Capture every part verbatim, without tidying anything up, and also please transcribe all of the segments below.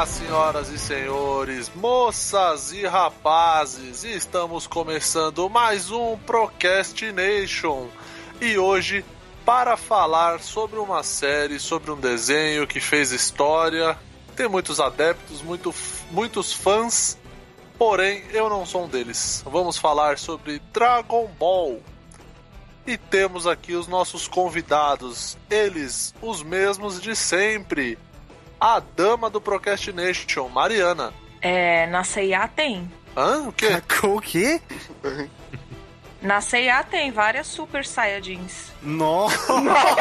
Olá, senhoras e senhores, moças e rapazes, estamos começando mais um Procrastination e hoje para falar sobre uma série, sobre um desenho que fez história, tem muitos adeptos, muito, muitos fãs, porém eu não sou um deles. Vamos falar sobre Dragon Ball. E temos aqui os nossos convidados, eles, os mesmos de sempre. A dama do Procrastination, Mariana. É, na C e A tem. Hã? O quê? O quê? Na C e A tem várias Super Saiyajins. Nossa!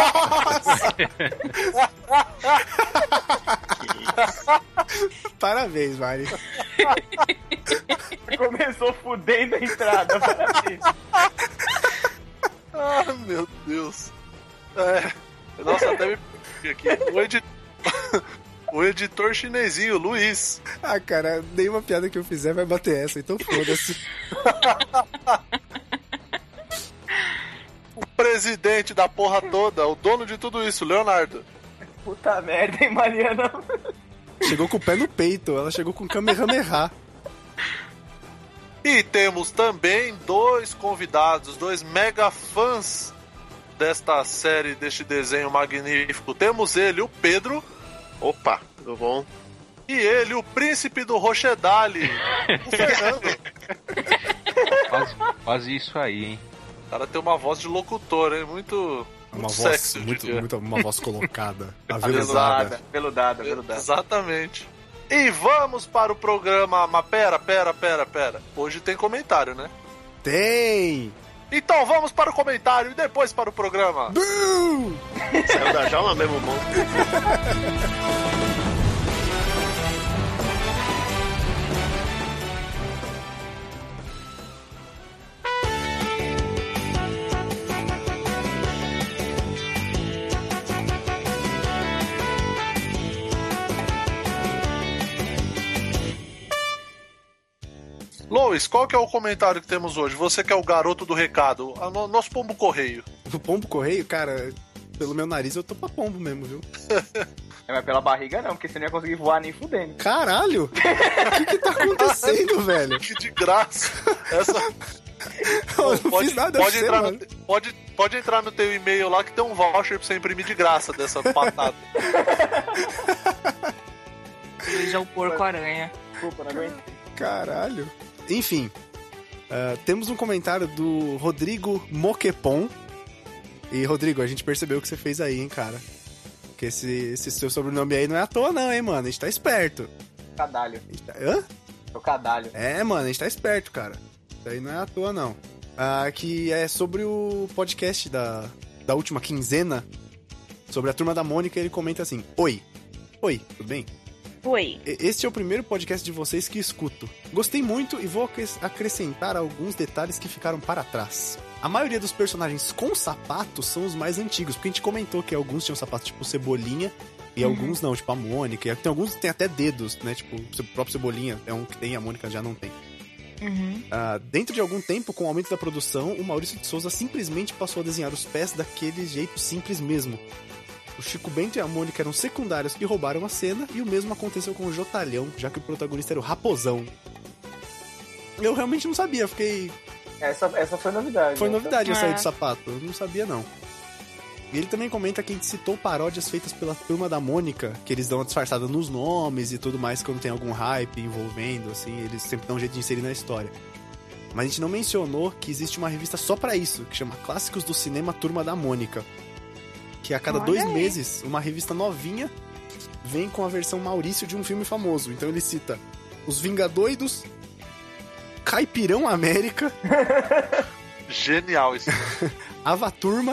Parabéns, Mari. Começou fudendo a entrada. Parabéns. Ah, meu Deus. É, nossa, até me perdi aqui. O editor... O editor chinesinho, Luiz. Ah, cara, nenhuma piada que eu fizer vai bater essa, então foda-se. O presidente da porra toda, o dono de tudo isso, Leonardo. Puta merda, hein, Mariana? Chegou com o pé no peito, ela chegou com Kamehameha. E temos também dois convidados, dois mega fãs desta série, deste desenho magnífico. Temos ele, o Pedro. Opa, tudo bom? E ele, o príncipe do Rochedale, o Fernando. Quase, quase isso aí, hein? O cara tem uma voz de locutor, hein? Muito, Uma muito voz, sexy. muito, muito, uma voz colocada, Veludada, aveludada. veludada, veludada. Exatamente. E vamos para o programa. Mas pera, pera, pera, pera. Hoje tem comentário, né? Tem! Então vamos para o comentário e depois para o programa. Boo! Saiu da jaula mesmo, monstro. Lois, qual que é o comentário que temos hoje? Você que é o garoto do recado, a no- nosso pombo correio. O pombo correio, cara, pelo meu nariz eu tô pra pombo mesmo, viu? É, mas pela barriga não, porque você não ia conseguir voar nem fudendo. Caralho! O que que tá acontecendo, velho? Que de graça. Essa... Eu não pode, fiz nada pode, pra você, entrar mano. no, pode, pode entrar no teu e-mail lá que tem um voucher pra você imprimir de graça dessa patada. Luiz é o porco-aranha. Desculpa, não aguento. Caralho. Enfim, uh, temos um comentário do Rodrigo Moquepon. E, Rodrigo, a gente percebeu o que você fez aí, hein, cara. Que esse, esse seu sobrenome aí não é à toa não, hein, mano. A gente tá esperto. Cadalho. A gente tá... Hã? É o cadalho. É, mano, a gente tá esperto, cara. Isso aí não é à toa, não. Uh, que é sobre o podcast da, da última quinzena. Sobre a Turma da Mônica, ele comenta assim: Oi. Oi, tudo bem? Oi. Este é o primeiro podcast de vocês que escuto. Gostei muito e vou acrescentar alguns detalhes que ficaram para trás. A maioria dos personagens com sapatos são os mais antigos, porque a gente comentou que alguns tinham sapatos tipo Cebolinha e uhum. alguns não, tipo a Mônica. E tem alguns que tem até dedos, né? Tipo, o próprio Cebolinha é um que tem, a Mônica já não tem. Uhum. Uh, dentro de algum tempo, com o aumento da produção, o Maurício de Souza simplesmente passou a desenhar os pés daquele jeito simples mesmo. O Chico Bento e a Mônica eram secundários que roubaram a cena, e o mesmo aconteceu com o Jotalhão, já que o protagonista era o Raposão. Eu realmente não sabia, fiquei... Essa, essa foi novidade. Foi né? novidade eu É. sair do sapato, eu não sabia não. E ele também comenta que a gente citou paródias feitas pela Turma da Mônica, que eles dão uma disfarçada nos nomes e tudo mais, quando tem algum hype envolvendo, assim, eles sempre dão um jeito de inserir na história. Mas a gente não mencionou que existe uma revista só pra isso, que chama Clássicos do Cinema Turma da Mônica. Que a cada Olha dois aí. meses, uma revista novinha vem com a versão Maurício de um filme famoso. Então ele cita Os Vingadoidos, Caipirão América, Genial isso. Avaturma,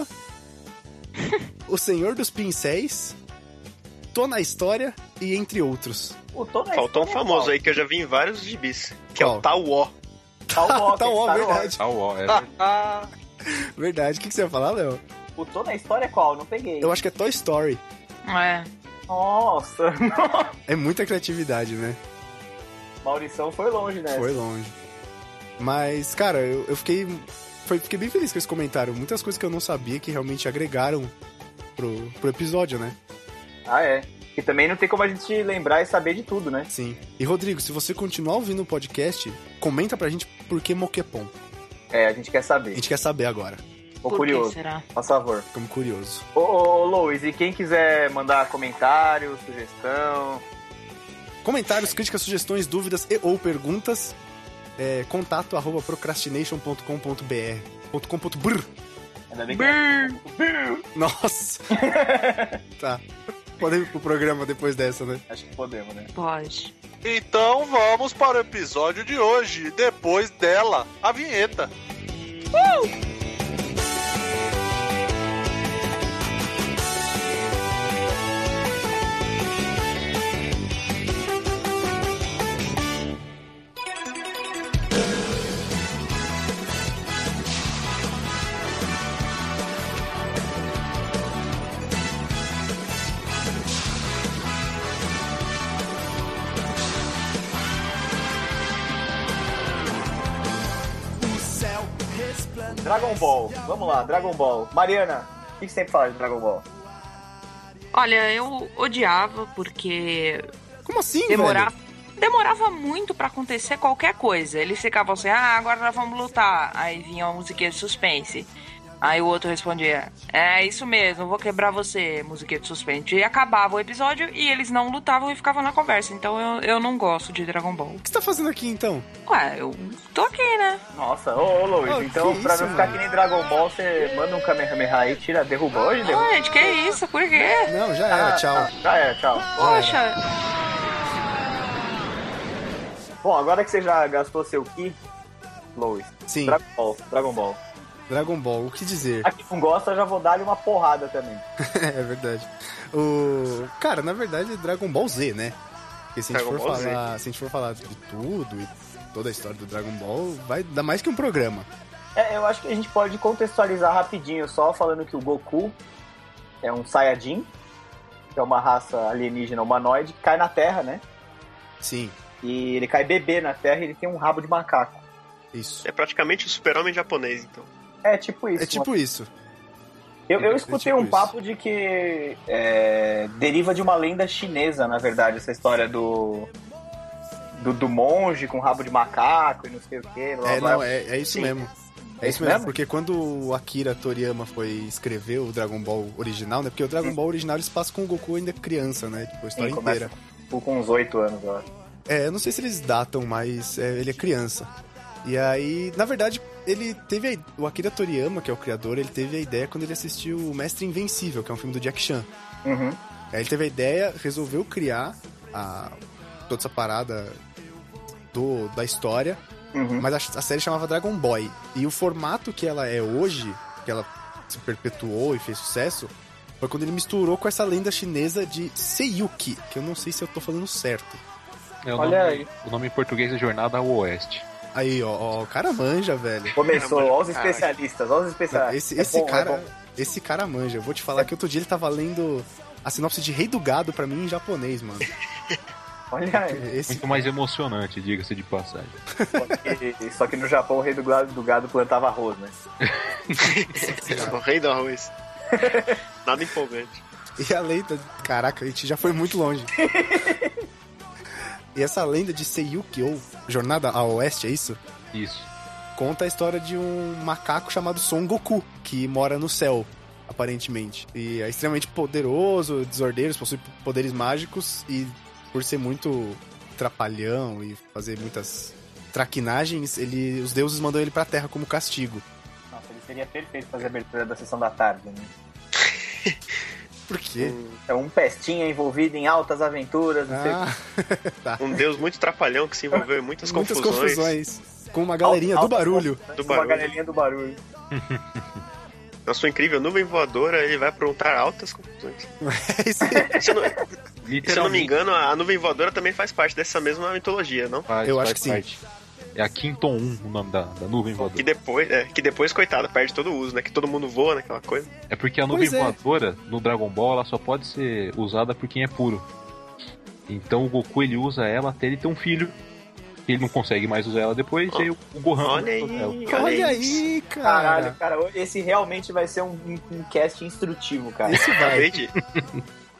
O Senhor dos Pincéis, Tô na História e entre outros. O Tô na Faltou um História é famoso qual? aí que eu já vi em vários gibis, que Qual? é o Tauó. Tal Walker, Tá ó, Star verdade. Wars. Ah, ó, é verdade. Ah, Verdade. O que, que você ia falar, Léo? O Tô na História é qual? Não peguei. Eu acho que é Toy Story. É. Nossa. É muita criatividade, né? Maurição foi longe, né? Foi longe. Mas, cara, eu, eu fiquei, foi, fiquei bem feliz com esse comentário. Muitas coisas que eu não sabia que realmente agregaram pro, pro episódio, né? Ah, é. E também não tem como a gente lembrar e saber de tudo, né? Sim. E Rodrigo, se você continuar ouvindo o podcast, comenta pra gente por que Moquepon. É, a gente quer A saber. gente quer saber agora. Tô Por curioso. que será? Por favor. Ficamos curiosos. Ô, ô, ô, Lois, e quem quiser mandar comentário, sugestão... Comentários, críticas, sugestões, dúvidas e ou perguntas, é, contato arroba procrastination ponto com ponto b r .com.br. Ainda bem que é... Nossa! Tá. Podemos ir pro programa depois dessa, né? Acho que podemos, né? Pode. Então vamos para o episódio de hoje, depois dela, a vinheta. Dragon Ball. Vamos lá, Dragon Ball. Mariana, o que você sempre fala de Dragon Ball? Olha, eu odiava porque Como assim, demorava, velho? demorava muito pra acontecer qualquer coisa. Eles ficavam assim, ah, agora nós vamos lutar. Aí vinha uma musiquinha de suspense. Aí o outro respondia, é isso mesmo, vou quebrar você, musiquinha de suspense. E acabava o episódio e eles não lutavam e ficavam na conversa. Então eu, eu não gosto de Dragon Ball. O que você tá fazendo aqui, então? Ué, eu tô aqui, né? Nossa, ô, ô Lois, Oh, então que pra isso, não ficar mano? que nem Dragon Ball, você manda um Kamehameha aí, tira, derruba hoje, derruba. Ai, gente, que isso? Por quê? Não, já era, tchau. Ah, já é, tchau. Poxa, Bom, agora que você já gastou seu Ki, Lois, Sim, Dragon Ball, Dragon Ball. Dragon Ball, o que dizer? A quem não gosta, eu já vou dar-lhe uma porrada também. É verdade. O... Cara, na verdade, Dragon Ball Z, né? Porque se a, gente Dragon for Ball Z. falar, se a gente for falar de tudo e toda a história do Dragon Ball, vai dar mais que um programa. É, eu acho que a gente pode contextualizar rapidinho, só falando que o Goku é um Saiyajin, que é uma raça alienígena humanoide, que cai na Terra, né? Sim, E ele cai bebê na Terra e ele tem um rabo de macaco. isso. É praticamente o super-homem japonês, então. É tipo isso. É tipo isso. Eu, eu é escutei tipo um isso. papo de que é, deriva de uma lenda chinesa, na verdade, essa história do, do, do monge com rabo de macaco e não sei o que. É, não, é, é isso Sim. mesmo. É isso mesmo, porque quando o Akira Toriyama foi escrever o Dragon Ball original, né? Porque o Dragon Ball original eles passam com o Goku ainda criança, né? Tipo, a história Sim, começa inteira. com uns oito anos, eu acho. É, eu não sei se eles datam, mas é, ele é criança. E aí, na verdade, ele teve a, o Akira Toriyama, que é o criador, ele teve a ideia quando ele assistiu o Mestre Invencível, que é um filme do Jack Chan. Uhum. Aí ele teve a ideia, resolveu criar a, toda essa parada do, da história, Uhum. mas a, a série chamava Dragon Boy. E o formato que ela é hoje, que ela se perpetuou e fez sucesso, foi quando ele misturou com essa lenda chinesa de Seiyuki, que eu não sei se eu tô falando certo. É, o, Olha nome, aí. o nome em português é Jornada ao Oeste. Aí, ó, ó, o cara manja, velho. Começou, Caramba, ó os cara. especialistas, ó os especialistas. Esse, É esse bom, é cara, bom. esse cara manja. Eu vou te falar que outro dia ele tava lendo a sinopse de Rei do Gado pra mim em japonês, mano. Olha aí. Esse, Muito mais emocionante, diga-se de passagem. Só que, só que no Japão o rei do gado, do gado plantava arroz, né? O rei do arroz. Nada empolgante. e a lenda, caraca, a gente já foi muito longe. E essa lenda de Seiyuki, ou Jornada ao Oeste, é isso? Isso. Conta a história de um macaco chamado Son Goku, que mora no céu, aparentemente. E é extremamente poderoso, desordeiro, possui poderes mágicos e por ser muito trapalhão e fazer muitas traquinagens, ele, os deuses mandam ele pra terra como castigo. Nossa, ele seria perfeito fazer a abertura da sessão da tarde, né? Por quê? É um pestinha envolvido em altas aventuras, não sei o Ah, tá. Um deus muito trapalhão que se envolveu em muitas, Muitas confusões. confusões. Com uma galerinha do Altas barulho. confusões, Do Uma barulho. galinha do barulho. Na sua incrível nuvem voadora, ele vai aprontar altas confusões. É isso aí. Se eu não, se eu não me Literalmente. engano, a nuvem voadora também faz parte dessa mesma mitologia, não? Faz, Eu faz acho que sim. parte. É a Quinton um o nome da, da nuvem Que voadora. depois, é, que depois, coitado, perde todo o uso, né? Que todo mundo voa naquela coisa. É porque a nuvem Pois é. voadora, no Dragon Ball, ela só pode ser usada por quem é puro. Então o Goku, ele usa ela até ele ter um filho. Ele não consegue mais usar ela depois, e aí o o Gohan... Olha usa ela. aí, Olha isso. aí, cara. Caralho, cara, esse realmente vai ser um, um, um cast instrutivo, cara. Esse vai. Acabei de,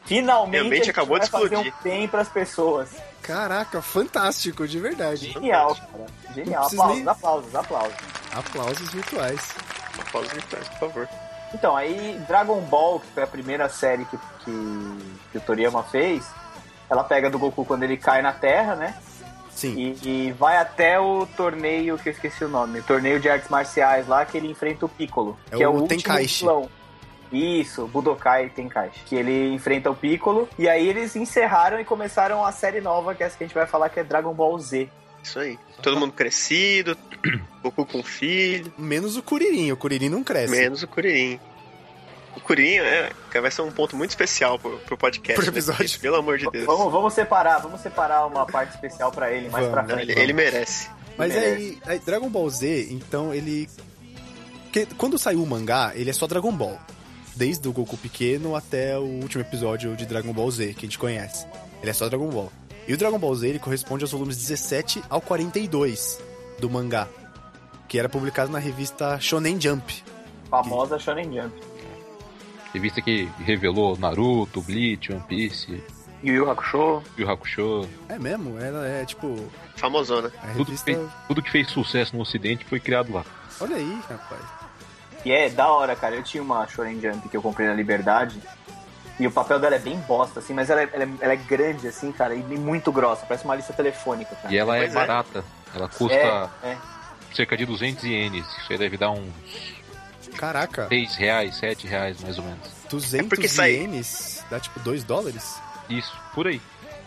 Finalmente Minha mente a gente acabou vai de fazer explodir. um bem pras pessoas. Caraca, fantástico, de verdade. Genial, cara. Genial. Não precisa Aplausos, nem- aplausos, aplausos. Aplausos virtuais. Pausa virtuais, por favor. Então, aí Dragon Ball, que foi a primeira série que, que, que o Toriyama fez, ela pega do Goku quando ele cai na Terra, né? Sim. E, e vai até o torneio, que eu esqueci o nome, o torneio de artes marciais lá, que ele enfrenta o Piccolo. É que é o o último Tenkaichi. vilão. Isso, Budokai Tenkaichi. Que ele enfrenta o Piccolo. E aí eles encerraram e começaram a série nova, que é essa que a gente vai falar, que é Dragon Ball Z. Isso aí. Todo mundo crescido, Goku com filho, Menos o Kuririn. O Kuririn não cresce. menos o Kuririn. O Kuririn é, vai ser um ponto muito especial pro, pro podcast. Pro né? episódio. Pelo amor de Deus. Vamos, vamos separar, vamos separar uma parte especial pra ele mais Vamos. pra Não, frente. ele, ele merece. Mas merece. aí, aí, Dragon Ball Z, então ele... Porque quando saiu o mangá, ele é só Dragon Ball. Desde o Goku pequeno até o último episódio de Dragon Ball Z, que a gente conhece. Ele é só Dragon Ball. E o Dragon Ball Z, ele corresponde aos volumes dezessete ao quarenta e dois do mangá. Que era publicado na revista Shonen Jump. Famosa Shonen Jump. Revista que revelou Naruto, Bleach, One Piece, Yu Yu Hakusho. Yu Yu Hakusho. É mesmo? Ela é tipo... Famosona. A Tudo que, revista... fez, tudo que fez sucesso no ocidente foi criado lá. Olha aí, rapaz. E é da hora, cara. Eu tinha uma Shonen Jump que eu comprei na Liberdade. E o papel dela é bem bosta, assim, mas ela é, ela é, ela é grande, assim, cara, e muito grossa. Parece uma lista telefônica, cara. E ela é Pois é. barata. Ela custa É, é. cerca de duzentos ienes. Isso aí deve dar uns Caraca, seis reais, sete reais mais ou menos. duzentos É porque sai- ienes dá tipo dois dólares? Isso, por aí.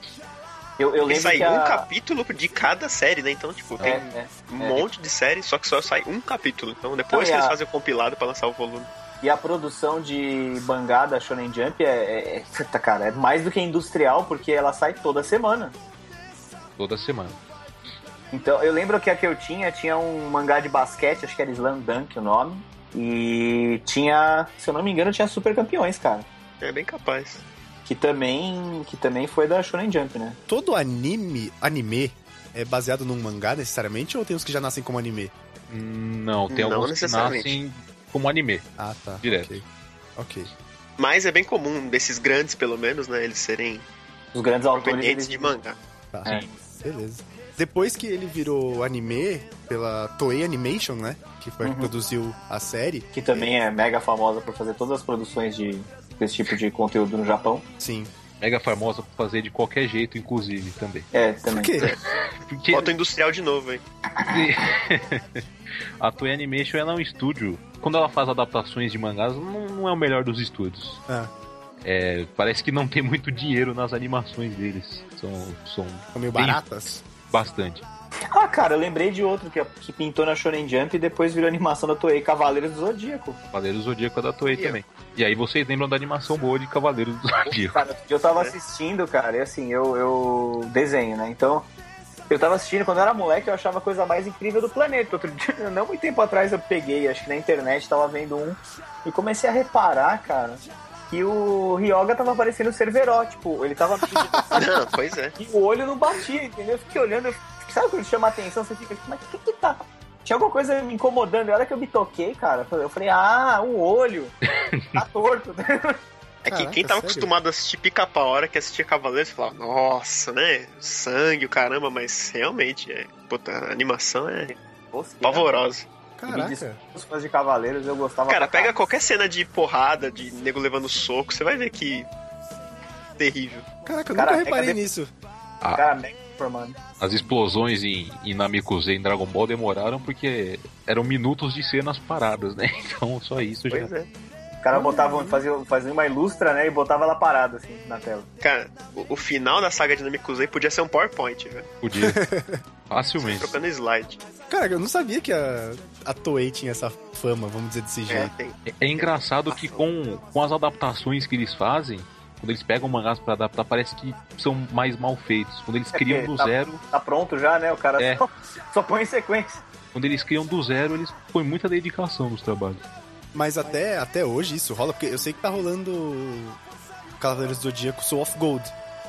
Eu, eu Porque lembro sai que a... um capítulo de cada série, né? Então, tipo, É, tem é, um é. monte de séries, só que só sai um capítulo. Então, depois Não, que e eles a- fazem o compilado pra lançar o volume. E a produção de mangá da Shonen Jump é, é, é, puta, cara, é mais do que industrial, porque ela sai toda semana. Toda semana. Então, eu lembro que a que eu tinha, tinha um mangá de basquete, acho que era Slam Dunk o nome. E tinha, se eu não me engano, tinha Super Campeões, cara. É bem capaz. Que também, que também foi da Shonen Jump, né? Todo anime, anime é baseado num mangá necessariamente ou tem uns que já nascem como anime? Não, tem Não alguns que necessariamente. nascem como anime. Ah, tá. Direto. Ok. Ok. Mas é bem comum, desses grandes pelo menos, né? Eles serem Os grandes autores... provenientes Eles... de mangá. Tá. Sim. Beleza. Depois que ele virou anime pela Toei Animation, né? Que foi a que Uhum. produziu a série. Que também é mega famosa por fazer todas as produções de, desse tipo de conteúdo no Japão. Sim. Mega famosa por fazer de qualquer jeito, inclusive, também. É, Por também. quê? Porque Foto industrial de novo, hein? a Toei Animation ela é um estúdio. Quando ela faz adaptações de mangás, não, não é o melhor dos estúdios. Ah, É, parece que não tem muito dinheiro nas animações deles. São, são são meio Bem- baratas. bastante. Ah, cara, eu lembrei de outro que, que pintou na Shonen Jump e depois virou animação da Toei, Cavaleiros do Zodíaco. Cavaleiros do Zodíaco é da Toei E eu? também. E aí vocês lembram da animação boa de Cavaleiros do Zodíaco. Cara, eu tava assistindo, cara, e assim, eu, eu desenho, né? Então, eu tava assistindo, quando eu era moleque, eu achava a coisa mais incrível do planeta. Outro dia, não muito tempo atrás, eu peguei, acho que na internet, tava vendo um, e comecei a reparar, cara, que o Ryoga tava parecendo Cerveró, tipo, ele tava... Não, pois é. E o olho não batia, entendeu? Eu fiquei olhando, eu fiquei, sabe quando chama a atenção? Você fica, mas o que que tá... Tinha alguma coisa me incomodando, e a hora que eu me toquei, cara, eu falei, ah, o olho, tá torto. É que Caraca, quem tava sério? acostumado a assistir Pica-Pau, a hora que assistia Cavaleiros, falava, nossa, né? Sangue, o caramba, mas realmente, é, puta, a animação é Nossa, pavorosa. Caraca. Os fãs de Cavaleiros eu gostava Cara, pra pega qualquer cena de porrada, de nego levando soco, você vai ver que terrível. Caraca, eu Cara, nunca é reparei cadê- nisso. Ah, Cara, mega formando. as explosões em, em Namekusei em Dragon Ball demoraram porque eram minutos de cenas paradas, né? Então só isso já. Pois é. O cara botava, fazia, fazia uma ilustra, né, e botava ela parada, assim, na tela. Cara, o, o final da saga de Namekusei podia ser um PowerPoint, velho. Podia. Facilmente. Trocando slide. Cara, eu não sabia que a, a Toei tinha essa fama, vamos dizer desse É, jeito. tem. É, é engraçado que com, com as adaptações que eles fazem, quando eles pegam mangás pra adaptar, parece que são mais mal feitos. Quando eles É criam porque do tá- zero, Tá pronto já, né? O cara É. só, só põe em sequência. quando eles criam do zero, eles põem muita dedicação nos trabalhos. Mas até, até hoje isso rola, porque eu sei que tá rolando Cavaleiros do Zodíaco Soul of Gold.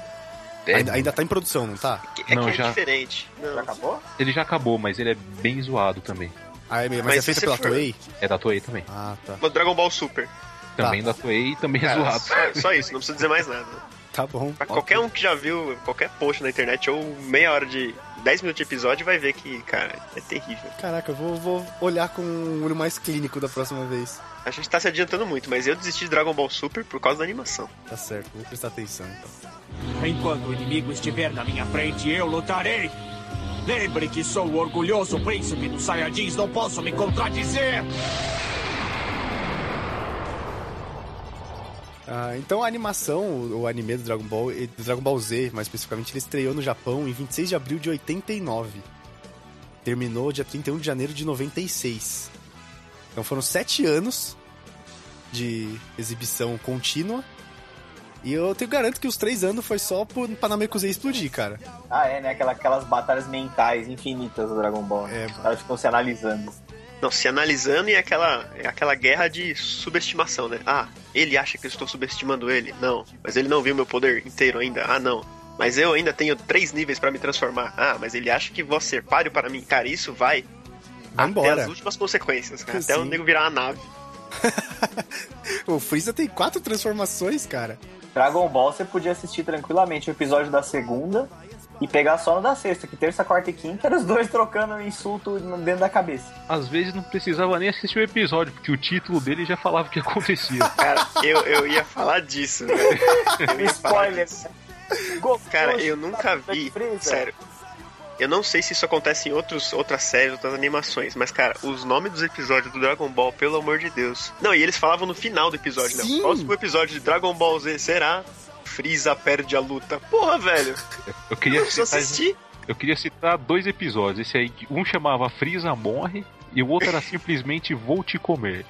É, Ainda, ainda tá em produção, não tá? É Não, que é já- diferente. Não. Já acabou? Ele já acabou, mas ele é bem zoado também. Ah, é, mas, Mas é se feita você pela for- Toei? É da Toei também. Ah, tá. O Dragon Ball Super. Também da Toei e também é Cara, zoado. só, só isso, não precisa dizer mais nada. Tá bom. Pra qualquer um que já viu qualquer post na internet ou meia hora de dez minutos de episódio vai ver que, cara, é terrível. Caraca, eu vou, vou olhar com um olho mais clínico da próxima vez. A gente tá se adiantando muito, mas eu desisti de Dragon Ball Super por causa da animação. Tá certo, vou prestar atenção então. Enquanto o inimigo estiver na minha frente, eu lutarei. Lembre que sou o orgulhoso príncipe dos Saiyajins, não posso me contradizer. Ah, então a animação, o, o anime do Dragon Ball, e do Dragon Ball Z, mais especificamente, ele estreou no Japão em vinte e seis de abril de oitenta e nove. Terminou dia trinta e um de janeiro de noventa e seis. Então foram sete anos de exibição contínua. E eu te garanto que os três anos foi só pro, pra Namekusei explodir, cara. Ah, é, né? Aquela, aquelas batalhas mentais infinitas do Dragon Ball. É, Os caras ficam se analisando. Não, se analisando e é aquela, é aquela guerra de subestimação, né? Ah, ele acha que eu estou subestimando ele? Não. Mas ele não viu meu poder inteiro ainda? Ah, não. Mas eu ainda tenho três níveis pra me transformar. Ah, mas ele acha que vou ser páreo para mim. Cara, isso vai, vai até embora. as últimas consequências, cara. Até Sim. o nego virar uma nave. O Freeza tem quatro transformações, cara. Dragon Ball você podia assistir tranquilamente o episódio da segunda e pegar só no da sexta, que terça, quarta e quinta eram os dois trocando insulto dentro da cabeça. Às vezes não precisava nem assistir o episódio, porque o título dele já falava o que acontecia. Cara, eu, eu ia falar disso, velho. Eu ia falar Spoiler. disso. Goku, Cara, eu nunca vi, Freeza. sério. Eu não sei se isso acontece em outros, outras séries, outras animações, mas, cara, os nomes dos episódios do Dragon Ball, pelo amor de Deus. Não, e eles falavam no final do episódio, né? Sim. O próximo episódio de Dragon Ball Z será Freeza perde a luta. Porra, velho. Eu queria Eu preciso citar, assistir. eu queria citar dois episódios. Esse aí, um chamava Freeza morre e o outro era simplesmente Vou te comer.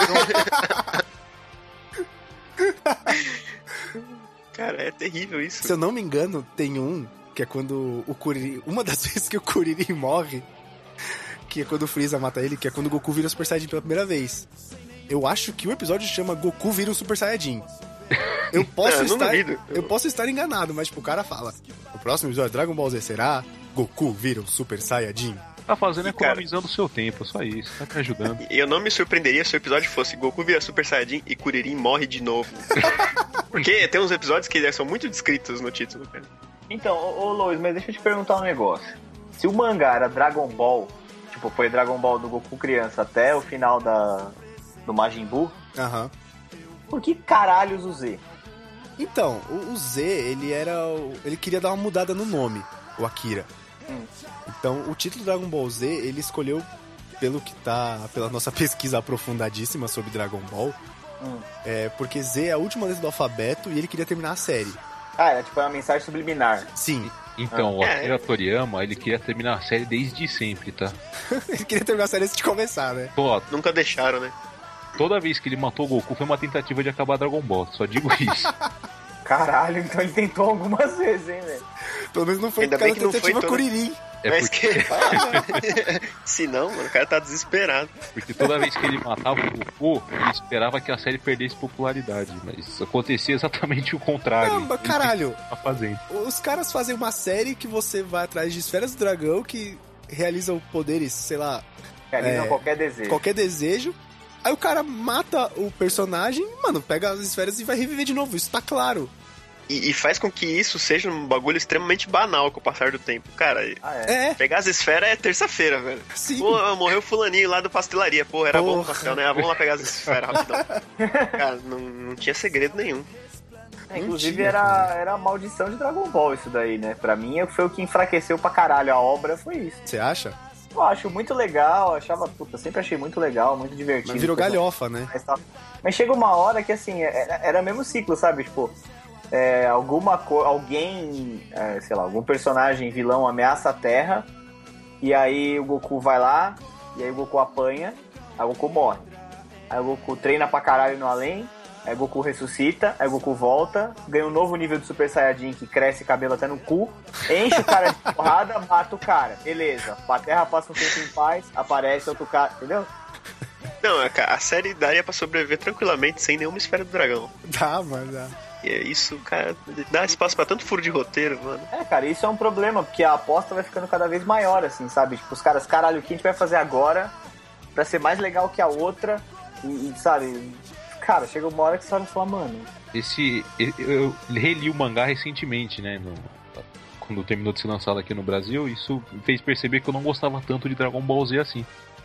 Cara, é terrível isso. Se eu não me engano, tem um que é quando o Kuririn... Uma das vezes que o Kuririn morre, que é quando o Freeza mata ele, que é quando o Goku vira o Super Saiyajin pela primeira vez. Eu acho que o episódio chama Goku vira o Super Saiyajin. Eu posso, Não, eu não estar, duvido. eu posso estar enganado, mas tipo, o cara fala: o próximo episódio Dragon Ball Z será Goku vira o Super Saiyajin. Tá fazendo E, cara, economizando o seu tempo, só isso. Tá me ajudando. Eu não me surpreenderia se o episódio fosse Goku vira Super Saiyajin e Kuririn morre de novo. Porque tem uns episódios que são muito descritos no título, cara. Então, ô, ô Lois, mas deixa eu te perguntar um negócio. Se o mangá era Dragon Ball, tipo, foi Dragon Ball do Goku criança até o final da, do Majin Buu, Aham. por que caralhos o Z? Então, o, o Z, ele era. o- Ele queria dar uma mudada no nome, o Akira. Hum. Então, o título Dragon Ball Z, ele escolheu, pelo que tá. Pela nossa pesquisa aprofundadíssima sobre Dragon Ball, Hum. é porque Z é a última letra do alfabeto e ele queria terminar a série. Ah, era tipo uma mensagem subliminar. Sim, Então, o É. Akira Toriyama, ele queria terminar a série desde sempre, tá? ele queria terminar a série antes de começar, né? Ó, Nunca deixaram, né? toda vez que ele matou o Goku foi uma tentativa de acabar Dragon Ball, só digo isso. Caralho, então ele tentou algumas vezes, hein, velho? Pelo menos não foi Ainda por causa bem da que não foi tentativa toda- Kuririn. É Mas porque, que... Se não, mano, o cara tá desesperado. porque toda vez que ele matava o Goku, ele esperava que a série perdesse popularidade, mas acontecia exatamente o contrário. Não, mas Ele caralho, tá fazendo. os caras fazem uma série que você vai atrás de esferas do dragão que realizam poderes, sei lá, Realizam É. qualquer desejo. qualquer desejo. Aí o cara mata o personagem, mano, pega as esferas e vai reviver de novo. Isso tá claro. E, e faz com que isso seja um bagulho extremamente banal com o passar do tempo. Cara, Ah, é? É, pegar as esferas é terça-feira, velho. sim. Pô, morreu fulaninho lá do pastelaria. Pô, era bom o Porra. pastel, né? Ah, vamos lá pegar as esferas rapidão. Cara, não, não tinha segredo nenhum. É, inclusive tinha, era, era a maldição de Dragon Ball isso daí, né? Pra mim foi o que enfraqueceu pra caralho a obra, foi isso. Você acha? Eu acho muito legal, achava, puta, sempre achei muito legal, muito divertido. Mas virou galhofa, né? Mas, tal. Mas chega uma hora que, assim, era, era mesmo ciclo, sabe? Tipo, é, alguma co... alguém, é, sei lá, algum personagem vilão ameaça a Terra, e aí o Goku vai lá, e aí o Goku apanha, aí o Goku morre. Aí o Goku treina pra caralho no além, aí o Goku ressuscita, aí o Goku volta, ganha um novo nível de Super Saiyajin que cresce cabelo até no cu, enche o cara de porrada, mata o cara. Beleza. A Terra passa um tempo em paz, aparece outro cara, entendeu? Não, a, a série daria pra sobreviver tranquilamente sem nenhuma esfera do dragão. Dá, mas dá. E é isso, cara, dá espaço pra tanto furo de roteiro, mano. É, cara, isso é um problema, porque a aposta vai ficando cada vez maior, assim, sabe? Tipo, os caras, caralho, o que a gente vai fazer agora pra ser mais legal que a outra e, e, sabe, cara, chega uma hora que você olha e fala, mano... Esse... Eu, eu reli o mangá recentemente, né? No, quando terminou de ser lançado aqui no Brasil, isso me fez perceber que eu não gostava tanto de Dragon Ball Z assim.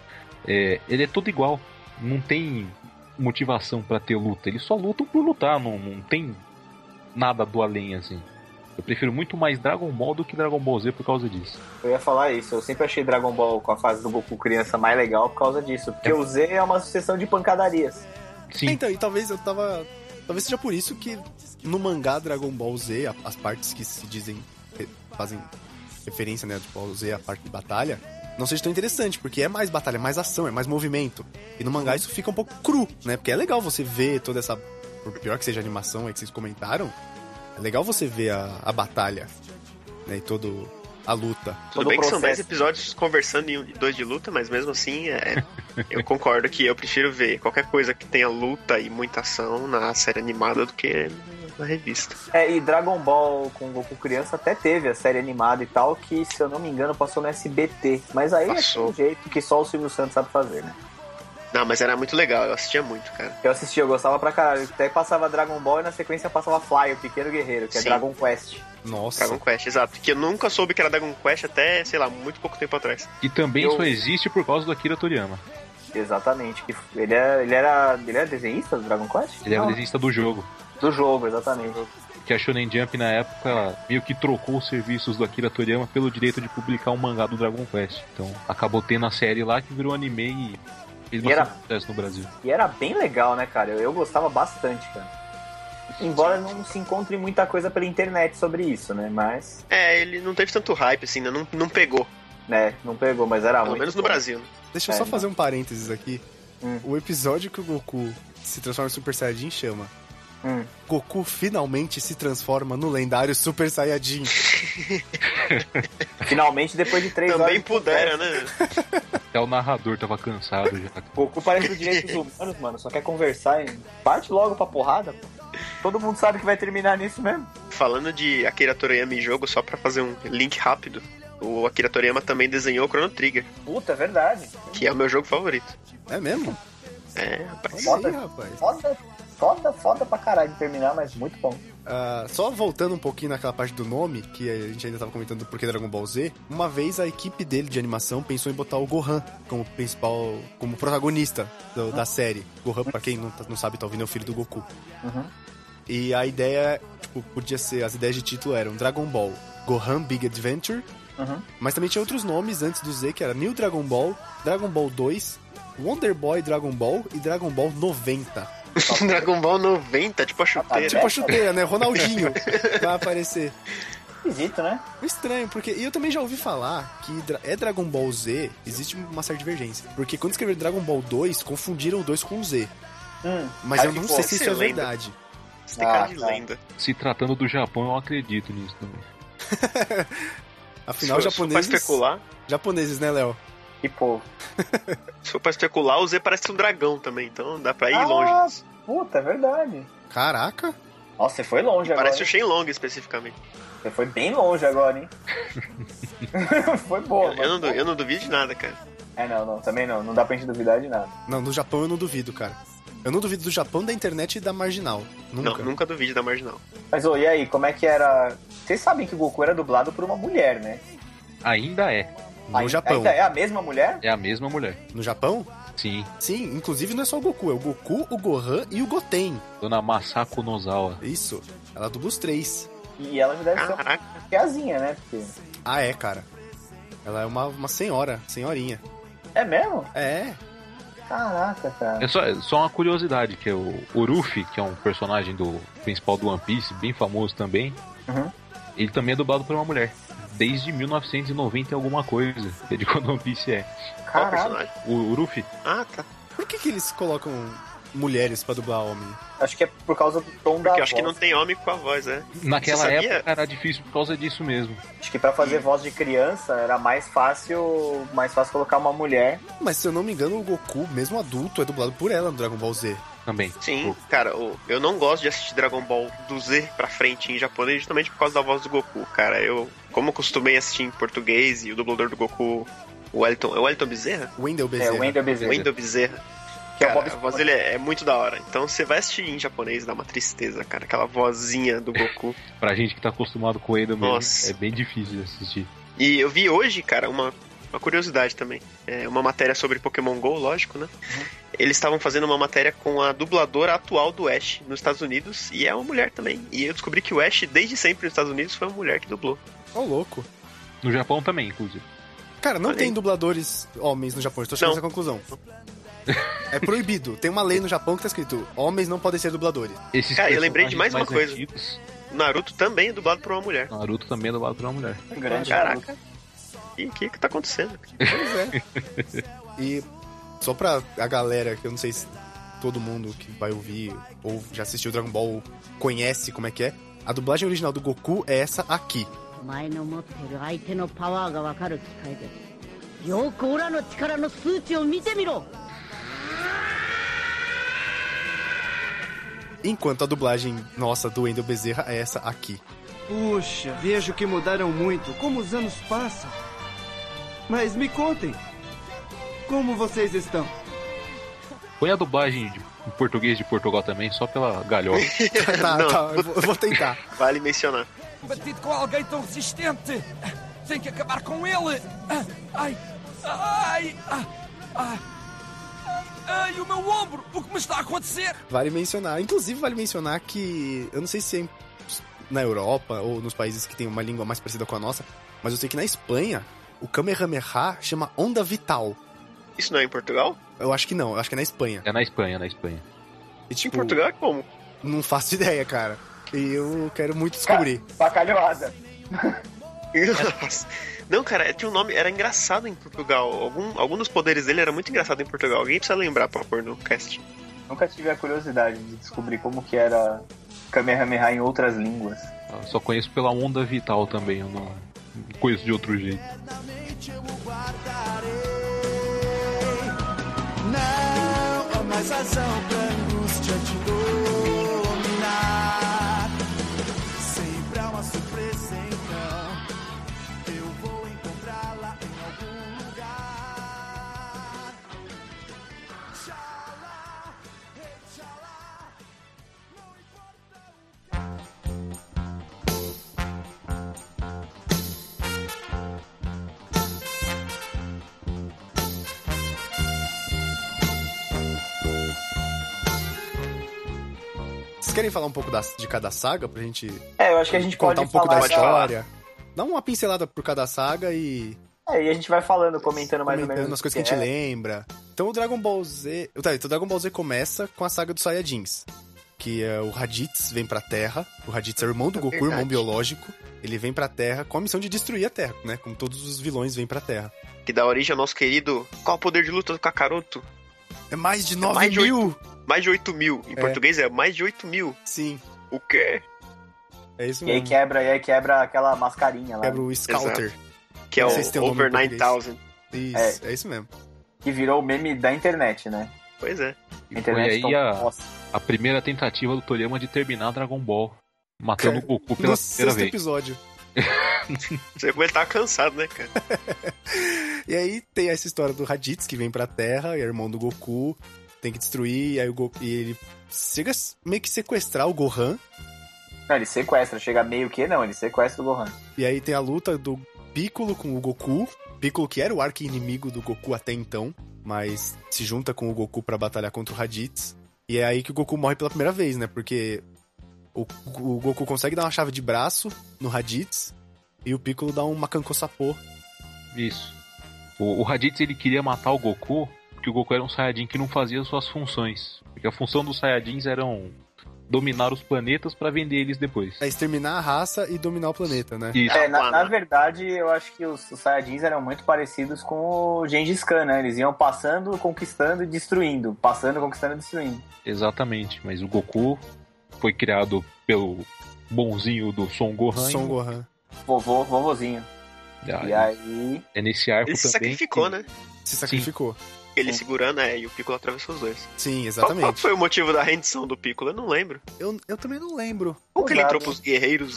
É, ele é todo igual. Não tem motivação pra ter luta. Eles só lutam por lutar. Não, não tem nada do além, assim. Eu prefiro muito mais Dragon Ball do que Dragon Ball Z por causa disso. Eu ia falar isso, eu sempre achei Dragon Ball com a fase do Goku criança mais legal por causa disso. Porque é. o Z é uma sucessão de pancadarias. Sim. É, então, e talvez eu tava... Talvez seja por isso que no mangá Dragon Ball Z, as partes que se dizem... fazem referência, né, Dragon Ball Z, a parte de batalha, não seja tão interessante, porque é mais batalha, é mais ação, é mais movimento. E no mangá isso fica um pouco cru, né? Porque é legal você ver toda essa... Por pior que seja a animação aí que vocês comentaram, é legal você ver a, a batalha, né? E todo a luta. Tudo bem que são dez episódios conversando em dois de luta, mas mesmo assim, é, eu concordo que eu prefiro ver qualquer coisa que tenha luta e muita ação na série animada do que na revista. É, e Dragon Ball com Goku criança até teve a série animada e tal, que, se eu não me engano, passou no S B T. Mas aí passou. É um jeito que só o Silvio Santos sabe fazer, né? Não, mas era muito legal, eu assistia muito, cara. Eu assistia, eu gostava pra caralho. Até passava Dragon Ball e na sequência passava Fly, o Pequeno Guerreiro, que Sim. é Dragon Quest. Nossa. Dragon Quest, exato. Que eu nunca soube que era Dragon Quest até, sei lá, muito pouco tempo atrás. E também eu... só existe por causa do Akira Toriyama. Exatamente. Que ele, é, ele, era, ele era desenhista do Dragon Quest? Ele era desenhista do jogo. Do jogo, exatamente. Que a Shonen Jump, na época, ela meio que trocou os serviços do Akira Toriyama pelo direito de publicar um mangá do Dragon Quest. Então, acabou tendo a série lá que virou anime e fez bastante sucesso no Brasil. E era bem legal, né, cara? Eu, eu gostava bastante, cara. Embora não se encontre muita coisa pela internet sobre isso, né? Mas... É, ele não teve tanto hype, assim, né? Não, não pegou. É, não pegou, mas era Pelo muito menos bom. no Brasil. Né? Deixa eu é, só não. fazer um parênteses aqui. Hum. O episódio que o Goku se transforma em Super Saiyajin chama... Hum. Goku finalmente se transforma no lendário Super Saiyajin. Finalmente, depois de três Também horas... Também pudera, né? Até o narrador tava cansado já. Goku parece do direitos humanos, mano. Só quer conversar e parte logo pra porrada. Todo mundo sabe que vai terminar nisso mesmo. Falando de Akira Toriyama em jogo, só pra fazer um link rápido, o Akira Toriyama também desenhou o Chrono Trigger. Puta, é verdade. Que é o meu jogo favorito. É mesmo? É, rapaz. Olha aí, rapaz. Foda, foda, foda pra caralho de terminar, mas muito bom. Uh, só voltando um pouquinho naquela parte do nome, que a gente ainda tava comentando do porquê Dragon Ball Z, uma vez a equipe dele de animação pensou em botar o Gohan como principal, como protagonista do, uhum. da série. Gohan, pra quem não, não sabe, tá ouvindo, é o filho do Goku. Uhum. E a ideia, tipo, podia ser, as ideias de título eram Dragon Ball, Gohan Big Adventure, uhum. mas também tinha outros nomes antes do Z, que era New Dragon Ball, Dragon Ball dois, Wonder Boy Dragon Ball e Dragon Ball noventa. Dragon Ball noventa, tipo a chuteira. Tipo a chuteira, né? Ronaldinho vai aparecer. Esquisito, né? Estranho, porque... E eu também já ouvi falar que é Dragon Ball Z, existe uma certa divergência. Porque quando escreveram Dragon Ball dois, confundiram o dois com o Z. Hum, Mas eu não sei se isso é verdade. Você tem cara de lenda. Se tratando do Japão, eu acredito nisso também. Afinal, se, japoneses... Se for pra especular... Japoneses, né, Léo? Que povo. Se for pra especular, o Z parece um dragão também, então dá pra ir ah, longe. Puta, é verdade. Caraca. Nossa, você foi longe agora. Parece o Shenlong, especificamente. Você foi bem longe agora, hein? Foi boa. Eu, eu, não, eu não duvido de nada, cara. É, não, não, também não. Não dá pra gente duvidar de nada. Não, no Japão eu não duvido, cara. Eu não duvido do Japão, da internet e da Marginal. Nunca. Não, nunca duvido da Marginal. Mas, ô, e aí, como é que era... Vocês sabem que o Goku era dublado por uma mulher, né? Ainda é. No ainda, Japão. Ainda é a mesma mulher? É a mesma mulher. No Japão? Sim. Sim, inclusive não é só o Goku, é o Goku, o Gohan e o Goten. Dona Masako Nozawa. Isso, ela dubla os três. E ela já deve Caraca. ser uma piazinha, né? Porque... Ah, é, cara. Ela é uma, uma senhora, senhorinha. É mesmo? É. Caraca, cara. É só, é só uma curiosidade, que é o Urufi, que é um personagem do principal do One Piece, bem famoso também. Uhum. Ele também é dublado por uma mulher. Desde mil novecentos e noventa e alguma coisa. É de quando One Piece é. Qual Caralho. personagem? O Urufi. Ah, tá. Por que que eles colocam mulheres pra dublar homem? Acho que é por causa do tom da Porque eu voz. acho que não tem homem com a voz, é. Naquela Você sabia? época era difícil por causa disso mesmo. Acho que pra fazer voz de criança era mais fácil, mais fácil colocar uma mulher. Mas se eu não me engano, o Goku, mesmo adulto, é dublado por ela no Dragon Ball Z. Também. Sim, cara, eu não gosto de assistir Dragon Ball do Z pra frente em japonês justamente por causa da voz do Goku, cara. Eu, como eu costumei assistir em português e o dublador do Goku, o Wellington, é o Wellington Bezerra? Wendell É, Bezerra. o Wendell Bezerra. Wendell Bezerra. Que Cara, é o Bob a voz dele é, é muito da hora. Então você vai assistir em japonês, dá uma tristeza, cara. Aquela vozinha do Goku. Pra gente que tá acostumado com ele mesmo, Nossa. é bem difícil de assistir. E eu vi hoje, cara, uma, uma curiosidade também. É uma matéria sobre Pokémon GO, lógico, né? Uhum. Eles estavam fazendo uma matéria com a dubladora atual do Ash nos Estados Unidos. E é uma mulher também. E eu descobri que o Ash, desde sempre nos Estados Unidos, foi uma mulher que dublou. Ô, oh, louco. No Japão também, inclusive. Cara, não Olha tem aí. dubladores homens no Japão, estou chegando a essa conclusão. É proibido. Tem uma lei no Japão que tá escrito: homens não podem ser dubladores. Esses Cara, eu lembrei de mais uma personagens coisa. antigos, Naruto também é dublado por uma mulher. Naruto também é dublado por uma mulher. Grande Caraca. E o que que tá acontecendo? Pois é. E só pra a galera, que eu não sei se todo mundo que vai ouvir ou já assistiu Dragon Ball conhece como é que é, a dublagem original do Goku é essa aqui. Enquanto a dublagem nossa do Wendel Bezerra é essa aqui. Puxa, vejo que mudaram muito, como os anos passam. Mas me contem, como vocês estão? Põe a dublagem de, em português de Portugal também, só pela galhofa. Tá, Não. tá, eu vou, eu vou tentar. Vale mencionar. Batido com alguém tão resistente. Tem que acabar com ele. Ai, ai, ai, ai, ai, o meu ombro. O que me está a acontecer? Vale mencionar. Inclusive, vale mencionar que eu não sei se é na Europa ou nos países que tem uma língua mais parecida com a nossa, mas eu sei que na Espanha o Kamehameha chama Onda Vital. Isso não é em Portugal? Eu acho que não, eu acho que é na Espanha. É na Espanha, é na Espanha. E, Em tipo, Portugal é como? não faço ideia, cara. E eu quero muito descobrir. Pacalhoada. Nossa. Não, cara, tinha um nome, era engraçado em Portugal. Algum, algum dos poderes dele era muito engraçado em Portugal. Alguém precisa lembrar pra pôr no cast. Nunca tive a curiosidade de descobrir como que era Kamehameha em outras línguas. Eu só conheço pela onda vital também, eu não, não conheço de outro jeito. Não há mais razão pra angústia te dominar. Sempre há uma surpresa, então eu vou encontrá-la em algum lugar. Tchala, tchala, não importa o que. Vocês querem falar um pouco da- de cada saga pra gente É, eu acho que a gente contar pode um pouco da falar história? Dá uma pincelada por cada saga e É, e a gente vai falando, comentando mais ou comentando menos as coisas que a gente é. lembra. Então o Dragon Ball Z... Tá, então o Dragon Ball Z começa com a saga dos Saiyajins. Que é o Raditz vem pra Terra. O Raditz é o irmão do Goku, Verdade. irmão biológico. Ele vem pra Terra com a missão de destruir a Terra, né? Como todos os vilões vêm pra Terra. Que dá origem ao nosso querido... Qual o poder de luta do Kakaroto? É mais de nove mais de mil! Mais de oito mil. Em É. português é mais de oito mil. Sim, O quê? é isso E aí mesmo. quebra, e aí quebra aquela mascarinha lá. Quebra o Scouter. Que é Não o sei se tem um nome Over em português. nove mil. Isso, é. isso mesmo. Que virou o meme da internet, né? Pois é. E A foi internet aí tão- a, Nossa. a primeira tentativa do Toriyama de terminar Dragon Ball, matando o Goku pela No primeira sexto vez. episódio. Você vê como ele tá cansado, né, cara? E aí tem essa história do Raditz, que vem pra Terra, e é irmão do Goku, tem que destruir, e aí o Goku, e ele chega a meio que sequestrar o Gohan, Não, ele sequestra, chega meio que não, ele sequestra o Gohan. e aí tem a luta do Piccolo com o Goku, Piccolo que era o arqui-inimigo do Goku até então, mas se junta com o Goku pra batalhar contra o Raditz, e é aí que o Goku morre pela primeira vez, né, porque o, o Goku consegue dar uma chave de braço no Raditz, e o Piccolo dá um Makanko Sapô. Isso. O, o Raditz ele queria matar o Goku, porque o Goku era um Saiyajin que não fazia suas funções. Porque a função dos Saiyajins eram dominar os planetas pra vender eles depois. É exterminar a raça e dominar o planeta, né? Isso. É, na, mano. na verdade, eu acho que os, os Saiyajins eram muito parecidos com o Gengis Khan, né? Eles iam passando, conquistando e destruindo. Passando, conquistando e destruindo. Exatamente, mas o Goku foi criado pelo bonzinho do Son Gohan. Son Gohan. Vovô, vovozinho. E aí, E aí... é nesse arco Ele se também. sacrificou, que- né? Se sacrificou. Ele segurando, é, e o Piccolo atravessou os dois. Sim, Qual, qual exatamente. foi o motivo da rendição do Piccolo? Eu não lembro. Eu, eu também não lembro. Como que ele Ousado. entrou pros Guerreiros Z?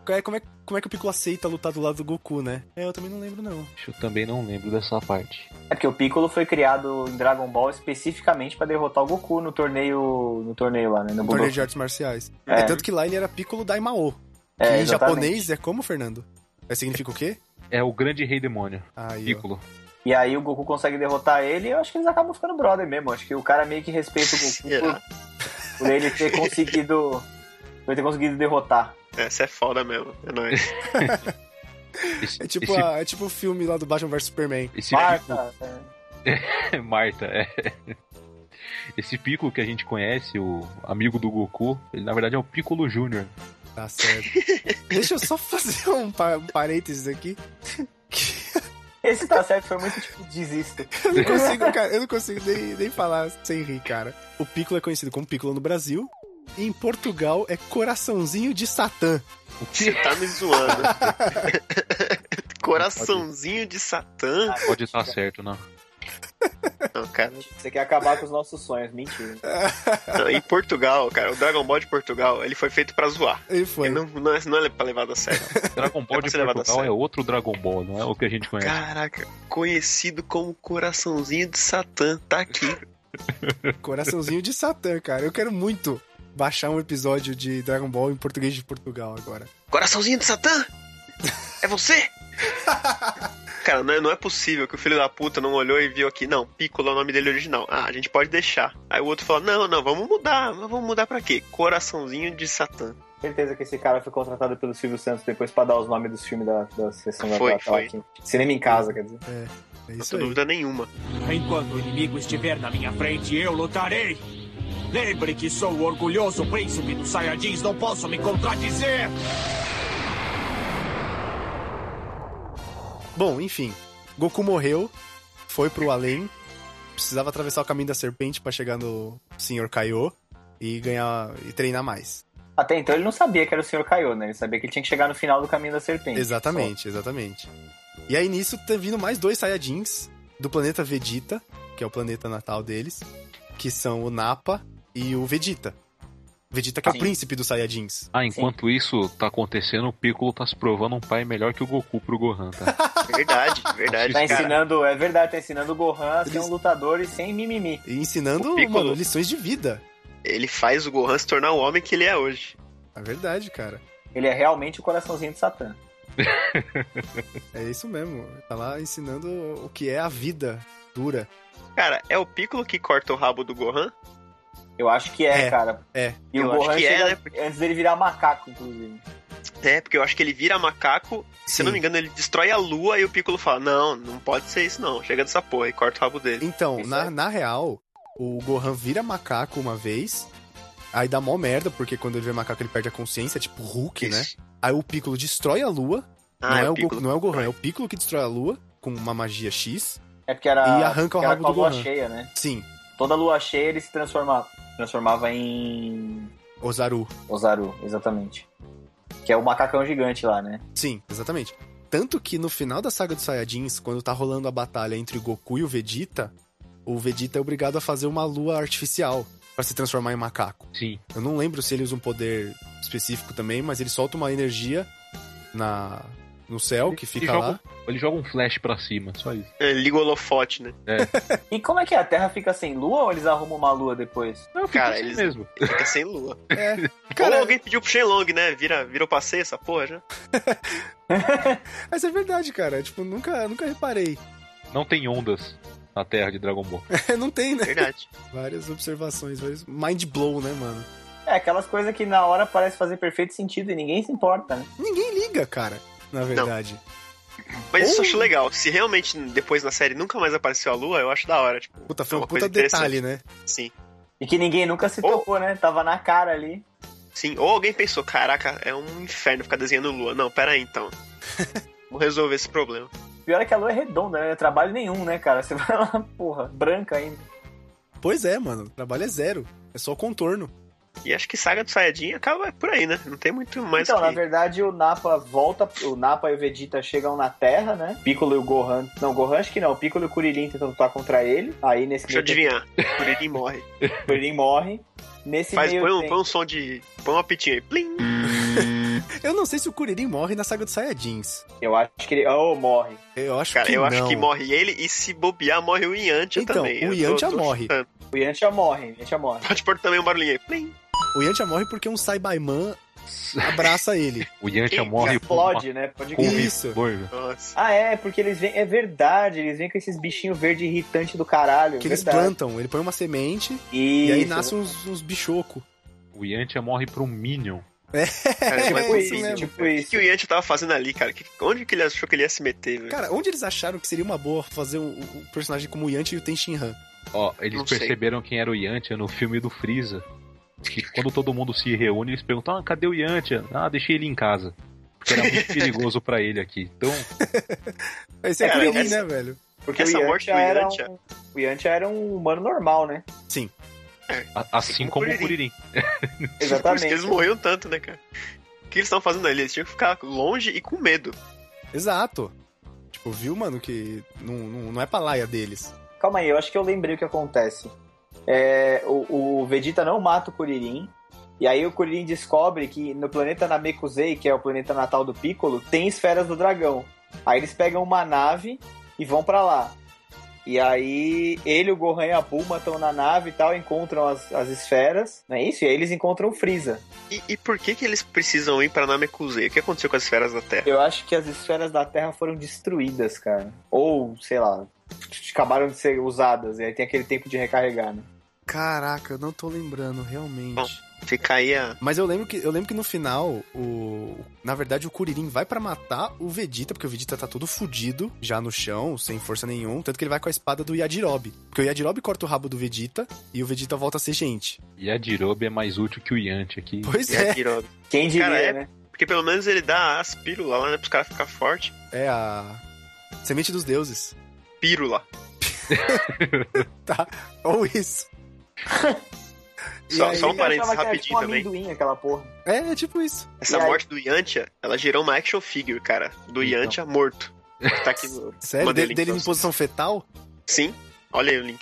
É, como, é, como é que o Piccolo aceita lutar do lado do Goku, né? É, eu também não lembro, não. Eu também não lembro dessa parte. É porque o Piccolo foi criado em Dragon Ball especificamente pra derrotar o Goku no torneio, no torneio lá, né? No torneio de artes marciais. É. É, tanto que lá ele era Piccolo Daimao. Que É, em exatamente. japonês é como, Fernando? É, significa o quê? É o grande rei demônio. Aí, Piccolo. E aí o Goku consegue derrotar ele e eu acho que eles acabam ficando brother mesmo. Acho que o cara meio que respeita o Goku por, por ele ter conseguido. Por ele ter conseguido derrotar. Essa é foda mesmo, é nóis. Esse, É tipo, esse, a, é tipo o filme lá do Batman versus Superman. esse Marta, é. Piccolo... Marta, é. Esse Piccolo que a gente conhece, o amigo do Goku, ele na verdade é o Piccolo Júnior. Tá certo. Deixa eu só fazer um, pa- um parênteses aqui. Esse tá certo, foi muito tipo, desisto. Eu não consigo, cara, eu não consigo nem, nem falar sem rir, cara. O Piccolo é conhecido como Piccolo no Brasil. E em Portugal é Coraçãozinho de Satã. Você tá me zoando. Coraçãozinho de Satã. Pode estar certo, não. Não, cara. Você quer acabar com os nossos sonhos, mentira. Não, em Portugal, cara, o Dragon Ball de Portugal, ele foi feito pra zoar. Ele foi. Ele não, não, é, não é pra levar a sério. Dragon Ball É pra de ser levado a Portugal é sério. outro Dragon Ball, não é o que a gente conhece. Caraca, conhecido como Coraçãozinho de Satã, tá aqui. Coraçãozinho de Satã, cara. Eu quero muito baixar um episódio de Dragon Ball em português de Portugal agora. Coraçãozinho de Satã? É você? Cara, não é, não é possível que o filho da puta não olhou e viu aqui, não, Piccolo é o nome dele original. Ah, a gente pode deixar. Aí o outro falou, não, não, vamos mudar. Mas vamos mudar pra quê? Coraçãozinho de Satã. Certeza que esse cara foi contratado pelo Silvio Santos depois pra dar os nomes dos filmes da, da sessão da Foi, da- foi. aqui. Cinema em casa, quer dizer. É, é Não isso tenho aí. dúvida nenhuma. Enquanto o inimigo estiver na minha frente, eu lutarei. Lembre que sou o orgulhoso príncipe dos Saiyajins, não posso me contradizer. Bom, enfim. Goku morreu, foi pro além, precisava atravessar o caminho da serpente pra chegar no senhor Kaiô e ganhar e treinar mais. Até então ele não sabia que era o senhor Kaiô, né? Ele sabia que ele tinha que chegar no final do caminho da serpente. Exatamente, exatamente. E aí nisso tá vindo mais dois Saiyajins do planeta Vegeta, que é o planeta natal deles, que são o Nappa e o Vegeta. Vegeta que é Sim. o príncipe dos Saiyajins. Ah, enquanto isso tá acontecendo, o Piccolo tá se provando um pai melhor que o Goku pro Gohan, tá? Verdade, verdade, Tá cara. ensinando, é verdade, tá ensinando o Gohan a ser Eles- um lutador e sem mimimi. E ensinando, O Piccolo- mano, lições de vida. Ele faz o Gohan se tornar o homem que ele é hoje. É verdade, cara. Ele é realmente o coraçãozinho de Satã. É isso mesmo. Tá lá ensinando o que é a vida dura. Cara, é o Piccolo que corta o rabo do Gohan? Eu acho que é, É. cara. É. E Eu o acho Gohan que é, chega né? Porque- antes dele virar macaco, inclusive. É, porque eu acho que ele vira macaco, se Sim. eu não me engano, ele destrói a lua e o Piccolo fala, não, não pode ser isso não, chega dessa porra e corta o rabo dele. Então, Isso na, aí. na real, o Gohan vira macaco uma vez, aí dá mó merda, porque quando ele vira macaco ele perde a consciência, tipo Hulk, né? Isso. Aí o Piccolo destrói a lua, Ah, não, é o Piccolo. Goku, não é o Gohan, é o Piccolo que destrói a lua, com uma magia X. É porque era, E arranca o porque era rabo com a do lua Gohan. cheia, né? Sim, Toda lua cheia ele se transformava, transformava em Ozaru. Ozaru, exatamente. Que é o macacão gigante lá, né? Sim, exatamente. Tanto que no final da saga dos Saiyajins, quando tá rolando a batalha entre o Goku e o Vegeta, o Vegeta é obrigado a fazer uma lua artificial pra se transformar em macaco. Sim. Eu não lembro se ele usa um poder específico também, mas ele solta uma energia na no céu que Ele fica joga, lá. ele joga um flash pra cima, só isso. É, liga o holofote, né? E como é que é? A Terra fica sem lua ou eles arrumam uma lua depois? Não, fica Cara, assim eles- mesmo. Ele fica sem lua. É, Ou cara, alguém pediu pro Shenlong, né? Vira, vira o passeio essa porra já. mas é verdade, cara. Tipo, nunca, nunca reparei. Não tem ondas na Terra de Dragon Ball. Não tem, né? Verdade. Várias observações, vários mind blow, né, mano? É, aquelas coisas que na hora parece fazer perfeito sentido e ninguém se importa, né? Ninguém liga, cara, na verdade. Mas isso eu Ou- acho legal. Se realmente depois na série nunca mais apareceu a lua, eu acho da hora. Tipo, Puta, foi é um uma puta coisa detalhe, interessante. né? Sim. E que ninguém nunca se Ou- tocou, né? Tava na cara ali. Sim. Ou alguém pensou, caraca, é um inferno ficar desenhando lua. Não, pera aí então. Vamos resolver esse problema. Pior é que a lua é redonda, né? Não é trabalho nenhum, né, cara? Você vai lá, porra, branca ainda. Pois é, mano. O trabalho é zero. É só o contorno. E acho que Saga do Saiyajin acaba por aí, né? Não tem muito mais Então, que... na verdade, o Nappa volta, o Nappa e o Vegeta chegam na Terra, né? Piccolo e o Gohan. Não, o Gohan acho que não. O Piccolo e o Kuririn tentam lutar contra ele. Aí nesse Deixa eu meio adivinhar. Kuririn morre. tempo, o Kuririn morre. Nesse Faz, meio põe, um, tempo... põe um som de... Põe um apitinho aí. Plim. Eu não sei se o Kuririn morre na saga dos Saiyajins. Eu acho que ele... Oh, morre. Eu acho Cara, que eu não. acho que morre ele e se bobear, morre o Yantia Então, também. o Eu tô- Yantia tô morre. chutando. O Yantia morre, o Yantia morre. Pode pôr também um barulhinho aí. Plim. O Yantia morre porque um Saibaiman abraça ele. O Yantia Quem morre Explode, né? Pode com crer. uma Isso. couve-flor. Nossa. Ah, é, porque eles vêm... É verdade, eles vêm com esses bichinhos verde irritante do caralho. Que eles verdade. plantam. Ele põe uma semente Isso. e aí nasce uns, uns bichocos. O Yantia morre pra um Minion. Cara, É, mas é o isso Yantia- mesmo. Tipo O que, isso. que o Yantia tava fazendo ali, cara? Que- onde que ele achou que ele ia se meter, velho? Cara, onde eles acharam que seria uma boa fazer um, um personagem como o Yantia e o Tenshinhan? Ó, eles Não sei. perceberam quem era o Yantia no filme do Freeza. Que quando todo mundo se reúne, eles perguntam: ah, cadê o Yantia? Ah, deixei ele em casa. Porque era muito perigoso pra ele aqui. Então, Esse é Cara, Kuririn, essa- né, velho? Porque Essa o morte Yantia do era Yantia- um... O Yantia era um humano normal, né? Sim. a- assim como o Kuririn. Por isso Exatamente. que eles morreram tanto, né, cara? O que eles estavam fazendo ali? Eles tinham que ficar longe e com medo. Exato. Tipo, viu, mano, que não, não, não é pra laia deles. Calma aí, eu acho que eu lembrei o que acontece. É, o, o Vegeta não mata o Kuririn. E aí o Kuririn descobre que no planeta Namekusei, que é o planeta natal do Piccolo, tem esferas do dragão. Aí eles pegam uma nave e vão pra lá. E aí ele, o Gohan e a Bulma estão na nave e tal, encontram as, as esferas, não é isso? E aí eles encontram o Freeza. E, e por que que eles precisam ir pra Namekusei? O que aconteceu com as esferas da Terra? Eu acho que as esferas da Terra foram destruídas, cara. Ou, sei lá, acabaram de ser usadas. E aí tem aquele tempo de recarregar, né? Caraca, eu não tô lembrando, realmente. Bom. Fica aí a... Mas eu lembro que eu lembro que no final, o na verdade, o Kuririn vai pra matar o Vegeta, porque o Vegeta tá todo fudido, já no chão, sem força nenhuma, tanto que ele vai com a espada do Yajirobe. Porque o Yajirobe corta o rabo do Vegeta e o Vegeta volta a ser gente. E a Jirobe é mais útil que o Yantia aqui. Pois e a é, Jirobe. Quem diria, Cara, é- né? Porque pelo menos ele dá as pílulas lá, né? Pros caras ficarem fortes. é a semente dos deuses. Pírula. Tá, ou isso. E Só, aí- só um Eu parênteses achava que era rapidinho tipo um também. amendoim, aquela porra. É, é tipo isso. Essa E aí- morte do Yantia, ela gerou uma action figure, cara. Do Então. Yantia morto. Tá aqui no... Sério, Mandei o dele, link dele pra em você. posição fetal? Sim. Olha aí o link.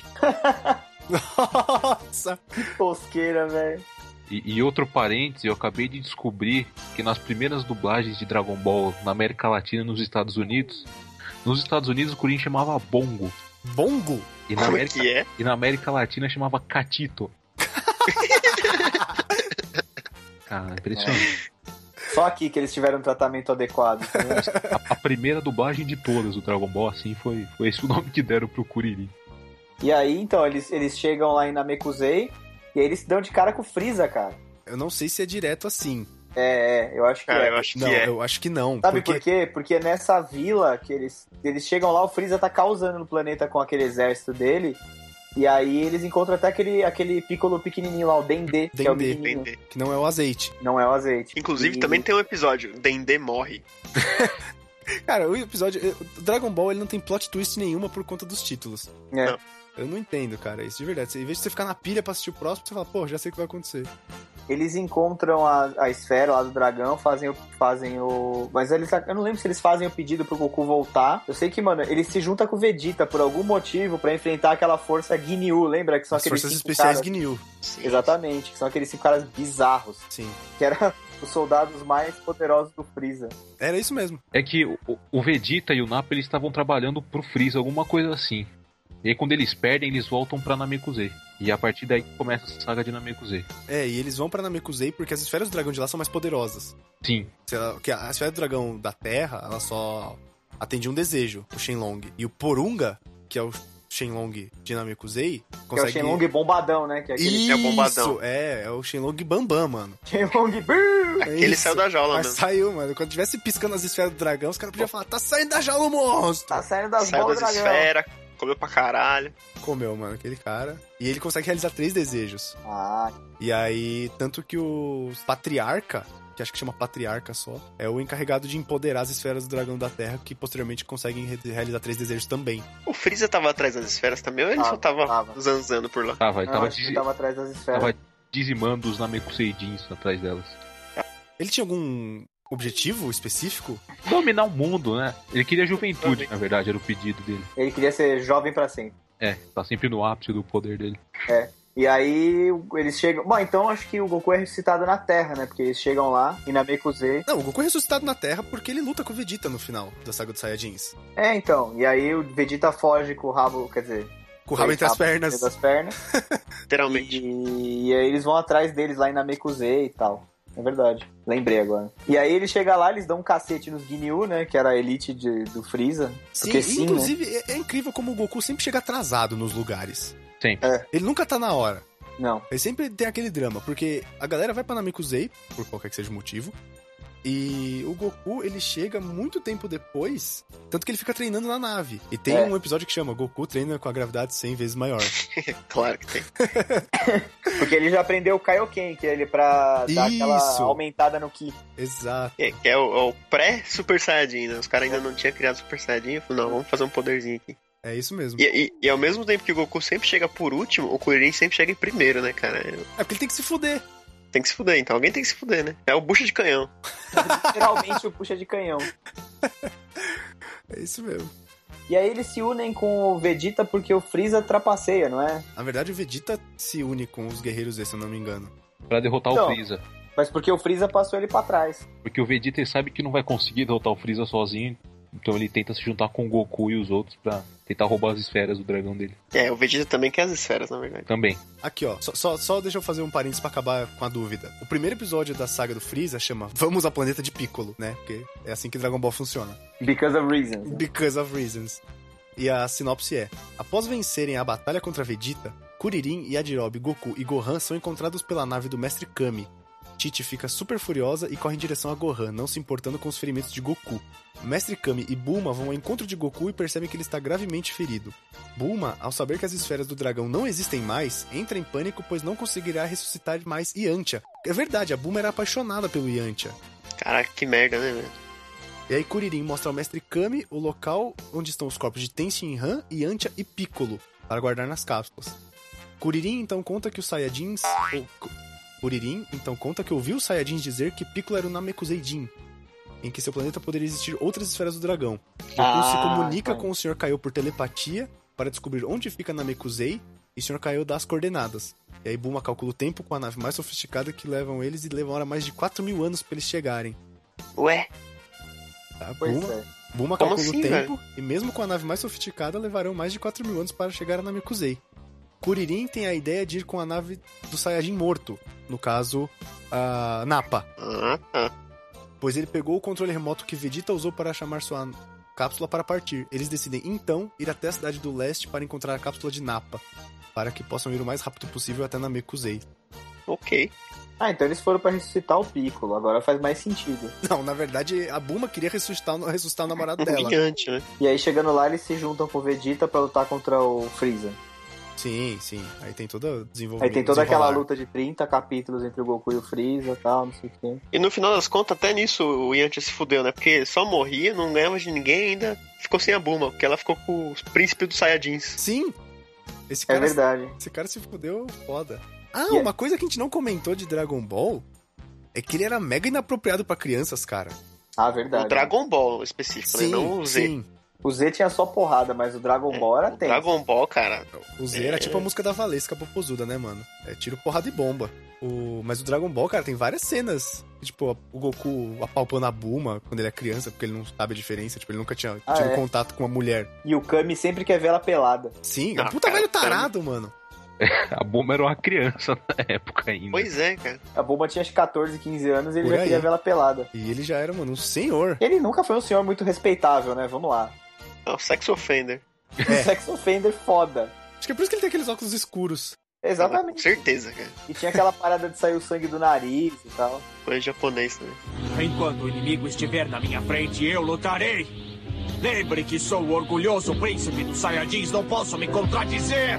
Nossa. Que tosqueira, velho. E, e outro parêntese, eu acabei de descobrir que nas primeiras dublagens de Dragon Ball na América Latina e nos Estados Unidos, nos Estados Unidos o Kuririn chamava Bongo. Bongo? E na Como América, que é? e na América Latina chamava Catito. Cara, impressionante. Só aqui que eles tiveram um tratamento adequado. Né? A, a primeira dublagem de todas do Dragon Ball, assim, foi, foi esse o nome que deram pro Kuririn. E aí, então, eles, eles chegam lá em Namekusei e aí eles se dão de cara com o Freeza, cara. Eu não sei se é direto assim. É, é, eu acho que Cara, é. eu acho que Não, é. eu acho que não. Sabe porque... por quê? Porque nessa vila que eles, eles chegam lá, o Freeza tá causando no planeta com aquele exército dele. E aí eles encontram até aquele, aquele Piccolo pequenininho lá, o Dendê, que é o Dendê. menininho. Dendê. Que não é o azeite. Não é o azeite. Inclusive, E- também tem um episódio, Dendê morre. Cara, o episódio... O Dragon Ball, ele não tem plot twist nenhuma por conta dos títulos. É. Não. Eu não entendo, cara, isso de verdade. Em vez de você ficar na pilha pra assistir o próximo, você fala, pô, já sei o que vai acontecer. Eles encontram a, a esfera lá do dragão, fazem o, fazem o... Mas eles, eu não lembro se eles fazem o pedido pro Goku voltar. Eu sei que, mano, ele se junta com o Vegeta por algum motivo pra enfrentar aquela força Ginyu, lembra? Que são As aqueles forças cinco especiais caras... Ginyu. Sim. Exatamente, que são aqueles cinco caras bizarros. Sim. Que eram os soldados mais poderosos do Freeza. Era isso mesmo. É que o, o Vegeta e o Nappa, eles estavam trabalhando pro Freeza, alguma coisa assim. E aí quando eles perdem, eles voltam pra Namekusei. E a partir daí começa a saga de Namekusei. É, e eles vão pra Namekusei porque as esferas do dragão de lá são mais poderosas. Sim. Sei lá, que a esfera do dragão da Terra, ela só atende um desejo, o Shenlong. E o Porunga, que é o Shenlong de Namekusei, consegue... Que é o Shenlong bombadão, né? Que é aquele Isso, É o bombadão. é, é o Shenlong Bambam, mano. Shenlong... brrr. Aquele Isso. saiu da jaula Mas mesmo. saiu, mano. Quando tivesse piscando as esferas do dragão, os caras podiam falar, tá saindo da jaula o monstro! Tá saindo das Saiu bolas do das dragão. esferas, comeu pra caralho. Comeu, mano, aquele cara. E ele consegue realizar três desejos. Ah, E aí, tanto que o Patriarca, que acho que chama Patriarca só, é o encarregado de empoderar as esferas do dragão da Terra, que posteriormente conseguem re- realizar três desejos também. O Freeza tava atrás das esferas também, ou ele Tava, só tava, tava. zanzando por lá? Tava, ele não, tava, acho que dizi- tava atrás das esferas. tava dizimando os Namekuseidins atrás delas. Ele tinha algum objetivo específico? Dominar o mundo, né? Ele queria juventude, na verdade, era o pedido dele. Ele queria ser jovem pra sempre. É, tá sempre no ápice do poder dele. E E aí eles chegam... Bom, então acho que o Goku é ressuscitado na Terra, né? Porque eles chegam lá e na Namekusei... Não, o Goku é ressuscitado na Terra porque ele luta com o Vegeta no final da saga dos Saiyajins. É, então. E aí o Vegeta foge com o rabo, quer dizer... Com o rabo entre as pernas. Entre as pernas. Literalmente. E, e aí eles vão atrás deles lá em Namekusei e tal. É verdade. Lembrei agora. E aí ele chega lá, eles dão um cacete nos Ginyu, né? Que era a elite de, do Freeza. Sim, Porque sim, inclusive né? é, é incrível como o Goku sempre chega atrasado nos lugares. Sempre. É. Ele nunca tá na hora. Não. Ele sempre tem aquele drama, porque a galera vai pra Namekusei, por qualquer que seja o motivo, e o Goku, ele chega muito tempo depois, tanto que ele fica treinando na nave. E tem É. um episódio que chama Goku treina com a gravidade cem vezes maior. Claro que tem. Porque ele já aprendeu o Kaioken, que é ele pra dar aquela Isso. aumentada no Ki. Exato. É, que é o, é o pré-Super Saiyajin, né? Os caras ainda não tinham criado Super Saiyajin. Eu falei, não, vamos fazer um poderzinho aqui. É isso mesmo. E, e, e ao mesmo tempo que o Goku sempre chega por último, o Kuririn sempre chega em primeiro, né, cara? É porque ele tem que se fuder. Tem que se fuder, então. Alguém tem que se fuder, né? É o bucha de canhão. Literalmente o puxa de canhão. É isso mesmo. E aí eles se unem com o Vegeta porque o Freeza trapaceia, não é? Na verdade, o Vegeta se une com os guerreiros Z, se eu não me engano. Pra derrotar Então. o Freeza. Mas porque o Freeza passou ele pra trás. Porque o Vegeta ele sabe que não vai conseguir derrotar o Freeza sozinho. Então ele tenta se juntar com o Goku e os outros pra tentar roubar as esferas do dragão dele. É, o Vegeta também quer as esferas, na verdade. Também. Aqui, ó, só, só, só deixa eu fazer um parênteses pra acabar com a dúvida. O primeiro episódio da saga do Freeza chama Vamos ao Planeta de Piccolo, né? Porque é assim que Dragon Ball funciona. Because of reasons. né? Because of reasons. E a sinopse é: após vencerem a batalha contra Vegeta, Kuririn, Yajirobe, Goku e Gohan são encontrados pela nave do Mestre Kami. Tite fica super furiosa e corre em direção a Gohan, não se importando com os ferimentos de Goku. Mestre Kami e Bulma vão ao encontro de Goku e percebem que ele está gravemente ferido. Bulma, ao saber que as esferas do dragão não existem mais, entra em pânico pois não conseguirá ressuscitar mais Yantia. É verdade, a Bulma era apaixonada pelo Yantia. Caraca, que merda, né, velho? E aí Kuririn mostra ao Mestre Kami o local onde estão os corpos de Ten Shinhan, Yantia e Piccolo, para guardar nas cápsulas. Kuririn então conta que os Saiyajins... ou- Kuririn então conta que ouviu os Saiyajins dizer que Piccolo era o Namekusei Jin, em que seu planeta poderia existir outras esferas do dragão. Goku Ah, se comunica tá. com o senhor Kaiô por telepatia para descobrir onde fica Namekusei e o senhor Kaiô dá as coordenadas. E aí Bulma calcula o tempo com a nave mais sofisticada que levam eles e demora mais de quatro mil anos para eles chegarem. Ué? Tá? Pois Bulma, é. Bulma Como calcula assim, o tempo e mesmo com a nave mais sofisticada levarão mais de quatro mil anos para chegar a Namekusei. Kuririn tem a ideia de ir com a nave do Saiyajin morto, no caso, a Nappa. Ah, tá. Pois ele pegou o controle remoto que Vegeta usou para chamar sua cápsula para partir. Eles decidem, então, ir até a cidade do leste para encontrar a cápsula de Nappa, para que possam ir o mais rápido possível até Namekusei. Ok. Ah, então eles foram pra ressuscitar o Piccolo. Agora faz mais sentido. Não, na verdade, a Bulma queria ressuscitar, ressuscitar o namorado dela. Brilhante, né? E aí, chegando lá, eles se juntam com o Vegeta pra lutar contra o Freeza. Sim, sim. Aí tem todo o desenvolvimento. Aí tem toda aquela desenrolar. luta de trinta capítulos entre o Goku e o Freeza e tal, não sei o quê. E no final das contas, até nisso o Yantia se fudeu, né? Porque só morria, não ganhava de ninguém ainda ficou sem a Bulma, porque ela ficou com os príncipes dos Saiyajins. Sim! Esse É cara, verdade. esse cara se fudeu foda. Ah, E é- uma coisa que a gente não comentou de Dragon Ball é que ele era mega inapropriado pra crianças, cara. Ah, verdade. O Dragon Ball específico, né? Não o Z. sim. O Z tinha só porrada, mas o Dragon Ball era O tenso. Dragon Ball, cara. O Z era É. tipo a música da Valesca popozuda, né, mano? É tiro, porrada e bomba. O... Mas o Dragon Ball, cara, tem várias cenas. Tipo, o Goku apalpando a Bulma quando ele é criança, porque ele não sabe a diferença. Tipo, ele nunca tinha Ah, tido é? contato com uma mulher. E o Kami sempre quer ver ela pelada. Sim, é um Ah, puta cara, velho tarado, mano. A Bulma era uma criança na época ainda. Pois é, cara. A Bulma tinha acho, catorze, quinze anos e ele Por já aí. queria ver ela pelada. E ele já era, mano, um senhor. Ele nunca foi um senhor muito respeitável, né? Vamos lá. É o sex offender. É. Sex offender foda. Acho que é por isso que ele tem aqueles óculos escuros. Com Exatamente. certeza, cara. E tinha aquela parada de sair o sangue do nariz e tal. Foi japonês também. Enquanto o inimigo estiver na minha frente, eu lutarei. Lembre que sou o orgulhoso príncipe dos Saiyajins, não posso me contradizer.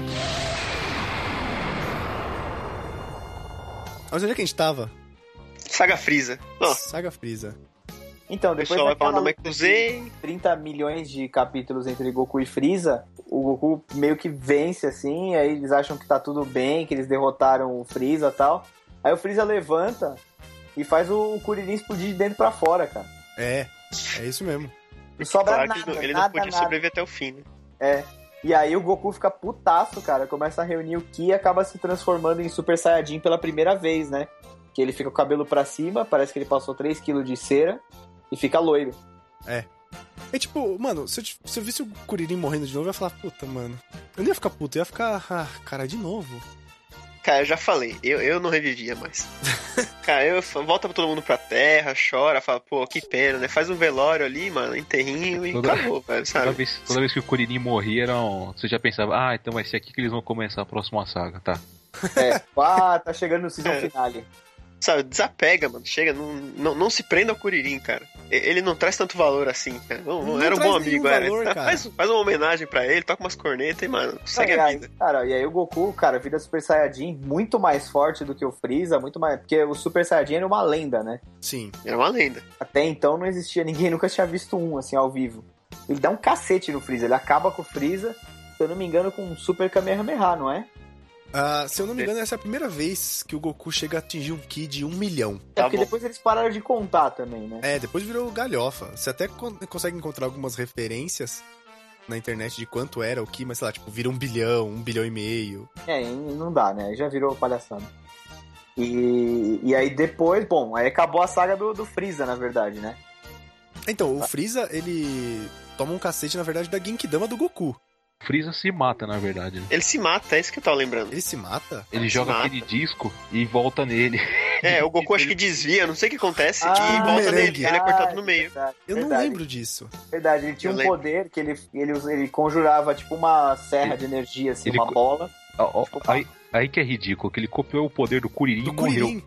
Mas onde é que a gente tava? Saga Freeza. Ó, Saga Freeza. Então, o depois pessoal vai daquela falar no luta de Namekusei. trinta milhões de capítulos entre Goku e Freeza, o Goku meio que vence, assim, aí eles acham que tá tudo bem, que eles derrotaram o Freeza e tal. Aí o Freeza levanta e faz o Kuririn explodir de dentro pra fora, cara. É, é isso mesmo. Não sobra Claro que nada, ele não- ele nada, não podia nada. sobreviver até o fim, né? É. E aí o Goku fica putaço, cara, começa a reunir o Ki e acaba se transformando em Super Saiyajin pela primeira vez, né? Que ele fica com o cabelo pra cima, parece que ele passou três quilos de cera e fica loiro. É. É tipo, mano, se eu, se eu visse o Kuririn morrendo de novo, eu ia falar, puta, mano. Eu não ia ficar puto, eu ia ficar, ah, cara, de novo. Cara, eu já falei, eu, eu não revivia mais. Cara, eu volta todo mundo pra terra, chora, fala, pô, que pena, né? Faz um velório ali, mano, enterrinho e Toda- acabou, velho, sabe? Toda vez, toda vez que o Kuririn morria, era um- você já pensava, ah, então vai ser aqui que eles vão começar a próxima saga, tá? É, ah, tá chegando no season É. finale. Sabe, desapega, mano. Chega, não, não, não se prenda ao Kuririn, cara. E- Ele não traz tanto valor assim, cara. Não, não Não era um traz bom nenhum amigo, era. valor, cara. Faz, faz uma homenagem pra ele, toca umas cornetas e, mano, segue e a aí, vida. cara, e aí o Goku, cara, vira Super Saiyajin muito mais forte do que o Freeza, muito mais. Porque o Super Saiyajin era uma lenda, né? Sim. Era uma lenda. Até então não existia, ninguém nunca tinha visto um, assim, ao vivo. Ele dá um cacete no Freeza, ele acaba com o Freeza, se eu não me engano, com um Super Kamehameha, não é? Ah, se eu não me engano, essa é a primeira vez que o Goku chega a atingir um Ki de um milhão. É Tá porque bom. depois eles pararam de contar também, né? É, depois virou galhofa. Você até con- consegue encontrar algumas referências na internet de quanto era o Ki, mas sei lá, tipo, vira um bilhão, um bilhão e meio. É, e não dá, né? Aí já virou palhaçada. E, e aí depois, bom, aí acabou a saga do, do Freeza, na verdade, né? Então, o Freeza, ele toma um cacete, na verdade, da Genkidama do Goku. O Freeza se mata, na verdade, né? Ele se mata, é isso que eu tava lembrando. Ele se mata? Ele se joga mata. aquele disco e volta nele. É, o Goku acho que desvia, não sei o que acontece, Ah, e volta bumerangue. nele. Ele é cortado no meio. Verdade, Eu não verdade, lembro disso. Verdade, ele tinha Eu um lembro. poder que ele, ele, ele conjurava tipo uma serra de energia, assim, Ele uma co- bola. Ó, ó, aí, aí que é ridículo, que ele copiou o poder do Kuririn Do e morreu. Kuririn.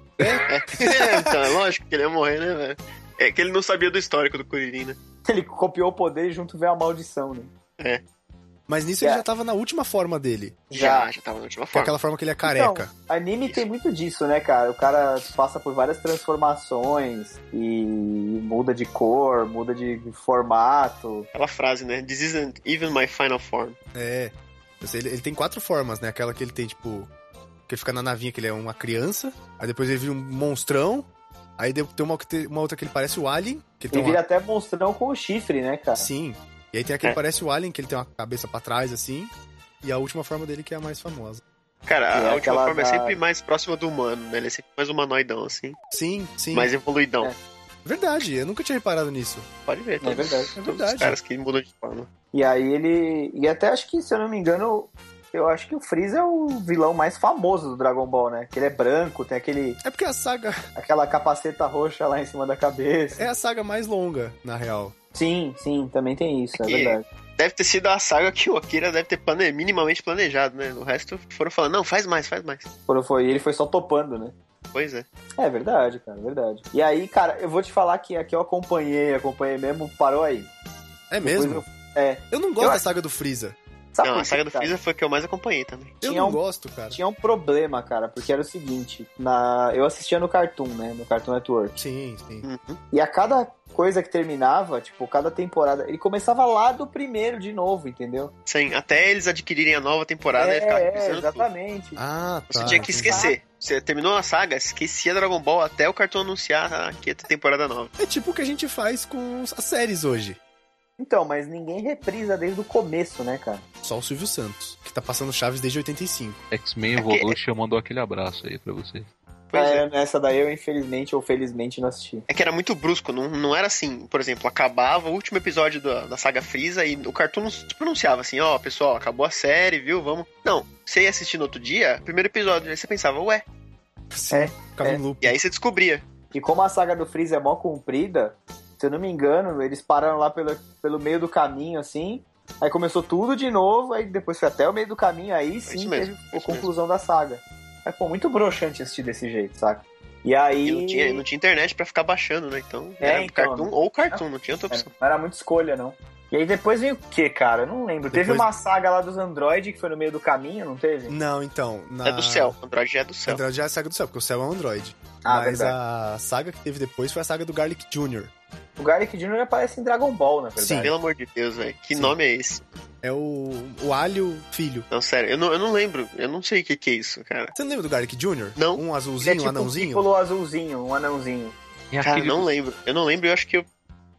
É, então, é lógico que ele ia morrer, né, velho? É que ele não sabia do histórico do Kuririn, né? Ele copiou o poder e junto veio a maldição, né? Mas nisso É. ele já tava na última forma dele. Já, já tava na última Que é forma. aquela forma que ele é careca. Então, anime tem muito disso, né, cara? O cara passa por várias transformações e muda de cor, muda de formato. Aquela frase, né? This isn't even my final form. É. Ele, ele tem quatro formas, né? Aquela que ele tem, tipo... Que ele fica na navinha, que ele é uma criança. Aí depois ele vira um monstrão. Aí de- tem uma, que tem- uma outra que ele parece o Alien. Que ele tem Ele uma... vira até monstrão com o chifre, né, cara? Sim. E aí tem aquele É. que parece o Alien, que ele tem uma cabeça pra trás, assim. E a última forma dele que é a mais famosa. Cara, Que a é última aquela forma da- é sempre mais próxima do humano, né? Ele é sempre mais humanoidão, assim. Sim, sim. Mais evoluidão. É. Verdade, eu nunca tinha reparado nisso. Pode ver, todos, verdade, é todos verdade. os caras que mudam de forma. E aí ele. E até acho que, se eu não me engano, eu acho que o Freeza é o vilão mais famoso do Dragon Ball, né? Que ele é branco, tem aquele, É porque a saga... aquela capaceta roxa lá em cima da cabeça. É a saga mais longa, na real. Sim, sim, também tem isso, é Que- verdade. Deve ter sido a saga que o Akira deve ter plane... minimamente planejado, né? O resto foram falando, não, faz mais, faz mais. Quando foi, ele foi só topando, né? Pois é. É verdade, cara, verdade. E aí, cara, eu vou te falar que aqui eu acompanhei, acompanhei mesmo, parou aí. É Depois mesmo? eu- é. Eu não gosto Eu- da saga do Freeza. Sabe não, por a saga quê, do cara? Freeza foi a que eu mais acompanhei também. Eu Tinha não um- gosto, cara. Tinha um problema, cara, porque era o seguinte, na... eu assistia no Cartoon, né, no Cartoon Network. Sim, sim. Uhum. E a cada coisa que terminava, tipo, cada temporada, ele começava lá do primeiro de novo, entendeu? Sim, até eles adquirirem a nova temporada, ele ficava é, é, revisando tudo. exatamente. Ah, tá. Você tinha que esquecer. Você terminou a saga, esquecia Dragon Ball até o Cartoon anunciar que ia ter temporada nova. É tipo o que a gente faz com as séries hoje. Então, mas ninguém reprisa desde o começo, né, cara? Só o Silvio Santos, que tá passando Chaves desde oitenta e cinco. X-Men É que- Evolution mandou aquele abraço aí pra você. Pois é. É, nessa daí eu, infelizmente ou felizmente, não assisti. É que era muito brusco, não, não era assim, por exemplo, acabava o último episódio da, da saga Freeza e o Cartoon não se pronunciava assim, ó, pessoal, acabou a série, viu, vamos... Não, você ia assistir no outro dia, primeiro episódio, aí você pensava, ué, Sim, É, ficava é. em loop. e aí você descobria. E como a saga do Freeza é mó comprida, se eu não me engano, eles pararam lá pelo, pelo meio do caminho, assim, aí começou tudo de novo, aí depois foi até o meio do caminho, aí sim isso mesmo, teve a isso conclusão da saga. Mas, pô, muito broxante assistir desse jeito, saca? E aí... E não tinha, não tinha internet pra ficar baixando, né, então É, era então. Cartoon ou Cartoon, não tinha outra opção. Não era muita escolha, não. E aí depois veio o quê, cara? Eu não lembro. Teve Depois- uma saga lá dos Android que foi no meio do caminho, não teve? Não, então. Na... É do céu, Android já é do céu. Android já é a saga do céu, porque o céu é um Android. Ah, Mas verdade. a saga que teve depois foi a saga do Garlic Júnior O Garlic Júnior aparece em Dragon Ball, na verdade. Sim. Pelo amor de Deus, velho, que Sim. nome é esse? É o, o Alho Filho. Não, sério, eu não, eu não lembro, eu não sei o que que é isso, cara. Você não lembra do Garlic Júnior? Não. Um Ele é azulzinho, tipo um um anãozinho? Piccolo azulzinho, um anãozinho. E Cara, aquele, não lembro, eu não lembro, eu acho que eu,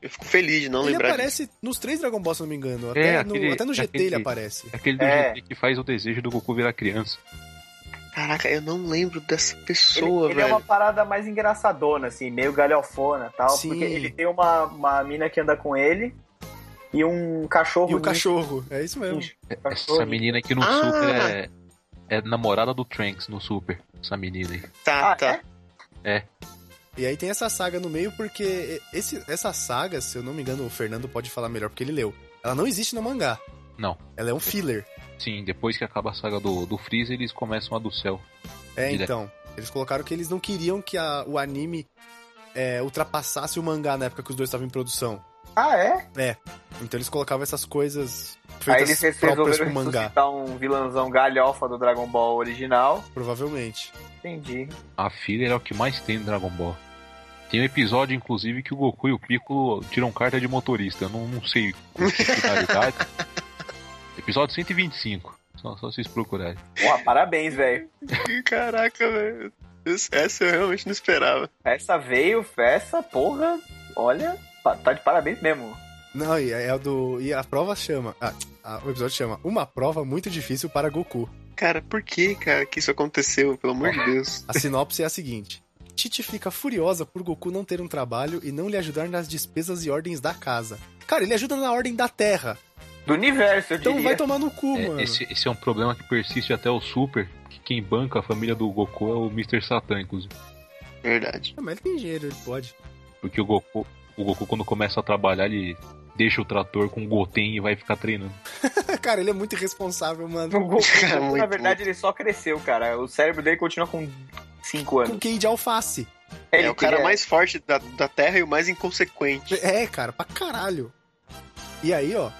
Eu fico feliz de não Ele lembrar aparece disso. nos três Dragon Ball, se não me engano. Até, É, no, aquele- até no G T aquele- ele aparece. Aquele do É. G T que faz o desejo do Goku virar criança. Caraca, eu não lembro dessa Ele, pessoa, ele é velho. uma parada mais engraçadona, assim, meio galhofona e tal. Sim. Porque ele tem uma, uma mina que anda com ele e um cachorro. E o cachorro, é isso mesmo. Essa menina aqui no Ah! Super é, é namorada do Trunks no Super. Essa menina aí. Tá, Ah, tá. é? E aí tem essa saga no meio, porque esse, essa saga, se eu não me engano, o Fernando pode falar melhor, porque ele leu. Ela não existe no mangá. Não. Ela é um filler. Sim, depois que acaba a saga do, do Freeza, eles começam a do céu. É, Direto. então. Eles colocaram que eles não queriam que a- o anime é, ultrapassasse o mangá na época que os dois estavam em produção. Ah, é? É. Então eles colocavam essas coisas Aí feitas eles próprias resolveram pro mangá, ressuscitar um vilãozão galhofa do Dragon Ball original. provavelmente. Entendi. A filler é o que mais tem no Dragon Ball. Tem um episódio, inclusive, que o Goku e o Piccolo tiram carta de motorista. Eu não, não sei com que finalidade. Episódio cento e vinte e cinco. Só, só vocês procurarem. Pô, parabéns, velho. Caraca, velho. Esse- Essa eu realmente não esperava. Essa veio, essa porra, olha, pa- tá de parabéns mesmo. Não, e é o do. E a prova chama. Ah, a- o episódio chama Uma prova muito difícil para Goku. Cara, por que, cara, que isso aconteceu? Pelo amor de Deus. A sinopse é a seguinte: Titi fica furiosa por Goku não ter um trabalho e não lhe ajudar nas despesas e ordens da casa. Cara, ele ajuda na ordem da terra. Do universo, eu Então diria. vai tomar no cu, É, mano. esse, esse é um problema que persiste até o Super. Que quem banca a família do Goku é o mister Satan, inclusive. Verdade. Ah, mas ele tem dinheiro, ele pode. Porque o Goku, o Goku, quando começa a trabalhar, ele deixa o trator com o Goten e vai ficar treinando. Cara, ele é muito irresponsável, mano. O Goku, Cara, muito, na verdade, muito. ele só cresceu, cara. O cérebro dele continua com cinco Com anos. Q I de alface. É Ele o cara queria- mais forte da, da Terra e o mais inconsequente. É, cara, pra caralho. E aí, ó,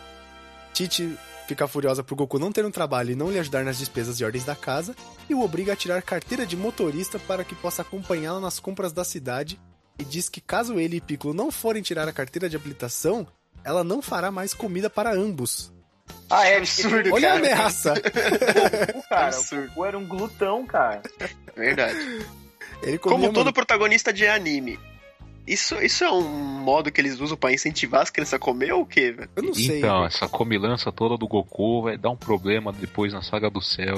Titi fica furiosa pro Goku não ter um trabalho e não lhe ajudar nas despesas e ordens da casa, e o obriga a tirar carteira de motorista para que possa acompanhá-la nas compras da cidade, e diz que caso ele e Piccolo não forem tirar a carteira de habilitação, ela não fará mais comida para ambos. Ah, é, Absurdo, Olha a cara. ameaça! O cara, Absurdo. o Goku era um glutão, cara. Verdade. Ele comia, Como todo mano, protagonista de anime. Isso, isso é um modo que eles usam pra incentivar as crianças a comer ou o quê, velho? eu não sei. Então, essa comilança toda do Goku vai dar um problema depois na saga do céu.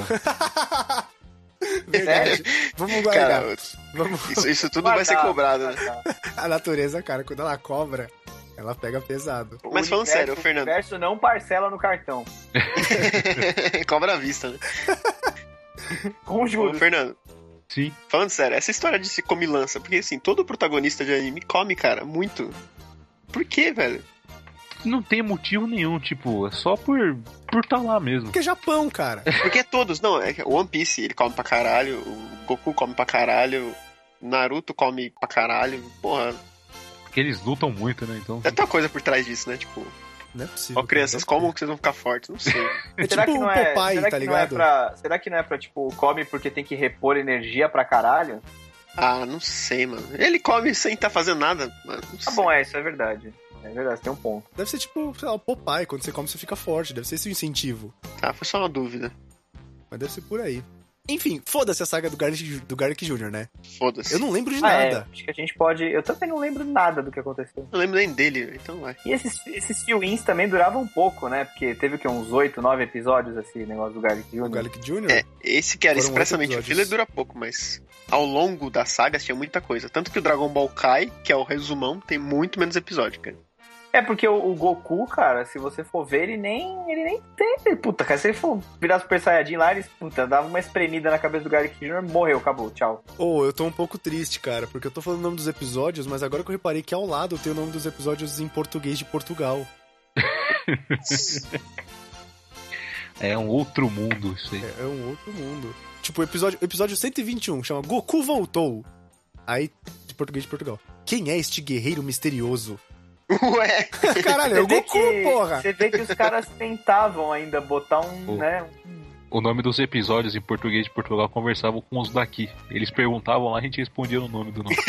Verdade. Vamos guardar. Cara, Vamos... isso, isso tudo vai ser cobrado, né? A natureza, cara, quando ela cobra, ela pega pesado. Mas O falando universo- sério, Fernando. O universo não parcela no cartão. Cobra à vista, né? Com Ô, juros. Fernando, Sim. falando sério, essa história de se comilança, porque assim, todo protagonista de anime come, cara, muito. Por quê, velho? Não tem motivo nenhum, tipo, é só por por tá lá mesmo. Porque é Japão, cara. Porque todos, não, é que o One Piece, ele come pra caralho, o Goku come pra caralho, o Naruto come pra caralho, porra, Porque eles lutam muito, né? Então. deve ter uma coisa por trás disso, né? Tipo, Não é possível. ó, crianças, cara. como que vocês vão ficar fortes? Não sei. É Será tipo que o não é, Popeye, será tá que não é ligado? pra, será que não é pra, tipo, come porque tem que repor energia pra caralho? Ah, não sei, mano. Ele come sem tá fazendo nada, mano. Não Tá sei. bom, é, isso é verdade. É verdade, tem um ponto. Deve ser tipo, sei lá, o Popeye, quando você come você fica forte. Deve ser esse o incentivo. Tá, foi só uma dúvida. Mas deve ser por aí. Enfim, foda-se a saga do Garlic, do Garlic Júnior, né? Foda-se. Eu não lembro de Ah, é, nada. acho que a gente pode... Eu também não lembro nada do que aconteceu. Não lembro nem dele, então vai. E esses, esses fill-ins também duravam um pouco, né? Porque teve o quê? Uns oito, nove episódios, esse negócio do Garlic O Júnior. Garlic Júnior? É, esse que era Foram expressamente oito o filler episódios. dura pouco, mas ao longo das sagas tinha muita coisa. Tanto que o Dragon Ball Kai, que é o resumão, tem muito menos episódio, cara. É porque o, o Goku, cara, se você for ver, ele nem, ele nem tem... Puta, cara, se ele for virar Super Saiyajin lá, ele, puta, dava uma espremida na cabeça do Garlic Júnior, morreu, acabou, tchau. Ô, eu tô um pouco triste, cara, porque eu tô falando o nome dos episódios, mas agora que eu reparei que ao lado tem o nome dos episódios em português de Portugal. É um outro mundo isso aí. É, é um outro mundo. Tipo, o episódio, episódio cento e vinte e um chama Goku Voltou. Aí, de português de Portugal. Quem é este guerreiro misterioso? Ué! Caralho, é o Você vê Goku, que- porra! Você vê que os caras tentavam ainda botar um, Pô. né... O nome dos episódios em português de Portugal conversavam com os daqui. Eles perguntavam lá, a gente respondia no nome do nome.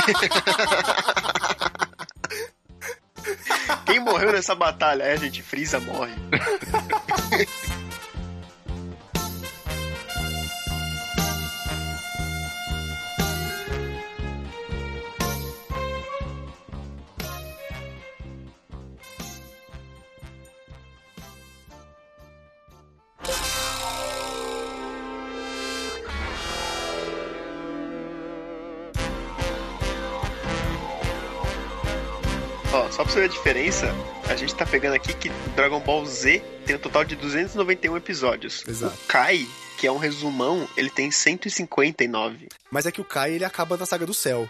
Quem morreu nessa batalha? É, gente, Freeza morre. Ó, só pra você ver a diferença, a gente tá pegando aqui que Dragon Ball Z tem um total de duzentos e noventa e um episódios. Exato. O Kai, que é um resumão, ele tem cento e cinquenta e nove. Mas é que o Kai, ele acaba na Saga do Céu.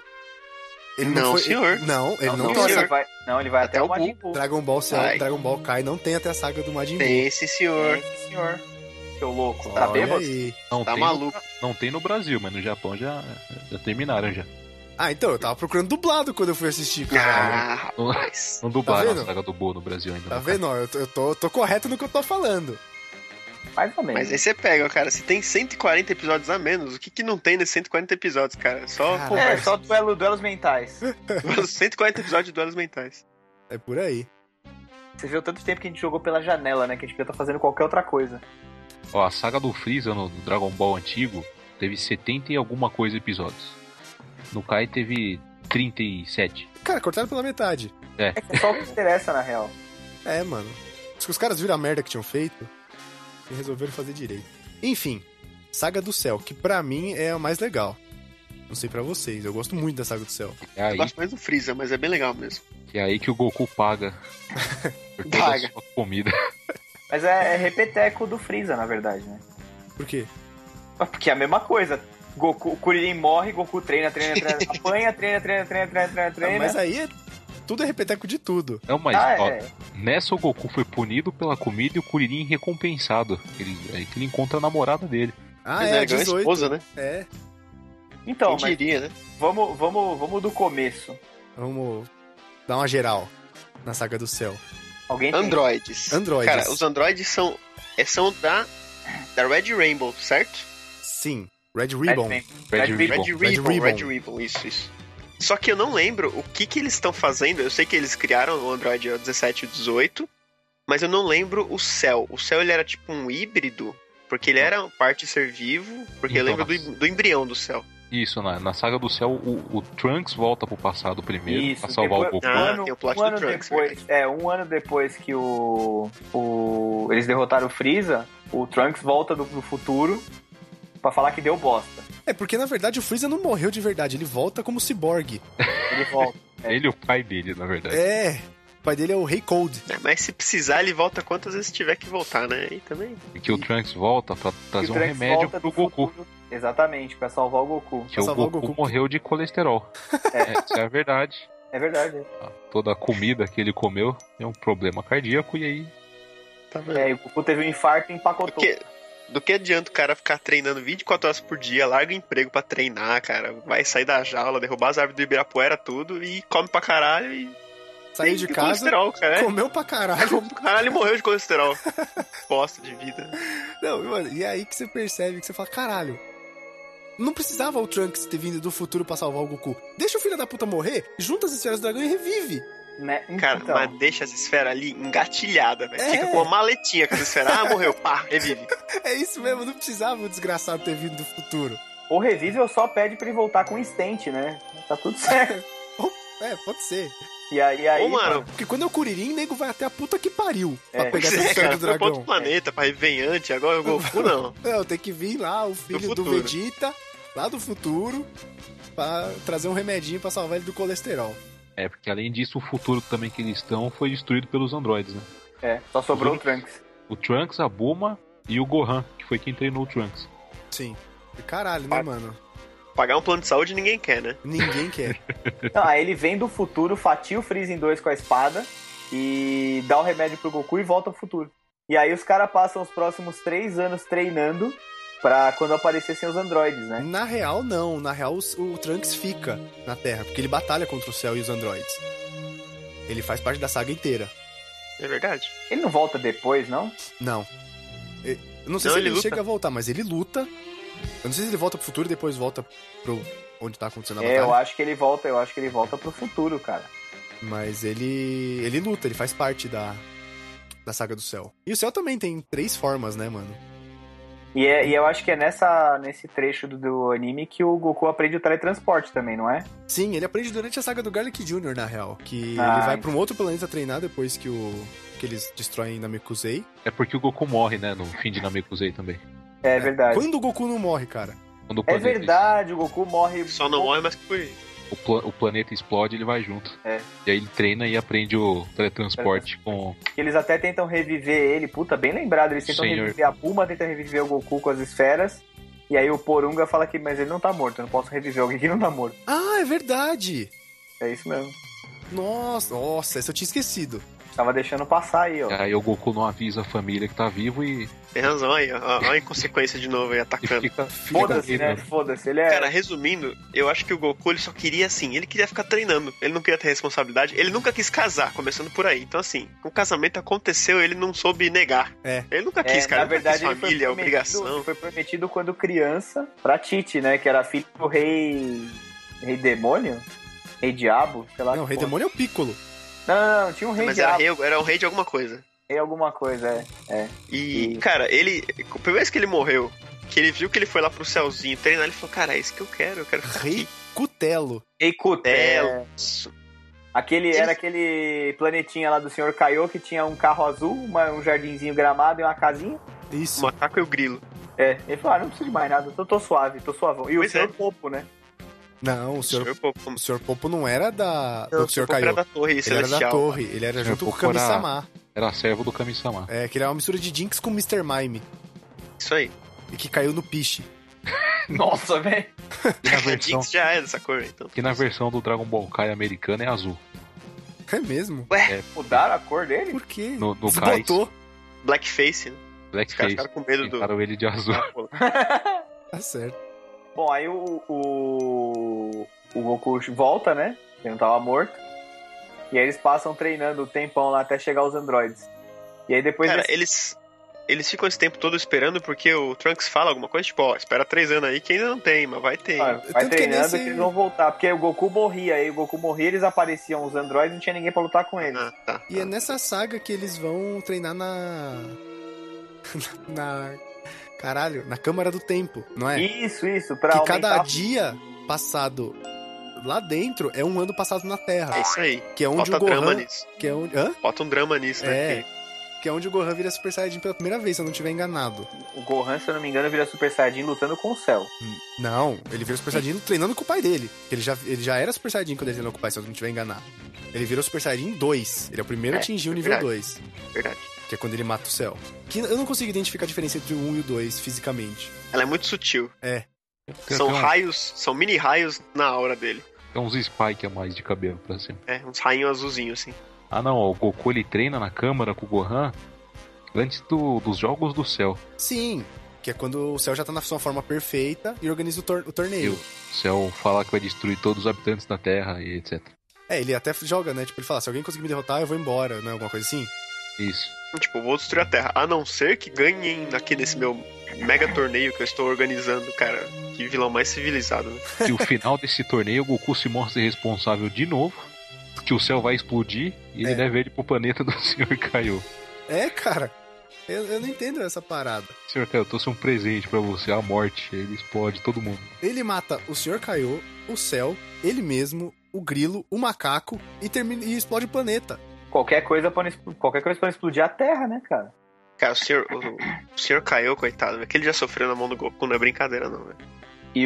Ele Não, foi- senhor. ele- não, ele não, não, tem a ele saga... vai, não, ele vai até, Até o o Majin Buu. Dragon Ball Céu, Vai. Dragon Ball Kai não tem até a saga do Majin Buu. Tem esse senhor. Sim, senhor. Seu louco. Tá Olha bêbado? aí. Não, Tá tem maluco. No, não tem no Brasil, mas no Japão já, já terminaram já. Ah, então, eu tava procurando dublado quando eu fui assistir, cara. Ah, Não, rapaz. não dublaram vendo? a saga do Buu no Brasil ainda. Tá não, vendo? Ó, eu, tô, eu tô, tô correto no que eu tô falando. Mais ou menos. Mas aí você pega, cara, se tem cento e quarenta episódios a menos, o que que não tem nesses cento e quarenta episódios, cara? Só Caralho. É, conversa. só duelo, duelos mentais. cento e quarenta episódios de duelos mentais. É por aí. Você viu tanto tempo que a gente jogou pela janela, né? Que a gente podia estar fazendo qualquer outra coisa. Ó, a saga do Freeza no, no Dragon Ball antigo teve setenta e alguma coisa episódios. No Kai teve trinta e sete. Cara, cortaram pela metade. É que só o que interessa, na real. É, mano. Acho que os caras viram a merda que tinham feito e resolveram fazer direito. Enfim, Saga do Céu, que pra mim é a mais legal. Não sei pra vocês, eu gosto muito da Saga do Céu. É Eu aí, gosto mais do Freeza, mas é bem legal mesmo. que é aí que o Goku paga por toda Paga. a sua comida. Mas é, é repeteco do Freeza, na verdade, né? Por quê? Porque é a mesma coisa. Goku, o Kuririn morre, Goku treina, treina, treina, apanha, treina, treina, treina, treina, treina, Ah, treina. mas aí é... tudo é repeteco de tudo. Não, mas Ah, ó, é. nessa o Goku foi punido pela comida e o Kuririn recompensado. Ele, aí que ele encontra a namorada dele. Ah, Pois é, ganhou a dezoito. esposa, né? É, Então, Quem mas diria, né? vamos, vamos, vamos do começo. vamos dar uma geral na Saga do Céu. Alguém tem? Androides. Androides. Cara, os androides são, é, são da, da Red Rainbow, certo? Sim, Red Ribbon. Red, Red Red Ribbon. Red Red Ribbon, Ribbon. Red Ribbon, isso, isso. Só que eu não lembro o que que eles estão fazendo. Eu sei que eles criaram o Android dezessete e o dezoito, mas eu não lembro o Cell. O Cell, ele era tipo um híbrido, porque ele era parte ser vivo, porque eu Então, lembro do, do embrião do Cell. Isso, na, na saga do céu, o, o Trunks volta pro passado primeiro Isso, pra salvar depois- o Goku. Um Ah, ano, tem o plot um do ano Trunks, depois, é, um ano depois que o, o eles derrotaram o Freeza, o Trunks volta do, do futuro pra falar que deu bosta. É, porque na verdade o Freeza não morreu de verdade, ele volta como ciborgue. Ele volta. É. Ele e o pai dele, na verdade. É, o pai dele é o Rei Cold. É, mas se precisar, ele volta quantas vezes tiver que voltar, né? E também. Porque o Trunks volta pra E trazer o um Trunks remédio volta pro do Goku. futuro. Exatamente, pra salvar o Goku. Que Pra o salvar o Goku, Goku. morreu de colesterol. É, isso é a verdade. É verdade. Toda a comida que ele comeu é um problema cardíaco e aí Tá vendo? É, e o Goku teve um infarto e Do empacotou. que, do que adianta o cara ficar treinando vinte e quatro horas por dia, larga o emprego pra treinar, cara? Vai sair da jaula, derrubar as árvores do Ibirapuera, tudo, e come pra caralho e. Saiu tem de casa, colesterol, cara. É. comeu pra caralho. Caralho, ele morreu de colesterol. Bosta de vida. Não, mano, e é aí que você percebe, que você fala, caralho, não precisava o Trunks ter vindo do futuro pra salvar o Goku. Deixa o filho da puta morrer, junta as esferas do dragão e revive. Né? Cara, Então, mas deixa essa esfera ali engatilhada, velho. É. Fica com uma maletinha com essa esfera. Ah, morreu, pá, revive. É isso mesmo, não precisava o desgraçado ter vindo do futuro. ou revive ou só pede pra ele voltar com um instant, né? Tá tudo certo. É, pode ser. E aí, aí Ô, mano, Porque quando é o Kuririn, nego vai até a puta que pariu pra É. pegar essa é, esfera cara, do foi pra outro dragão. planeta, pra reviver antes, agora o Goku não. Não, tem que vir lá o filho do, futuro. Vegeta, lá do futuro, pra trazer um remedinho pra salvar ele do colesterol. é porque além disso o futuro também que eles estão foi destruído pelos androides, né? É, só sobrou o Trunks. O Trunks, a Bulma e o Gohan, que foi quem treinou o Trunks. Sim. E caralho, né, Ah. mano? Pagar um plano de saúde ninguém quer, né? Ninguém quer. Não, aí ele vem do futuro, fatia o Freeza em dois com a espada e dá o remédio pro Goku e volta pro futuro. E aí os caras passam os próximos três anos treinando pra quando aparecessem os androides, né? Na real, não. Na real, o, o Trunks fica na Terra, porque ele batalha contra o Cell e os androides. Ele faz parte da saga inteira. É verdade. Ele não volta depois, não? Não. Eu não sei Não, se ele ele, luta. chega a voltar, mas ele luta. Eu não sei se ele volta pro futuro e depois volta pro onde tá acontecendo a É, eu batalha. acho que ele volta, eu acho que ele volta pro futuro, cara. Mas ele. ele luta, ele faz parte da, da saga do Cell. E o Cell também tem três formas, né, mano? E, é, e eu acho que é nessa, nesse trecho do, do anime que o Goku aprende o teletransporte também, não é? Sim, ele aprende durante a saga do Garlic Júnior, na real. Que Ah, ele vai pra um outro planeta treinar depois que o. que eles destroem Namekusei. É porque o Goku morre, né? No fim de Namekusei também. É verdade. Quando o Goku não morre, cara? Quando o É planeta- verdade, o Goku morre. Só não morre mais que por. o, pla- o planeta explode, ele vai junto. É. E aí ele treina e aprende o teletransporte com... Eles até tentam reviver ele, puta, bem lembrado, eles tentam Senhor. reviver a Puma, tentam reviver o Goku com as esferas, e aí o Porunga fala que, mas ele não tá morto, eu não posso reviver alguém que não tá morto. Ah, é verdade! É isso mesmo. Nossa, nossa, essa eu tinha esquecido. Tava deixando passar aí, ó. Aí o Goku não avisa a família que tá vivo e, Tem razão aí, ó. Olha a inconsequência de novo aí e atacando. fica... Foda-se, fica né? treinando. Foda-se, ele é... Cara, resumindo, eu acho que o Goku ele só queria assim, ele queria ficar treinando, ele não queria ter responsabilidade, ele nunca quis casar, começando por aí. Então assim, o casamento aconteceu, ele não soube negar. É. Ele nunca É, quis, cara, na ele nunca verdade, quis ele foi família, prometido- obrigação. ele foi prometido quando criança pra Tite, né? Que era filho do rei... Rei Demônio? Rei Diabo? Sei lá. Não, o que Rei porra. Demônio é o Piccolo. Não, não, não, tinha um Rei Mas era, Diabo. rei, era um rei de alguma coisa. Rei alguma coisa, é. é. E, E- cara, ele, a primeira vez que ele morreu, que ele viu que ele foi lá pro céuzinho treinar, ele falou, cara, é isso que eu quero, eu quero ficar Rei aqui. Cutelo. Rei Cutelo. É, isso. Aquele, Ele- Era aquele planetinha lá do senhor Kaiô que tinha um carro azul, uma- um jardinzinho gramado e uma casinha. o Isso. macaco e o grilo. É, ele falou, ah, não preciso de mais nada, tô, tô suave, tô suavão. E Pois o senhor é. Popo, né? Não, o senhor, Senhor Popo. o senhor Popo não era da, Não, do senhor Popo era Kaiô. da torre Ele era da celestial. torre, ele era Senhor junto com o Popo era- Kami-sama. Era servo do Kami-sama. É, que ele era uma mistura de Jinx com mister Mime. Isso aí. E que caiu no piche. Nossa, velho. E na A versão, Jinx já é dessa cor, então. que na versão do Dragon Ball Kai americano é azul. É mesmo? Mudaram a cor dele? Por quê? No, no Kai, Desbotou. Blackface, né? Os caras Blackface. ficaram com medo do... Pintaram ele de azul. Tá certo. Bom, aí o, o, o Goku volta, né? Ele não tava morto. E aí eles passam treinando o tempão lá até chegar os androides. E aí depois... Cara, desse- eles... Eles ficam esse tempo todo esperando porque o Trunks fala alguma coisa, tipo, ó, espera três anos aí que ainda não tem, mas vai ter. Ah, vai Tanto que treinando nesse- que eles vão voltar. Porque o Goku morria, aí o Goku morria, eles apareciam os androides e não tinha ninguém pra lutar com eles. Ah, tá. E é nessa saga que eles vão treinar na. na. Caralho, na Câmara do Tempo, não é? Isso, isso, pra Que aumentar... cada dia passado lá dentro é um ano passado na Terra. É isso aí. Que é onde Bota o drama Gohan. nisso. Que é onde. Hã? Bota um drama nisso, né? É. Porque Que é onde o Gohan vira Super Saiyajin pela primeira vez, se eu não estiver enganado. O Gohan, se eu não me engano, vira Super Saiyajin lutando com o Cell. Hum, Não, ele vira Super Saiyajin treinando com o pai dele. Ele já, ele já era Super Saiyajin quando ele treinou com o pai, se eu não estiver enganado. Ele virou Super Saiyajin dois. Ele é o primeiro a É, atingir o nível verdade. dois. Verdade. Que é quando ele mata o Cell. Que eu não consigo identificar a diferença entre o um e o dois fisicamente. Ela é muito sutil. É. Tem- São tem um- raios, são mini raios na aura dele. Tem uns spike a mais de cabelo pra cima. É, uns rainhos azulzinhos, assim. Ah não, ó, o Goku ele treina na câmara com o Gohan antes do- dos jogos do céu. Sim, que é quando o Cell já tá na sua forma perfeita e organiza o, tor- o E torneio. o céu fala que vai destruir todos os habitantes da Terra e etcétera. É, ele até joga, né? Tipo, ele fala, se alguém conseguir me derrotar, eu vou embora, não é alguma coisa assim? Isso. Tipo, vou destruir a Terra. A não ser que ganhem aqui nesse meu mega torneio que eu estou organizando, cara. Que vilão mais civilizado, né? E o final desse torneio, o Goku se mostra responsável de novo, que o céu vai explodir e ele É. leva ele pro planeta do senhor Kaiô. É, cara. Eu, eu não entendo essa parada. senhor Kaiô, eu trouxe um presente pra você, a morte. Ele explode todo mundo. Ele mata o senhor Kaiô, o Cell, ele mesmo, o Grilo, o Macaco e, termina, e explode o planeta. Qualquer coisa pode, qualquer coisa pode explodir a Terra, né, cara? Cara, o senhor, o, o senhor Kaiô, coitado, velho, que ele já sofreu na mão do Goku, não é brincadeira, não, velho. E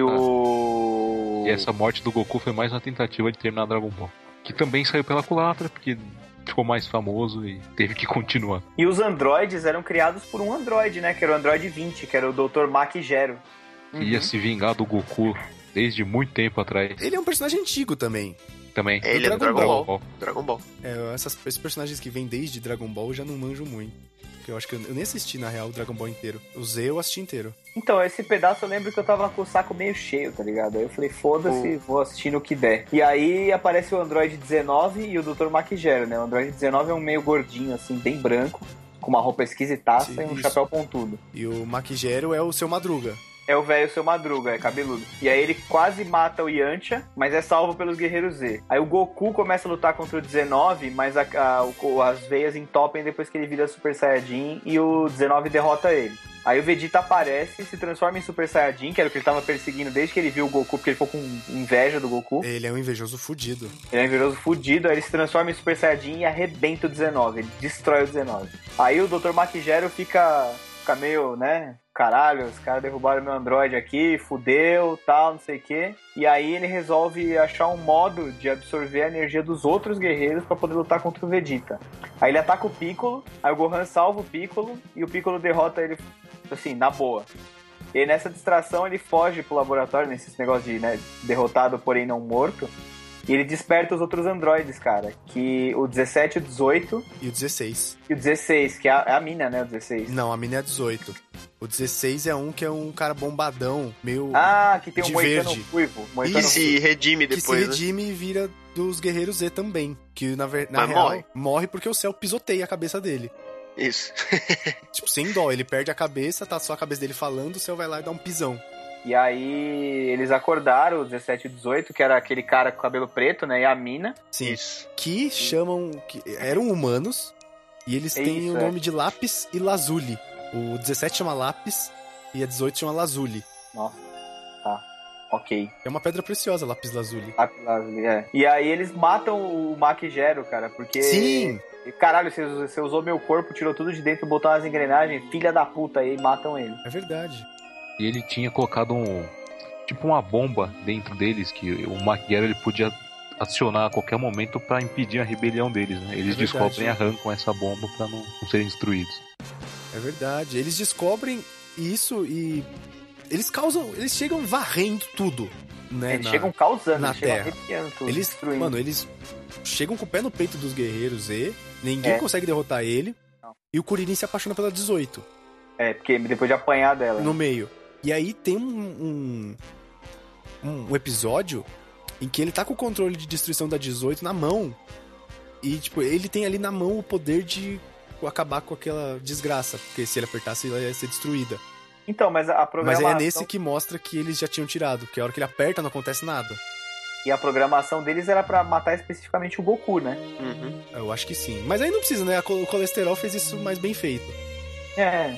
o... E essa morte do Goku foi mais uma tentativa de terminar Dragon Ball. Que também saiu pela culatra, porque ficou mais famoso e teve que continuar. E os androides eram criados por um androide, né? Que era o Android vinte, que era o doutor Mach Zero. Que ia se vingar do Goku desde muito tempo atrás. Ele é um personagem antigo também. Também. Ele é do Dragon Dragon Ball. Ball. Dragon Ball. É, essas, esses personagens que vêm desde Dragon Ball eu já não manjo muito. Porque eu acho que eu, eu nem assisti, na real, o Dragon Ball inteiro. O Z eu assisti inteiro. Então, esse pedaço eu lembro que eu tava com o saco meio cheio, tá ligado? Aí eu falei, foda-se, vou assistindo o que der. E aí aparece o Android dezenove e o doutor Mach Zero, né? O Android dezenove é um meio gordinho, assim, bem branco, com uma roupa esquisitaça Sim, e um isso. chapéu pontudo. E o Maquigero é o seu Madruga. É o velho Seu Madruga, é cabeludo. E aí ele quase mata o Yantia, mas é salvo pelos Guerreiros Z. Aí o Goku começa a lutar contra o dezenove, mas a, a- o- as veias entopem depois que ele vira Super Saiyajin e o dezenove derrota ele. Aí o Vegeta aparece e se transforma em Super Saiyajin, que era o que ele tava perseguindo desde que ele viu o Goku, porque ele ficou com inveja do Goku. Ele é um invejoso fudido. Ele é um invejoso fudido, aí ele se transforma em Super Saiyajin e arrebenta o dezenove, ele destrói o dezenove. Aí o doutor Mach Zero fica, fica meio, né, caralho, os caras derrubaram meu androide aqui, fudeu, tal, não sei o quê. E aí ele resolve achar um modo de absorver a energia dos outros guerreiros pra poder lutar contra o Vegeta. Aí ele ataca o Piccolo, aí o Gohan salva o Piccolo e o Piccolo derrota ele, assim, na boa. E aí nessa distração ele foge pro laboratório, nesse negócio de, né, derrotado, porém não morto. E ele desperta os outros androides, cara. Que o dezessete, o dezoito... E o dezesseis. E o dezesseis, que é a, é a mina, né, o dezesseis. Não, a mina é a dezoito. O dezesseis é um que é um cara bombadão, meio Ah, que tem um de moicano verde. ruivo. E Moicano se ruivo. redime que depois, se né? redime e vira dos Guerreiros Z também. Que na, ver... na Mas real morre. morre porque o Cell pisoteia a cabeça dele. Isso. Tipo, sem dó, ele perde a cabeça, tá só a cabeça dele falando, o Cell vai lá e dá um pisão. E aí eles acordaram, o dezessete e o dezoito, que era aquele cara com cabelo preto, né, e a mina. Sim. Isso. Que chamam... Que eram humanos e eles É têm isso, o é. nome de Lápis e Lazuli. O dezessete chama Lápis e a dezoito chama Lazuli. Nossa, tá, ok. É uma pedra preciosa, Lápis Lazuli. É. E aí eles matam o Mac Gero, cara, porque... Sim! Caralho, você, você usou meu corpo, tirou tudo de dentro, botou umas engrenagens, filha da puta, aí matam ele. É verdade. E ele tinha colocado um... Tipo uma bomba dentro deles, que o MacGyver ele podia acionar a qualquer momento pra impedir a rebelião deles, né? Eles É verdade. descobrem e arrancam essa bomba pra não, não serem destruídos. É verdade. Eles descobrem isso e... Eles causam... Eles chegam varrendo tudo, né? Eles na- chegam causando, na eles chegam Terra. arrepiando tudo, Eles, destruindo. mano, eles chegam com o pé no peito dos guerreiros e ninguém É. consegue derrotar ele. Não. E o Kuririn se apaixona pela dezoito É, porque depois de apanhar dela. no meio. E aí tem um, um, um episódio em que ele tá com o controle de destruição da dezoito na mão. E, tipo, ele tem ali na mão o poder de acabar com aquela desgraça. Porque se ele apertasse, ela ia ser destruída. Então, mas a Mas programação... aí é nesse que mostra que eles já tinham tirado. Porque a hora que ele aperta não acontece nada. E a programação deles era pra matar especificamente o Goku, né? Uhum. Eu acho que sim. Mas aí não precisa, né? O colesterol fez isso mais bem feito. É.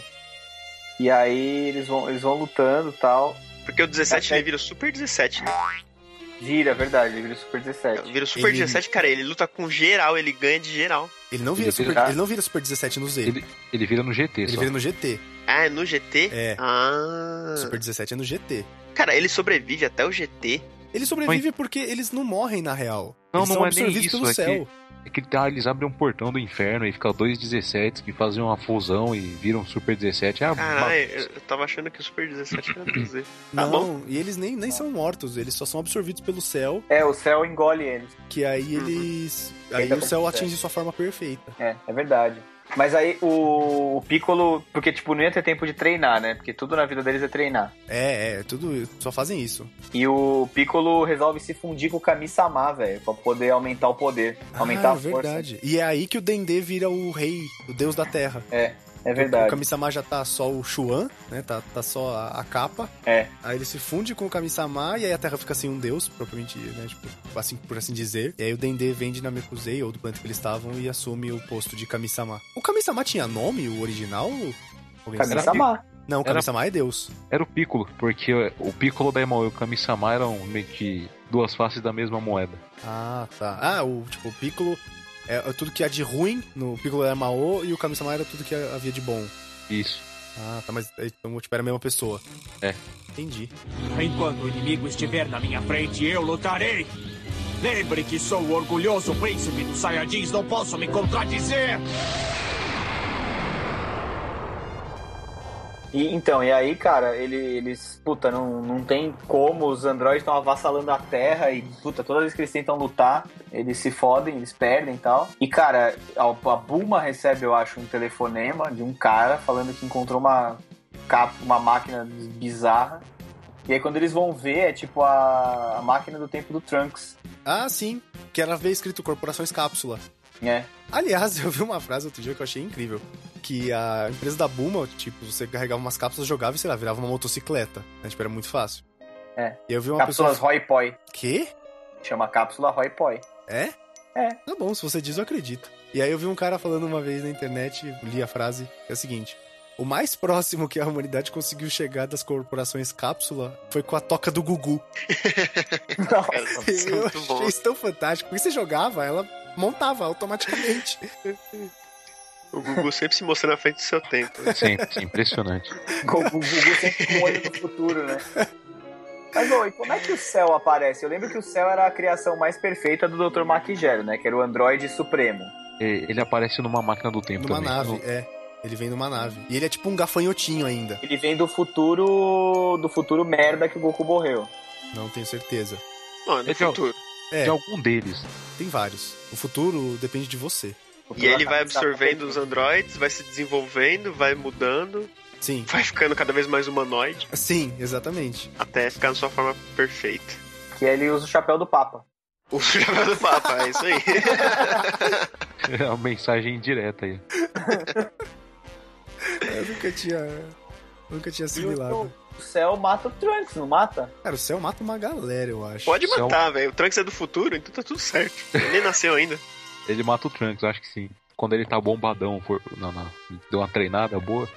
E aí eles vão, eles vão lutando e tal. Porque o dezessete Até- ele vira o Super dezessete, né? Vira, é verdade, ele vira o Super dezessete. Vira o Super Ele- dezessete, cara, ele luta com geral, ele ganha de geral. Ele não vira, Ele super, vira- ele não vira Super dezessete no Z. Ele, Ele, ele vira no G T só. vira no G T. Ah, é no G T? É. Ah. Super dezessete é no G T. Cara, ele sobrevive até o G T. Ele sobrevive porque eles não morrem, na real. Não, eles não são é nem absorvidos isso, pelo é céu. que, é que tá, eles abrem um portão do inferno e ficam dois dezessete que fazem uma fusão e viram Super dezessete. É uma- Caralho, eu eu tava achando que o Super dezessete era do Z. Tá Não, bom. e eles nem, nem são mortos, eles só são absorvidos pelo céu, É, o céu engole eles. que aí Uhum. eles... Aí Eita, o céu é. atinge sua forma perfeita. É, é verdade. Mas aí o, o Piccolo, porque tipo, não ia ter tempo de treinar, né? Porque tudo na vida deles é treinar. É, é, tudo... Só fazem isso. E o Piccolo resolve se fundir com o Kami-sama, velho, pra poder aumentar o poder, aumentar ah, a é força. verdade. E é aí que o Dendê vira o rei, o deus da terra. É, é O verdade. Kami-sama já tá só o Chuan, né? Tá, tá só a, a capa. É. Aí ele se funde com o Kami-sama e aí a Terra fica sem um deus, propriamente, né? Tipo, assim, por assim dizer. E aí o Dendê vem de Namekusei, ou do planeta que eles estavam, e assume o posto de Kami-sama. O Kami-sama tinha nome, o original? Alguém sabe? Kami-sama. Não, o Era- Kami-sama é deus. Era o Piccolo, porque o Piccolo da Emael e o Kami-sama eram meio que duas faces da mesma moeda. Ah, tá. Ah, o, tipo, o Piccolo é, é tudo que há de ruim no Piccolo era Mao e o Kami-sama era tudo que havia de bom. Isso. Ah, tá, mas então, tipo, era a mesma pessoa. É. Entendi. Enquanto o inimigo estiver na minha frente, eu lutarei. Lembre que sou o orgulhoso príncipe dos Saiyajins, não posso me contradizer. E, então, e aí, cara, ele, eles, puta, não, não tem como, os androides estão avassalando a Terra e, puta, toda vez que eles tentam lutar, eles se fodem, eles perdem e tal. E, cara, a, a Bulma recebe, eu acho, um telefonema de um cara falando que encontrou uma, capa, uma máquina bizarra. E aí, quando eles vão ver, é tipo a, a máquina do tempo do Trunks, Ah, sim. Que era ver escrito Corporações Cápsula. né? Aliás, eu vi uma frase outro dia que eu achei incrível. Que a empresa da Bulma, tipo, você carregava umas cápsulas, jogava e, sei lá, virava uma motocicleta. Né? Tipo, era muito fácil. É. E eu vi uma Cápsulas pessoa... Roy Poi. Quê? Chama cápsula Roy Poi. É? É. Tá bom, se você diz, eu acredito. E aí eu vi um cara falando uma vez na internet, li a frase, que é o seguinte: o mais próximo que a humanidade conseguiu chegar das corporações cápsula foi com a toca do Gugu. Cara, isso é Eu muito bom. achei isso tão fantástico. Porque você jogava, ela montava automaticamente. O Gugu sempre se mostrando à frente do seu tempo. Sempre, impressionante. O Gugu sempre com um olho no futuro, né? Mas, ô, e como é que o Cell aparece? Eu lembro que o Cell era a criação mais perfeita do doutor Maquigero, né? Que era o androide supremo. Ele aparece numa máquina do tempo Numa também. nave, No- é. Ele vem numa nave. E ele é tipo um gafanhotinho ainda. Ele vem do futuro... do futuro merda que o Goku morreu. Não tenho certeza. Não, é no É de al- futuro. É, De algum deles. tem vários. O futuro depende de você. E ele vai absorvendo os androides, vai se desenvolvendo, vai mudando, Sim. vai ficando cada vez mais humanoide, Sim, exatamente. até ficar na sua forma perfeita. Que ele usa o chapéu do Papa. O chapéu do Papa, é isso aí. É uma mensagem indireta aí. Eu nunca tinha. Nunca tinha E o, assimilado. o Cell mata o Trunks, não mata? Cara, o céu mata uma galera, eu acho. Pode Céu- matar, velho. O Trunks é do futuro, então tá tudo certo. Ele nem nasceu ainda. Ele mata o Trunks, acho que sim. Quando ele tá bombadão, for... não, não, deu uma treinada boa.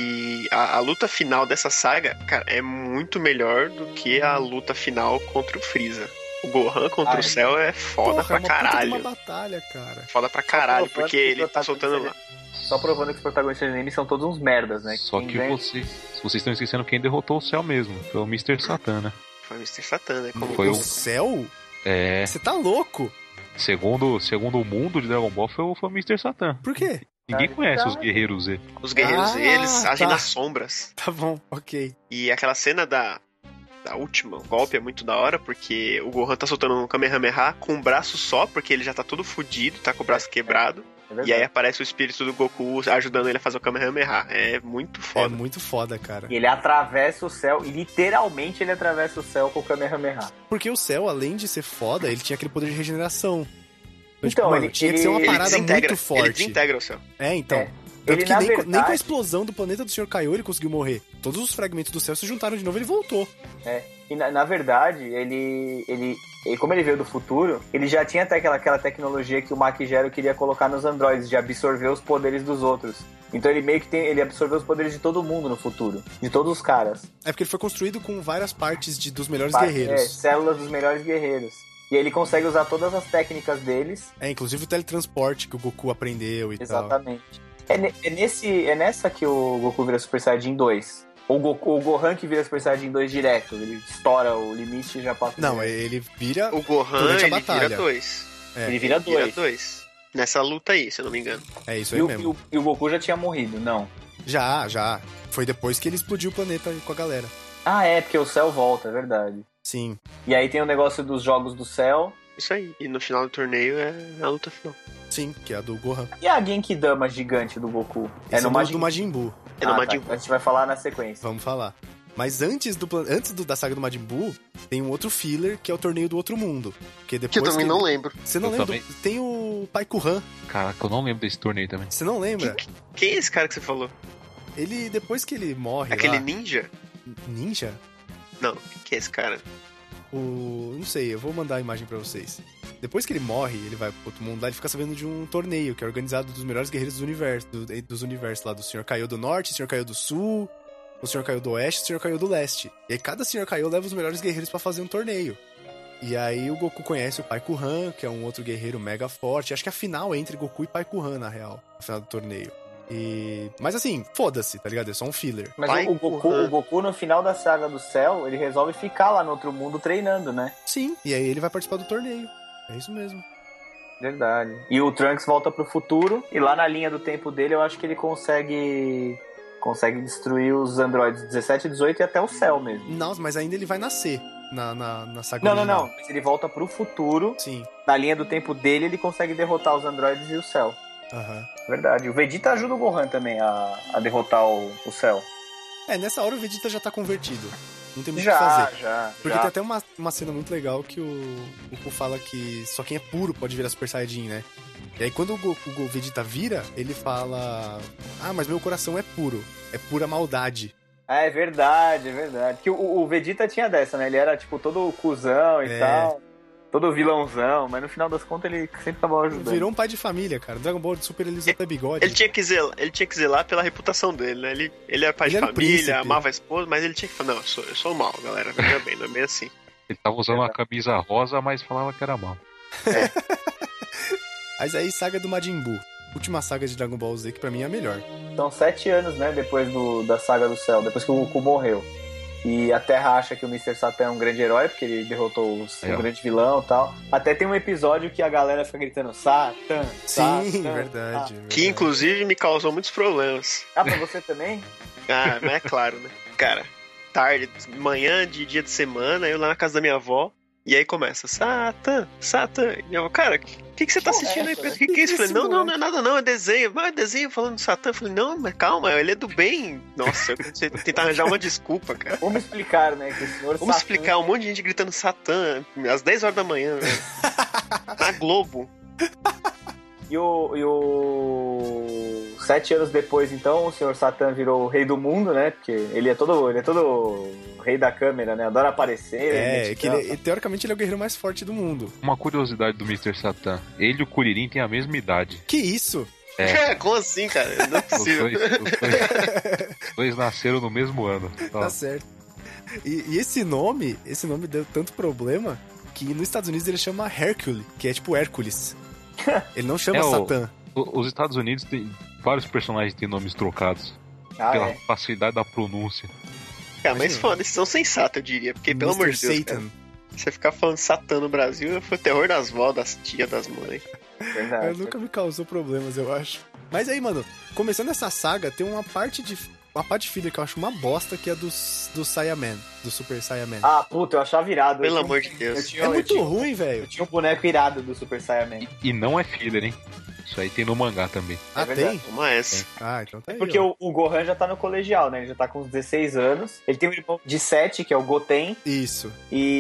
E a, a luta final dessa saga, cara, é muito melhor do que a luta final contra o Freeza. O Gohan contra Ai, o Cell é foda Porra, pra é uma puta de caralho. uma batalha, cara. Foda pra caralho, provando porque que ele o tá soltando lá. Só provando que os protagonistas do anime são todos uns merdas, né? Só Quem que ganha- você, vocês estão esquecendo quem derrotou o Cell mesmo. Foi o mister Satan, né? Foi o mister Satan, né? Como Foi o o- céu? É, Você tá louco? segundo, segundo o mundo de Dragon Ball, foi o, foi o mister Satan. Por quê? Ninguém Tá conhece os ligado. guerreiros Z. os guerreiros, Ah, eles agem tá. nas sombras. Tá bom, ok. E aquela cena da, da última golpe é muito da hora, porque o Gohan tá soltando um Kamehameha com um braço só, porque ele já tá todo fudido, tá com o braço quebrado. É E verdade. aí aparece o espírito do Goku ajudando ele a fazer o Kamehameha. É muito É foda. muito foda, cara. E ele atravessa o céu, e literalmente ele atravessa o céu com o Kamehameha. Porque o céu, além de ser foda, ele tinha aquele poder de regeneração. Então, Então, mano, ele- tinha que ser uma ele parada desintegra, muito forte. ele desintegra o céu. É, então. É. Tanto Ele, que na nem, co- nem com a verdade- explosão do planeta do senhor Kaiô ele conseguiu morrer. Todos os fragmentos do céu se juntaram de novo e ele voltou. E na, na verdade, ele, ele, ele, como ele veio do futuro, ele já tinha até aquela, aquela tecnologia que o Maquigero queria colocar nos androides, de absorver os poderes dos outros. Então ele meio que tem, ele absorveu os poderes de todo mundo no futuro, de todos os caras. É porque ele foi construído com várias partes de, dos melhores Pa- guerreiros. É, células dos melhores guerreiros. E ele consegue usar todas as técnicas deles. É, inclusive o teletransporte que o Goku aprendeu e tal. Exatamente. É, ne- é, nesse, é nessa que o Goku vira Super Saiyajin dois. Ou o, Goku, o Gohan que vira Super Saiyajin dois direto. Ele estoura o limite e já passa. Não, direto. ele vira. O Gohan, Durante a ele batalha. vira dois. É, Ele vira Vira dois. dois. Nessa luta aí, se eu não me engano. é isso E aí o, e, mesmo. o, e o Goku já tinha morrido, não. Já, já. Foi depois que ele explodiu o planeta com a galera. Ah, é, porque o céu volta, é verdade. Sim. E aí tem o negócio dos jogos do céu. Isso aí. E no final do torneio é a luta final. Sim, que é a do Gohan. E a Genkidama gigante do Goku? Esse é no do- Majin do Majin Buu. É no Ah, Majin tá. A gente vai falar na sequência. Vamos falar. Mas antes, do, plan- antes do- da saga do Majin Buu, tem um outro filler, que é o Torneio do Outro Mundo. Que, depois Que eu também que não ele- lembro. Você não Eu lembra? também. do- Tem o Pai Kuhan. Caraca, eu não lembro desse torneio também. Você não lembra? Quem é esse cara que você falou? Ele, depois que ele morre Aquele lá... ninja? Ninja? Não, quem é esse cara? O... Não sei, eu vou mandar a imagem pra vocês. Depois que ele morre, ele vai pro outro mundo lá, ele fica sabendo de um torneio que é organizado dos melhores guerreiros do universo, do- dos universos lá, do senhor Kaiô do Norte, o senhor Kaiô do Sul, o senhor Kaiô do Oeste e o senhor Kaiô do Leste. E aí cada senhor Kaiô leva os melhores guerreiros pra fazer um torneio. E aí o Goku conhece o Pai Kuhan, que é um outro guerreiro mega forte. Acho que a final é entre Goku e Pai Kuhan, na real, a final do torneio. E... Mas assim, foda-se, tá ligado? É só um filler. Mas Pai o, o Goku, Gohan. o Goku, no final da saga do céu, ele resolve ficar lá no outro mundo treinando, né? Sim, e aí ele vai participar do torneio. É isso mesmo. Verdade. E o Trunks volta pro futuro, e lá na linha do tempo dele, eu acho que ele consegue consegue destruir os androides dezessete, dezoito e até o céu mesmo. Nossa, mas ainda ele vai nascer na, na, na saga Não, não, original. não. Mas ele volta pro futuro, Sim, na linha do tempo dele, ele consegue derrotar os androides e o céu. aham. Verdade. O Vegeta ajuda o Gohan também a, a derrotar o, o céu. É, nessa hora o Vegeta já tá convertido. Não tem muito o que Já, fazer. já. Porque já. tem até uma, uma cena muito legal que o, o Goku fala que só quem é puro pode virar Super Saiyajin, né? E aí quando o, Goku, o Vegeta vira, ele fala... Ah, mas meu coração é puro. É pura maldade. Ah, é verdade, é verdade. Que o, o Vegeta tinha dessa, né? Ele era, tipo, todo cuzão e É. tal. Todo vilãozão, mas no final das contas ele sempre tava ajudando. Virou um pai de família, cara. Dragon Ball Super ele usa até bigode. Ele tinha que zelar, ele tinha que zelar pela reputação dele, né? Ele, ele era pai Ele de era o família, príncipe. amava a esposa, mas ele tinha que falar, não, eu sou, eu sou mal, galera. Veja bem, não é bem assim. Ele tava usando uma camisa rosa, mas falava que era mal. Mas aí, saga do Majin Buu. última saga de Dragon Ball Z, que pra mim é a melhor. São sete anos, né, depois do, da saga do céu, depois que o Goku morreu. E a Terra acha que o mister Satan é um grande herói, porque ele derrotou os, é. o grande vilão e tal. Até tem um episódio que a galera fica gritando Satan, Satan. Sim, verdade, Satan. Que inclusive me causou muitos problemas. Ah, pra você também? Ah, mas é claro, né? Cara, tarde, manhã de dia de semana, eu lá na casa da minha avó, e aí começa, Satan, Satan. E minha avó, cara, o que, que, que você tá assistindo aí? O que, que é isso? Eu falei, não, não, não é nada não, é desenho. Mas é desenho falando do Satan. Eu falei, não, mas calma, ele é do bem. Nossa, eu comecei a tentar arranjar uma desculpa, cara. Vamos explicar, né, que o senhor Vamos Satan... explicar, um monte de gente gritando Satan às dez horas da manhã, velho. Na Globo. E o, e o... Sete anos depois, então, o senhor Satan virou o rei do mundo, né? Porque ele é todo, ele é todo rei da câmera, né? Adora aparecer. É, que ele, teoricamente ele é o guerreiro mais forte do mundo. Uma curiosidade do mister Satan. Ele e o Kuririn têm a mesma idade. Que isso? É, como assim, cara? Não é possível. Os dois, os dois, os dois nasceram no mesmo ano. Ó. Tá certo. E, e esse nome, esse nome deu tanto problema que nos Estados Unidos ele chama Hercule, que é tipo Hércules. Ele não chama É, Satã. O, os Estados Unidos tem vários personagens que têm nomes trocados. Ah, pela é. facilidade da pronúncia. Cara, mas foi uma decisão sensata, eu diria. Porque, pelo amor de Deus, cara, você ficar falando Satã no Brasil foi o terror das vó, das tias, das mães. Verdade. Nunca me causou problemas, eu acho. Mas aí, mano, começando essa saga, tem uma parte de uma parte de filha que eu acho uma bosta, que é do, do Saiyaman, do Super Saiyaman. Ah, puta, eu achava irado. Pelo eu amor tinha, de Deus. Eu tinha, é eu muito tinha, ruim, velho. Eu tinha um boneco irado do Super Saiyaman. E não é filler, hein? Isso aí tem no mangá também. Ah, É verdade. tem? Toma essa. Ah, então tá aí. Porque ó. o, o Gohan já tá no colegial, né? Ele já tá com uns dezesseis anos. Ele tem um irmão de sete, que é o Goten. Isso.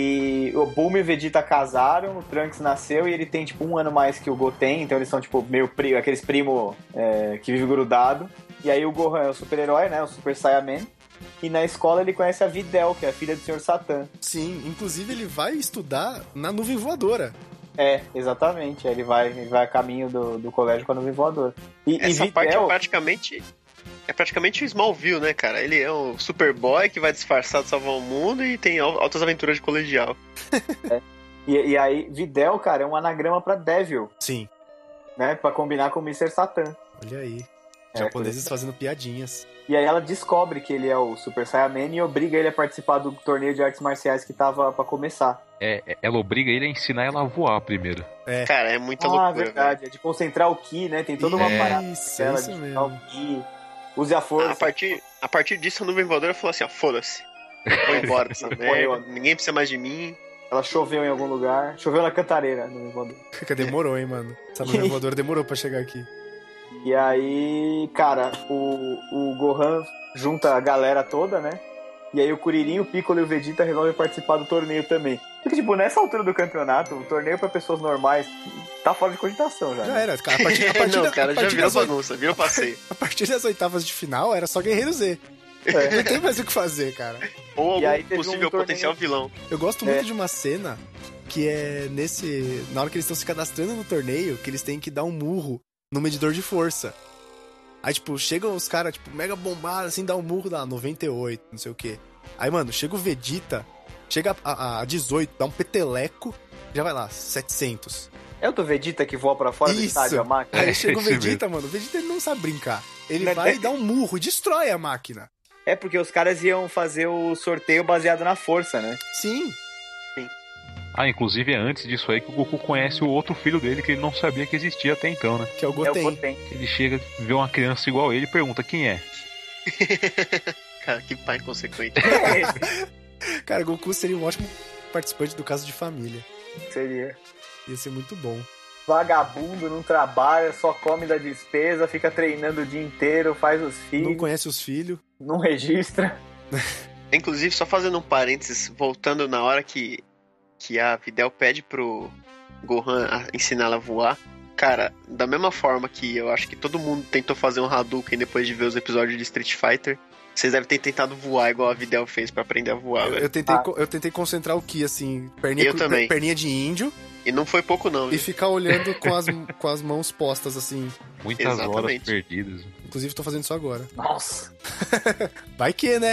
E o Bulma e o Vegeta casaram, o Trunks nasceu e ele tem, tipo, um ano mais que o Goten. Então eles são, tipo, meio pri- aqueles primos é, que vivem grudado. E aí o Gohan é o super-herói, né? O Super Saiyaman. E na escola ele conhece a Videl, que é a filha do senhor Satan. Sim, inclusive ele vai estudar na nuvem voadora. É, exatamente. Ele vai, ele vai a caminho do, do colégio com a nuvem voadora. E, e Essa Videl... parte é praticamente... É praticamente o Smallville, né, cara? Ele é um Superboy que vai disfarçar de salvar o mundo e tem al- altas aventuras de colegial. é. e, e aí, Videl, cara, é um anagrama pra Devil, Sim. né? Pra combinar com o mister Satan. Olha aí. É, Japoneses coisa- fazendo piadinhas. E aí ela descobre que ele é o Super Saiyaman e obriga ele a participar do torneio de artes marciais que tava pra começar. É, é- ela obriga ele a ensinar ela a voar primeiro. É. Cara, é muita ah, loucura, verdade. É de concentrar o Ki, né? Tem toda uma É. parada Isso, dela isso de mesmo. concentrar o Ki. Use a velho. força. A partir, a partir disso, a nuvem voadora falou assim, ó, foda-se. Vou embora dessa Morreu. merda, ninguém precisa mais de mim. Ela choveu em algum lugar. Choveu na cantareira. No voador. Demorou, hein, mano. Essa nuvem voadora demorou pra chegar aqui. E aí, cara, o, o Gohan junta a galera toda, né? E aí o Kuririn, o Piccolo e o Vegeta resolvem participar do torneio também. Porque, tipo, nessa altura do campeonato, o torneio pra pessoas normais tá fora de cogitação já. Já né? era, cara. A partir, a partir Não, da- cara, a já partir virou das oit- bagunça, virou passeio. A partir das oitavas de final, era só Guerreiro Z. É. Não tem mais o que fazer, cara. Ou E aí algum teve um possível torneio- potencial vilão. Eu gosto É. muito de uma cena que é nesse... Na hora que eles estão se cadastrando no torneio, que eles têm que dar um murro no medidor de força. Aí, tipo, chegam os caras, tipo, mega bombados, assim, dá um murro, dá noventa e oito, não sei o quê. Aí, mano, chega o Vegeta, chega a, a dezoito, dá um peteleco, já vai lá, setecentos. É o do Vegeta que voa pra fora do Isso. estádio, a máquina? Aí chega o esse Vegeta, mano, o Vegeta ele não sabe brincar. Ele Não, vai é- e dá um murro e destrói a máquina. É porque os caras iam fazer o sorteio baseado na força, né? Sim. Ah, inclusive é antes disso aí que o Goku conhece o outro filho dele que ele não sabia que existia até então, né? Que é o É o Goten. Goten. Ele chega, vê uma criança igual ele e pergunta quem é. Cara, que pai inconsequente. Cara, Goku seria um ótimo participante do Caso de Família. Seria. Ia ser muito bom. Vagabundo, não trabalha, só come da despesa, fica treinando o dia inteiro, faz os filhos, Não conhece os filhos. não registra. Inclusive, só fazendo um parênteses, voltando na hora que, que a Videl pede pro Gohan a- ensinar ela a voar. Cara, da mesma forma que eu acho que todo mundo tentou fazer um Hadouken depois de ver os episódios de Street Fighter, vocês devem ter tentado voar igual a Videl fez pra aprender a voar, Eu, velho. eu tentei, Ah. co- eu tentei concentrar o Ki, assim, perninha, Eu cu- também. perninha de índio, E não foi pouco não, e viu? ficar olhando com as, com as mãos postas, assim. Muitas horas Exatamente. perdidas. Inclusive, tô fazendo isso agora. Nossa. Vai que, né?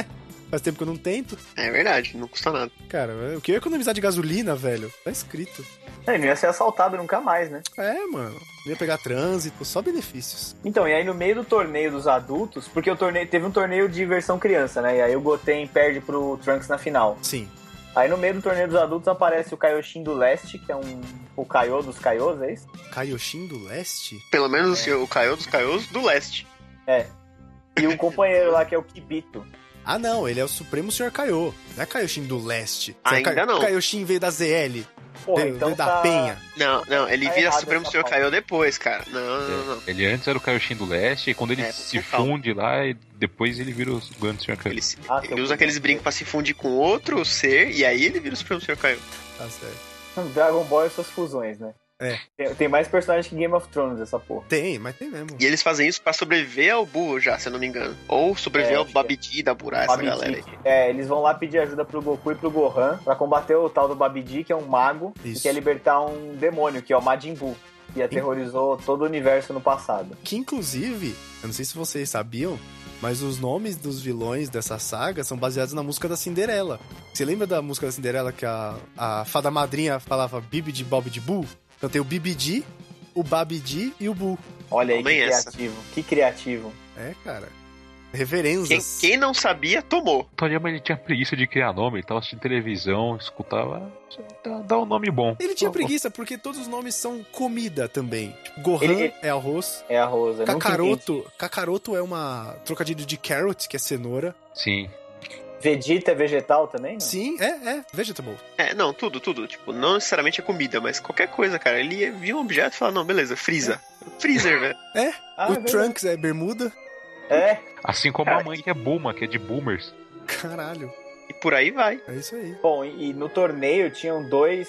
Faz tempo que eu não tento. É verdade, não custa nada. Cara, o que eu ia economizar de gasolina, velho? Tá escrito. É, não ia ser assaltado nunca mais, né? É, mano. Não ia pegar trânsito, só benefícios. Então, e aí no meio do torneio dos adultos, porque o torneio teve um torneio de versão criança, né? E aí o Goten perde pro Trunks na final. Sim. Aí no meio do torneio dos adultos aparece o Kaioshin do Leste, que é um o Kaiô dos Kaiôs, é isso? Kaioshin do Leste? Pelo menos é. o Kaiô dos Kaiôs do Leste. É. E o companheiro lá, que é o Kibito. Ah, não, ele é o Supremo senhor Kaiô. Não é Kaioshin do Leste. Ainda Ka- não. Kaioshin veio da Z L. Porra, veio, então veio tá... da Penha. Não, não, ele Tá vira errado Supremo essa senhor pauta. Kaiô depois, cara. Não, não, não. Ele antes era o Kaioshin do Leste, e quando ele É, se total. funde lá, e depois ele vira o grande senhor Kaiô. Ele, se- Ah, ele seu usa aqueles puto. brincos pra se fundir com outro ser, e aí ele vira o Supremo senhor Kaiô. Tá certo. Dragon Ball e suas fusões, né? É. Tem, tem mais personagens que Game of Thrones, essa porra. Tem, mas tem mesmo. E eles fazem isso pra sobreviver ao Buu já, se eu não me engano. Ou sobreviver É, ao acho que é. Babidi da Burá, essa Babidi. galera aí. É, eles vão lá pedir ajuda pro Goku e pro Gohan pra combater o tal do Babidi, que é um mago, Isso. e quer libertar um demônio, que é o Majin Buu, que aterrorizou todo o universo no passado. Que inclusive, eu não sei se vocês sabiam, mas os nomes dos vilões dessa saga são baseados na música da Cinderela. Você lembra da música da Cinderela que a, a fada madrinha falava Bibidi Bobidi Boo? Então tem o Bibidi, o Babidi e o Boo. Olha aí, que Tomem essa. criativo. Que criativo. É, cara. Quem, Reverências. quem não sabia, tomou. O Toriyama, ele tinha preguiça de criar nome, ele tava assistindo televisão, escutava, dá, dá um nome bom. Ele tinha preguiça porque todos os nomes são comida também. Tipo, Gohan Ele- é arroz. É a Rosa. nunca entendi. Kakaroto, Kakaroto é uma trocadilho de carrot, que é cenoura. Sim. Vegeta é vegetal também? Não? Sim, é, é, vegetable. É, não, tudo, tudo. Tipo, não necessariamente é comida, mas qualquer coisa, cara. Ele via um objeto e fala, não, beleza, Freeza. Freezer, velho. É, Ah, o é verdade. Trunks é bermuda. É. Assim como a mãe que é Bulma, que é de Boomers. Caralho, E por aí vai. é isso aí. Bom, e, e no torneio tinham dois,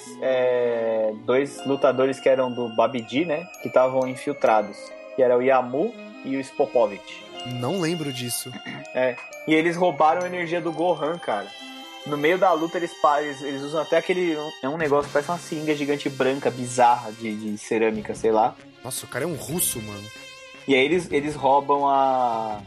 é, dois lutadores que eram do Babidi, né? Que estavam infiltrados. Que era o Yamu e o Spopovich. Não lembro disso. É. E eles roubaram a energia do Gohan, cara. No meio da luta, eles, pa- eles, eles usam até aquele... É um negócio que parece uma seringa gigante branca, bizarra, de, de cerâmica, sei lá. Nossa, o cara é um russo, mano. E aí eles, eles roubam a,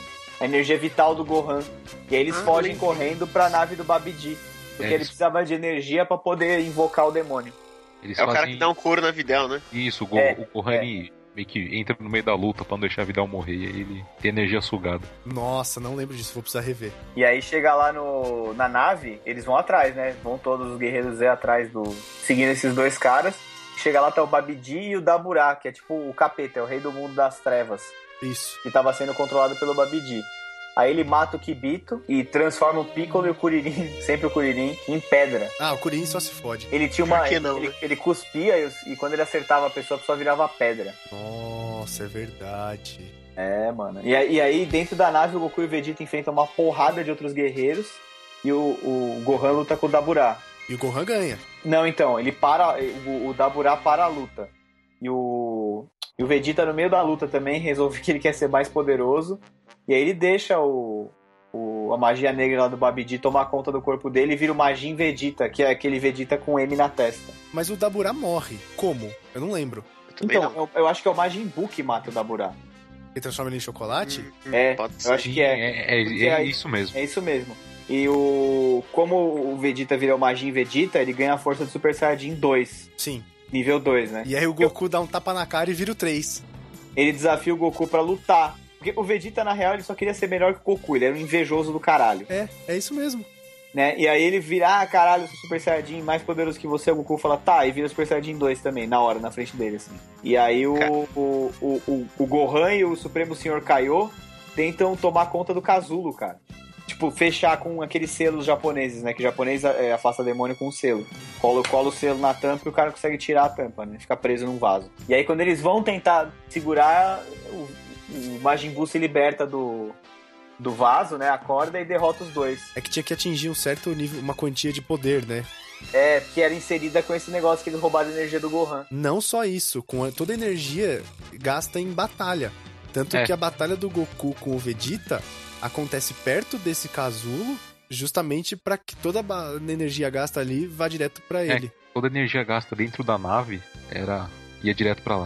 a energia vital do Gohan. E aí eles Ah, fogem lembrei. correndo pra nave do Babidi. Porque É, ele eles- precisava de energia pra poder invocar o demônio. Eles É o cara fazem que dá um couro na Videl, né? isso, o, Go, É, o Gohan ele meio que entra no meio da luta pra não deixar a Vidal morrer, e aí ele tem energia sugada. Nossa, não lembro disso, vou precisar rever. E aí chega lá no, na nave, eles vão atrás, né? Vão todos os guerreiros Z atrás do... Seguindo esses dois caras. Chega lá, tá o Babidi e o Daburá, que é tipo o capeta, é o rei do mundo das trevas. Isso. Que tava sendo controlado pelo Babidi. Aí ele mata o Kibito e transforma o Piccolo e o Kuririn, sempre o Kuririn, em pedra. Ah, o Kuririn só se fode. Ele tinha uma... Por que não, ele, né? ele cuspia e, os- e quando ele acertava a pessoa, a pessoa virava pedra. Nossa, é verdade. É, mano. E, aí- e aí, dentro da nave, o Goku e o Vegeta enfrentam uma porrada de outros guerreiros e o, o Gohan luta com o Daburá. E o Gohan ganha. Não, então, ele para... O, o Daburá para a luta. E o... E o Vegeta, no meio da luta também, resolve que ele quer ser mais poderoso. E aí ele deixa o... o a magia negra lá do Babidi tomar conta do corpo dele e vira o Majin Vegeta, que é aquele Vegeta com M na testa. Mas o Daburá morre. Como? Eu não lembro. Eu também Então, não. eu, eu acho que é o Majin Buu que mata o Daburá. Ele transforma ele em chocolate? Hum, É, pode eu ser. acho que é. É, é, Porque é aí- isso mesmo. É isso mesmo. E o... Como o Vegeta vira o Majin Vegeta, ele ganha a força do Super Saiyajin dois. Sim. Nível dois, né? E aí o Goku dá um tapa na cara e vira o três. Ele desafia o Goku pra lutar. Porque o Vegeta, na real, ele só queria ser melhor que o Goku. Ele era um invejoso do caralho, É, é isso mesmo. né? E aí ele vira, ah, caralho, eu sou Super Saiyajin mais poderoso que você. O Goku fala, tá, e vira Super Saiyajin dois também, na hora, na frente dele, assim. E aí o, Cara. o, o, o, o Gohan e o Supremo Senhor Kaiô tentam tomar conta do casulo, cara. Tipo, fechar com aqueles selos japoneses, né? Que japonês é, afasta demônio com um selo. Cola, cola o selo na tampa e o cara consegue tirar a tampa, né? Fica preso num vaso. E aí quando eles vão tentar segurar, o, o Majin Buu se liberta do, do vaso, né? Acorda e derrota os dois. É que tinha que atingir um certo nível, uma quantia de poder, né? É, que era inserida com esse negócio que eles roubaram a energia do Gohan. Não só isso, com a- toda a energia gasta em batalha. Tanto É. que a batalha do Goku com o Vegeta acontece perto desse casulo, justamente pra que toda a ba- energia gasta ali vá direto pra ele. Toda a energia gasta dentro da nave era ia direto pra lá.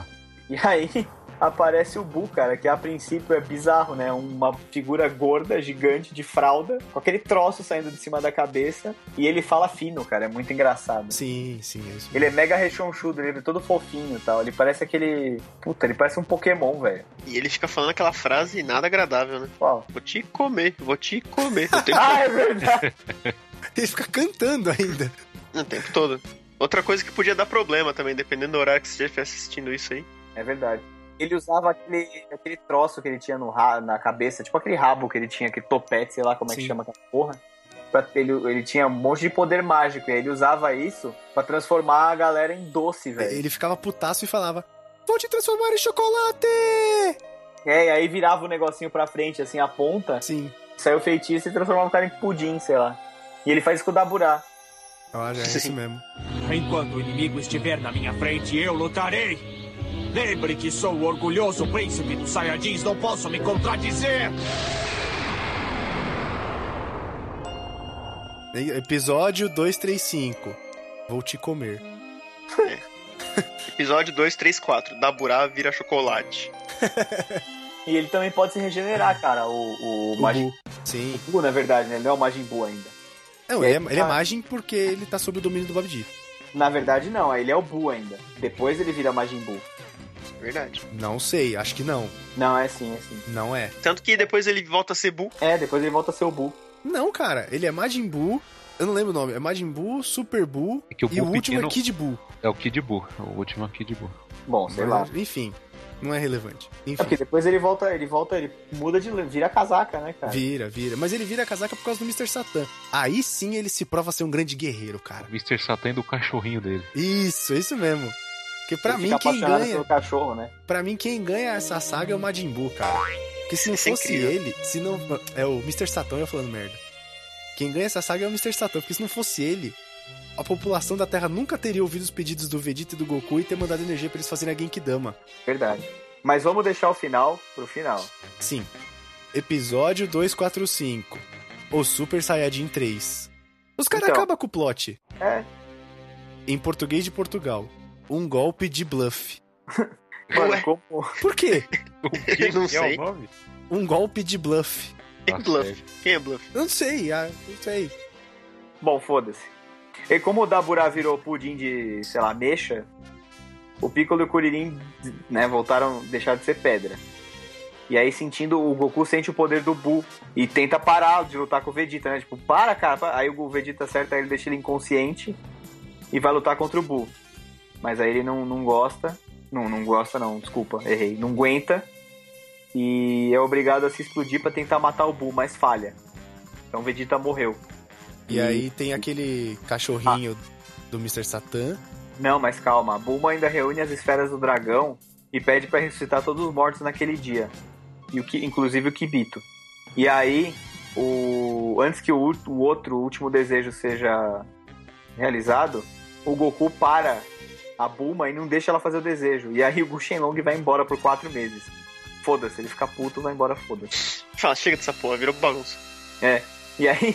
E aí aparece o Buu, cara, que a princípio é bizarro, né? Uma figura gorda, gigante, de fralda, com aquele troço saindo de cima da cabeça, e ele fala fino, cara, é muito engraçado. Sim, sim, é isso. Ele é mega rechonchudo, ele é todo fofinho e tal, ele parece aquele... Puta, ele parece um Pokémon, velho. E ele fica falando aquela frase nada agradável, né? Qual? Vou te comer, vou te comer. O tempo Ah, é verdade! Ele fica cantando ainda. O tempo todo. Outra coisa que podia dar problema também, dependendo do horário que você estiver assistindo isso aí. É verdade. Ele usava aquele, aquele troço que ele tinha no ra- na cabeça, tipo aquele rabo que ele tinha, aquele topete, sei lá como é que Sim. chama aquela porra. Pra, ele, ele tinha um monte de poder mágico, e aí ele usava isso pra transformar a galera em doce, velho. Ele ficava putaço e falava: vou te transformar em chocolate! É, e aí virava o negocinho pra frente, assim, a ponta, Sim. saiu o feitiço e transformava o cara em pudim, sei lá. E ele faz isso com o Daburá. Olha, é isso mesmo. Enquanto o inimigo estiver na minha frente, eu lutarei. Lembre que sou o orgulhoso príncipe dos Saiyajins, não posso me contradizer. Episódio duzentos e trinta e cinco. Vou te comer. É. Episódio duzentos e trinta e quatro. Daburá vira chocolate. E ele também pode se regenerar, cara, o, o, O Majin Buu. Sim. Buu, na verdade, né? Ele não é o Majin Buu ainda. Não, E aí, ele é, ele é ah. Majin porque ele tá sob o domínio do Babidi. Na verdade, não, ele é o Buu ainda. Depois ele vira Majin Buu. Verdade. Não sei, acho que não. Não, é sim, é sim. Não é. Tanto que depois ele volta a ser Buu. É, depois ele volta a ser o Buu. Não, cara, ele é Majin Buu. Eu não lembro o nome. É Majin Buu, Super Buu É que o e o Buu último pequeno- é Kid Buu. É o Kid Buu. O último é o Kid Buu. Bom, sei Mas, lá. Enfim, não é relevante. É Enfim, porque depois ele volta, ele volta, ele muda de... vira casaca, né, cara? vira, vira. Mas ele vira a casaca por causa do mister Satan. Aí sim ele se prova ser um grande guerreiro, cara. mister Satan do cachorrinho dele. Isso, isso mesmo. Porque pra Ele mim, fica quem apaixonado ganha... pelo cachorro, né? Pra mim, quem ganha essa saga é o Majin Buu, cara. Porque se não Isso é fosse incrível. ele, se não... É o mister Satan, eu falando merda. Quem ganha essa saga é o mister Satan, porque se não fosse ele, a população da Terra nunca teria ouvido os pedidos do Vegeta e do Goku e ter mandado energia pra eles fazerem a Genkidama. Verdade. Mas vamos deixar o final pro final. Sim. Episódio duzentos e quarenta e cinco. O Super Saiyajin três. Os caras Então. acabam com o plot. É. Em português de Portugal. Um golpe de bluff. Mano, Ué. como... Por quê? O que Não que é sei. o nome? Um golpe de bluff. Quem é Tá Bluff? certo. Quem é Bluff? Eu não sei, ah, não sei. Bom, foda-se. E como o Daburá virou pudim de, sei lá, mexa, o Piccolo e o Kuririn, né, voltaram, deixaram de ser pedra. E aí, sentindo, o Goku sente o poder do Buu e tenta parar de lutar com o Vegeta, né? Tipo, para, cara. para. Aí o Vegeta acerta ele, deixa ele inconsciente e vai lutar contra o Buu. Mas aí ele não, não gosta. Não, não gosta não, desculpa, errei. Não aguenta e é obrigado a se explodir pra tentar matar o Buu, mas falha. Então o Vegeta morreu. E aí tem aquele cachorrinho do mister Satan. Não, mas calma. A Bulma ainda reúne as esferas do dragão e pede pra ressuscitar todos os mortos naquele dia. E o que, inclusive o Kibito. E aí, o, antes que o, o outro, o último desejo seja realizado, o Goku para a Bulma e não deixa ela fazer o desejo. E aí o Shenlong vai embora por quatro meses. Foda-se, ele fica puto, vai embora, foda-se. Fala, chega dessa porra, virou bagunça. É. E aí,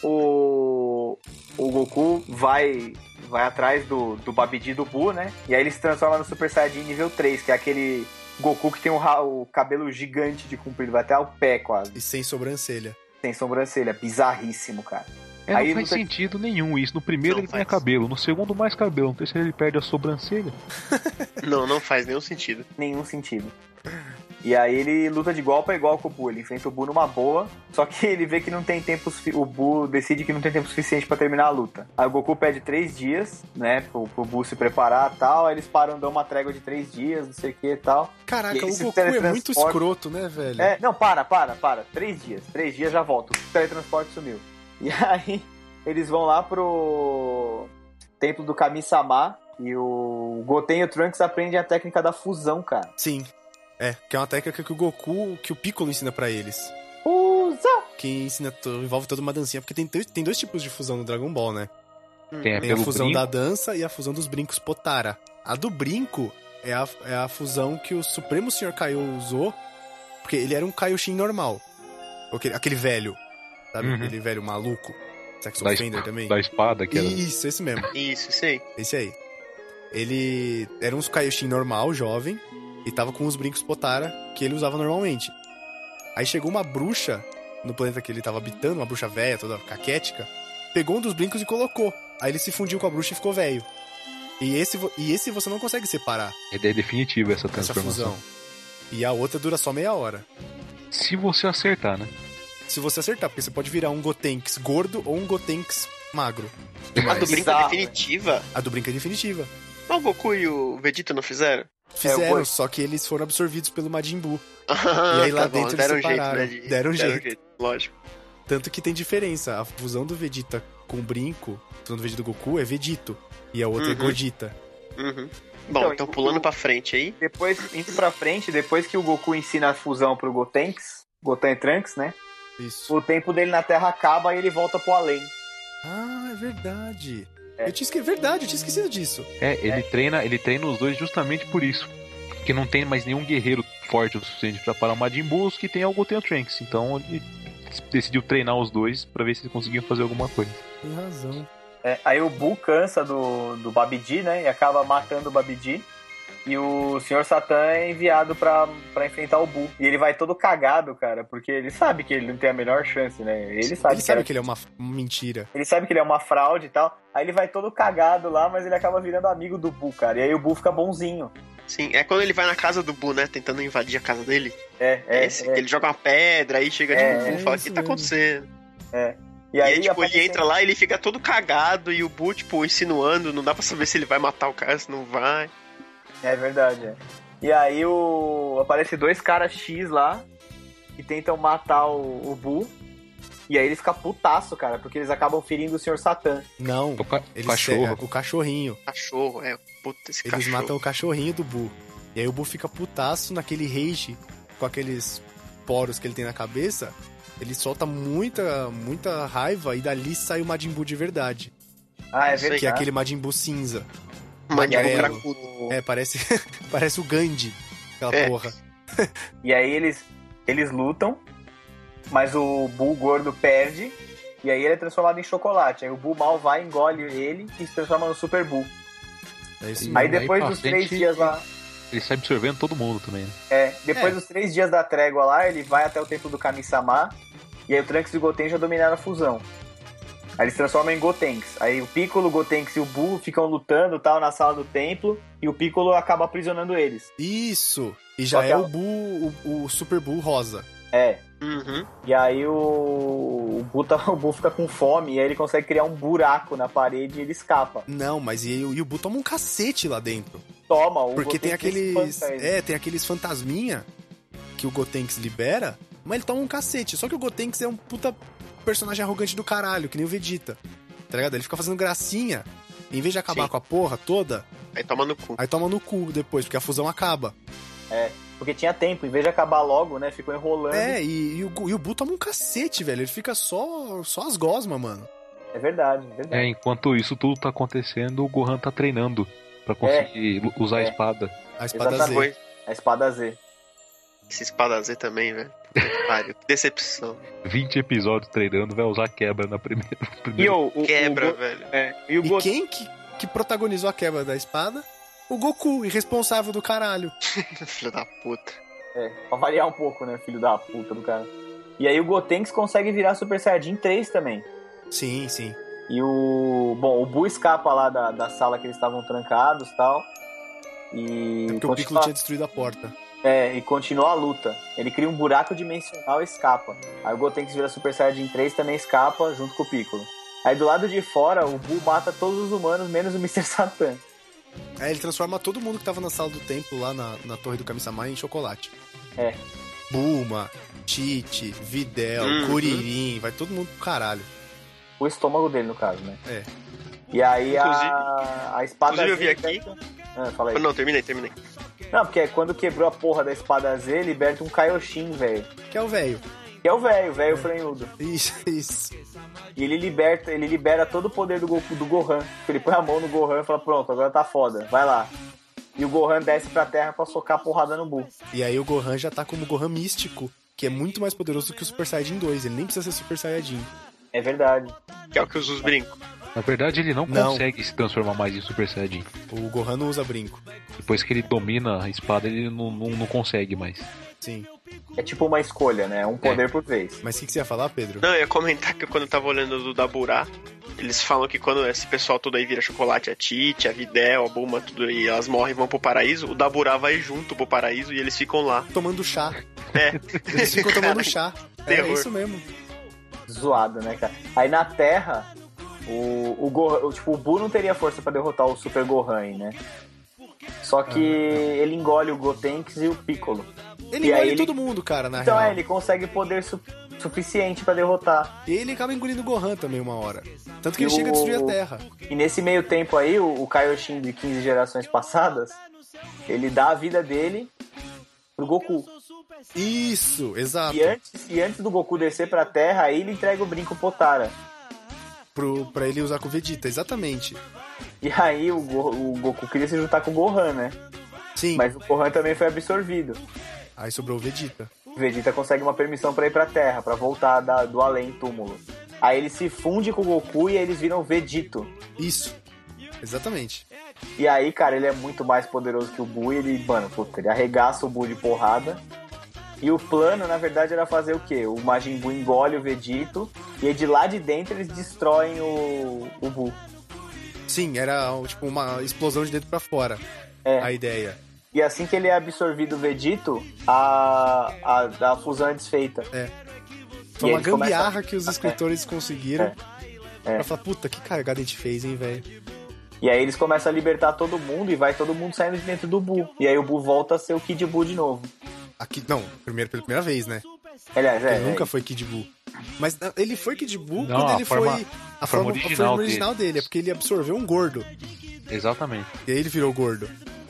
o, o Goku vai, vai atrás do, do Babidi e do Buu, né? E aí ele se transforma no Super Saiyajin nível três, que é aquele Goku que tem o, ra- o cabelo gigante de comprido, vai até o pé quase. E sem sobrancelha. Tem sobrancelha, bizarríssimo, cara. É, Aí não faz não tem- sentido nenhum isso. No primeiro Não ele ganha faz. cabelo, no segundo mais cabelo, no terceiro ele perde a sobrancelha. Não, não faz nenhum sentido. Nenhum sentido. E aí ele luta de igual pra igual com o Buu, ele enfrenta o Buu numa boa, só que ele vê que não tem tempo, sufi- o Buu decide que não tem tempo suficiente pra terminar a luta. Aí o Goku pede três dias, né, pro, pro Buu se preparar e tal, aí eles param, dão uma trégua de três dias, não sei o que e tal. Caraca, E aí o se Goku é muito teletransporta- escroto, né, velho? É, não, para, para, para, três dias, três dias já volto, o teletransporte sumiu. E aí eles vão lá pro templo do Kami-sama e o Goten e o Trunks aprendem a técnica da fusão, cara. Sim. É, que é uma técnica que o Goku, que o Piccolo ensina pra eles. Fusão! Que ensina, to- envolve toda uma dancinha, porque tem, dois- tem dois tipos de fusão no Dragon Ball, né? Tem, é Tem a pelo fusão brinco. da dança e a fusão dos brincos Potara. A do brinco é a, é a fusão que o Supremo Senhor Kaiô usou, porque ele era um Kaioshin normal. Aquele, aquele velho, sabe? Uhum. Aquele velho maluco. Sex Da, Offender esp- também. da espada, que era. Isso, esse mesmo. Isso, isso aí. Esse aí. Ele era um Kaioshin normal, jovem. e tava com os brincos Potara que ele usava normalmente. Aí chegou uma bruxa no planeta que ele tava habitando, uma bruxa velha, toda caquética, pegou um dos brincos e colocou. Aí ele se fundiu com a bruxa e ficou velho. E esse, e esse você não consegue separar. É definitiva essa Essa transformação. fusão. E a outra dura só meia hora. Se você acertar, né? Se você acertar, porque você pode virar um Gotenks gordo ou um Gotenks magro. A do brinco é Bizarro, definitiva? A do brinco é definitiva. Mas o Goku e o Vegeta não fizeram? Fizeram, É, eu vou- só que eles foram absorvidos pelo Majin Buu. Ah, E aí lá tá bom, dentro eles deram um jeito, separaram. né? de- Deram um jeito. Lógico. Tanto que tem diferença. A fusão do Vegeta com o brinco, a fusão do Vegeta do Goku é Vegito. E a outra é Uhum. Gogeta. Uhum. Bom, Então, então e- pulando o- pra frente aí. Depois, indo pra frente, depois que o Goku ensina a fusão pro Gotenks, Goten e Trunks, né? Isso. O tempo dele na Terra acaba e ele volta pro além. Ah, é verdade. É. Eu tinha esquecido. Verdade, eu tinha esquecido disso. É, ele treina, ele treina os dois justamente por isso. Porque não tem mais nenhum guerreiro forte o suficiente pra parar o Majin Buu, os que tem é o Goten e o Trunks. Então ele decidiu treinar os dois pra ver se eles conseguiam fazer alguma coisa. Tem razão. É, aí o Buu cansa do, do Babidi, né? E acaba matando o Babidi. E o senhor Satan é enviado pra, pra enfrentar o Buu. E ele vai todo cagado, cara, porque ele sabe que ele não tem a menor chance, né? Ele sabe, Ele que, sabe era- que ele é uma uma mentira. ele sabe que ele é uma fraude e tal. Aí ele vai todo cagado lá, mas ele acaba virando amigo do Buu, cara. E aí o Buu fica bonzinho. Sim, é quando ele vai na casa do Buu, né? Tentando invadir a casa dele. É, É, é, esse, é. que ele joga uma pedra, aí chega de É, novo é e fala: o isso que tá mesmo. acontecendo? E E aí, aí, tipo, aparece- ele entra lá, ele fica todo cagado e o Buu, tipo, insinuando, não dá pra saber se ele vai matar o cara, se não vai. É verdade, é. E aí o... aparece dois caras X lá que tentam matar o, o Buu. E aí ele fica putaço, cara, porque eles acabam ferindo o senhor Satan. Não, O, ca- eles cachorro. o cachorrinho. Cachorro, é, puta, esse Eles cachorro. matam o cachorrinho do Buu. E aí o Buu fica putaço naquele rage, com aqueles poros que ele tem na cabeça. Ele solta muita, muita raiva e dali sai o Majin Buu de verdade. Ah, é Isso aí, verdade. Que é aquele Majin Buu cinza. Mandíbula amarelo. cracudo. É, parece, parece o Gandhi, aquela É. porra. E aí eles, eles lutam, mas o Buu gordo perde. E aí ele é transformado em chocolate. Aí o Buu mal vai, engole ele e se transforma no Super Buu. É isso E mesmo. Aí daí depois pra dos frente, três dias lá... Ele sai absorvendo todo mundo também, né? É, depois É. dos três dias da trégua lá, ele vai até o templo do Kami-sama. E aí o Trunks e o Goten já dominaram a fusão. Aí eles se transformam em Gotenks. Aí o Piccolo, o Gotenks e o Buu ficam lutando tal na sala do templo. E o Piccolo acaba aprisionando eles. Isso! E já Só que é a- o Buu, o, o Super Buu rosa. É. Uhum. E aí o, o, Buu tá, o Buu fica com fome. E aí ele consegue criar um buraco na parede e ele escapa. Não, mas e, e o Buu toma um cacete lá dentro. Toma, o Porque tem Gotenks aqueles. espanta ele. É, tem aqueles fantasminha que o Gotenks libera, mas ele toma um cacete. Só que o Gotenks é um puta personagem arrogante do caralho, que nem o Vegeta. Tá ligado? Ele fica fazendo gracinha. Em vez de acabar Sim. com a porra toda, Aí toma no cu. aí toma no cu depois, porque a fusão acaba. Porque tinha tempo, em vez de acabar logo, né? Ficou enrolando. É, e, e o, Gu- e o Buu toma um cacete, velho. Ele fica só, só as gosmas, mano. É verdade, é verdade. É, enquanto isso tudo tá acontecendo, o Gohan tá treinando pra conseguir lu- usar É. a espada. A espada Exatamente. Z. A espada Z. Esse espada Z também, velho. Puta que pariu, que decepção. vinte episódios treinando, vai usar quebra na primeira. E primeira... o, o, Quebra, o, Go- velho. é, e o E Goten. quem que, que protagonizou a quebra da espada? O Goku, irresponsável do caralho. Filho da puta. É, pra variar um pouco, né, filho da puta do cara. E aí o Gotenks consegue virar Super Saiyajin três também. Sim, sim. E o... Bom, o Buu escapa lá da, da sala que eles estavam trancados e tal. E... É porque o continua- Piccolo tinha destruído a porta. É, e continua a luta. Ele cria um buraco dimensional e escapa. Aí o Gotenks vira Super Saiyajin três também escapa junto com o Piccolo. Aí do lado de fora, o Buu mata todos os humanos, menos o mister Satan. Aí ele transforma todo mundo que tava na sala do templo, lá na, na torre do Kami-sama, em chocolate. É. Bulma, Tite, Videl, Uhum. Kuririn, vai todo mundo pro caralho. O estômago dele, no caso, né? É. E aí Inclusive- a, a espada inclusive eu vi Z aqui- liberta- Ah, fala aí. Não, terminei, terminei. Não, porque quando quebrou a porra da espada Z, liberta um Kaioshin, velho. Que é o velho. Que é o velho, o velho franhudo. Isso, isso. E ele liberta, ele libera todo o poder do Goku, do Gohan. Ele põe a mão no Gohan e fala, pronto, agora tá foda, vai lá. E o Gohan desce pra terra pra socar a porrada no Buu. E aí o Gohan já tá como Gohan místico, que é muito mais poderoso que o Super Saiyajin dois. Ele nem precisa ser Super Saiyajin. É verdade. Que é o que usa os brincos. Na verdade, ele não, Não. consegue se transformar mais em Super Saiyajin. O Gohan não usa brinco. Depois que ele domina a espada, ele não, não, não consegue mais. Sim. É tipo uma escolha, né? Um poder É. por vez. Mas o que, que você ia falar, Pedro? Não, eu ia comentar que quando eu tava olhando do Daburá, eles falam que quando esse pessoal todo aí vira chocolate, a Tite, a Videl, a Bulma, tudo aí, elas morrem e vão pro paraíso, o Daburá vai junto pro paraíso e eles ficam lá. Tomando chá. É. Eles ficam tomando chá. É Terror. isso mesmo. Zoado, né, cara? Aí na Terra, o, o, Gohan, o, tipo, o Buu não teria força pra derrotar o Super Gohan, né? Só que Ah, ele engole o Gotenks e o Piccolo. Ele E aí engole ele- todo mundo, cara, na Então real. é, ele consegue poder su- suficiente pra derrotar. E ele acaba engolindo o Gohan também uma hora. Tanto que E ele chega a destruir a o- Terra. E nesse meio tempo aí, o, o Kaioshin de quinze gerações passadas, ele dá a vida dele pro Goku. Isso, exato. E antes, e antes do Goku descer pra Terra, aí ele entrega o brinco Potara. Pro, pra ele usar com o Vegeta, exatamente. E aí o, Go- o Goku queria se juntar com o Gohan, né? Sim. Mas o Gohan também foi absorvido. Aí sobrou o Vegeta. O Vegeta consegue uma permissão pra ir pra Terra, pra voltar da- do além túmulo. Aí ele se funde com o Goku e aí eles viram Vegito. Isso. Exatamente. E aí, cara, ele é muito mais poderoso que o Buu e ele, mano, puta, ele arregaça o Buu de porrada. E o plano, na verdade, era fazer o quê? O Majin Buu engole o Vegito e aí de lá de dentro eles destroem o, o Buu. Sim, era tipo uma explosão de dentro pra fora. É. A ideia. E assim que ele é absorvido o Vegito, a, a, a fusão é desfeita. É. E Foi uma eles começam- gambiarra que os escritores conseguiram É. É. pra falar, puta, que cagada a gente fez, hein, velho. E aí eles começam a libertar todo mundo e vai todo mundo saindo de dentro do Buu. E aí o Buu volta a ser o Kid Buu de novo. Aqui, não, primeiro, pela primeira vez, né? Aliás, é, Ele nunca é. foi Kid Buu. Mas não, ele foi Kid Buu Não, quando a ele forma- foi... A a forma forma, original a forma original dele. É porque ele absorveu um gordo. Exatamente. E aí ele virou gordo.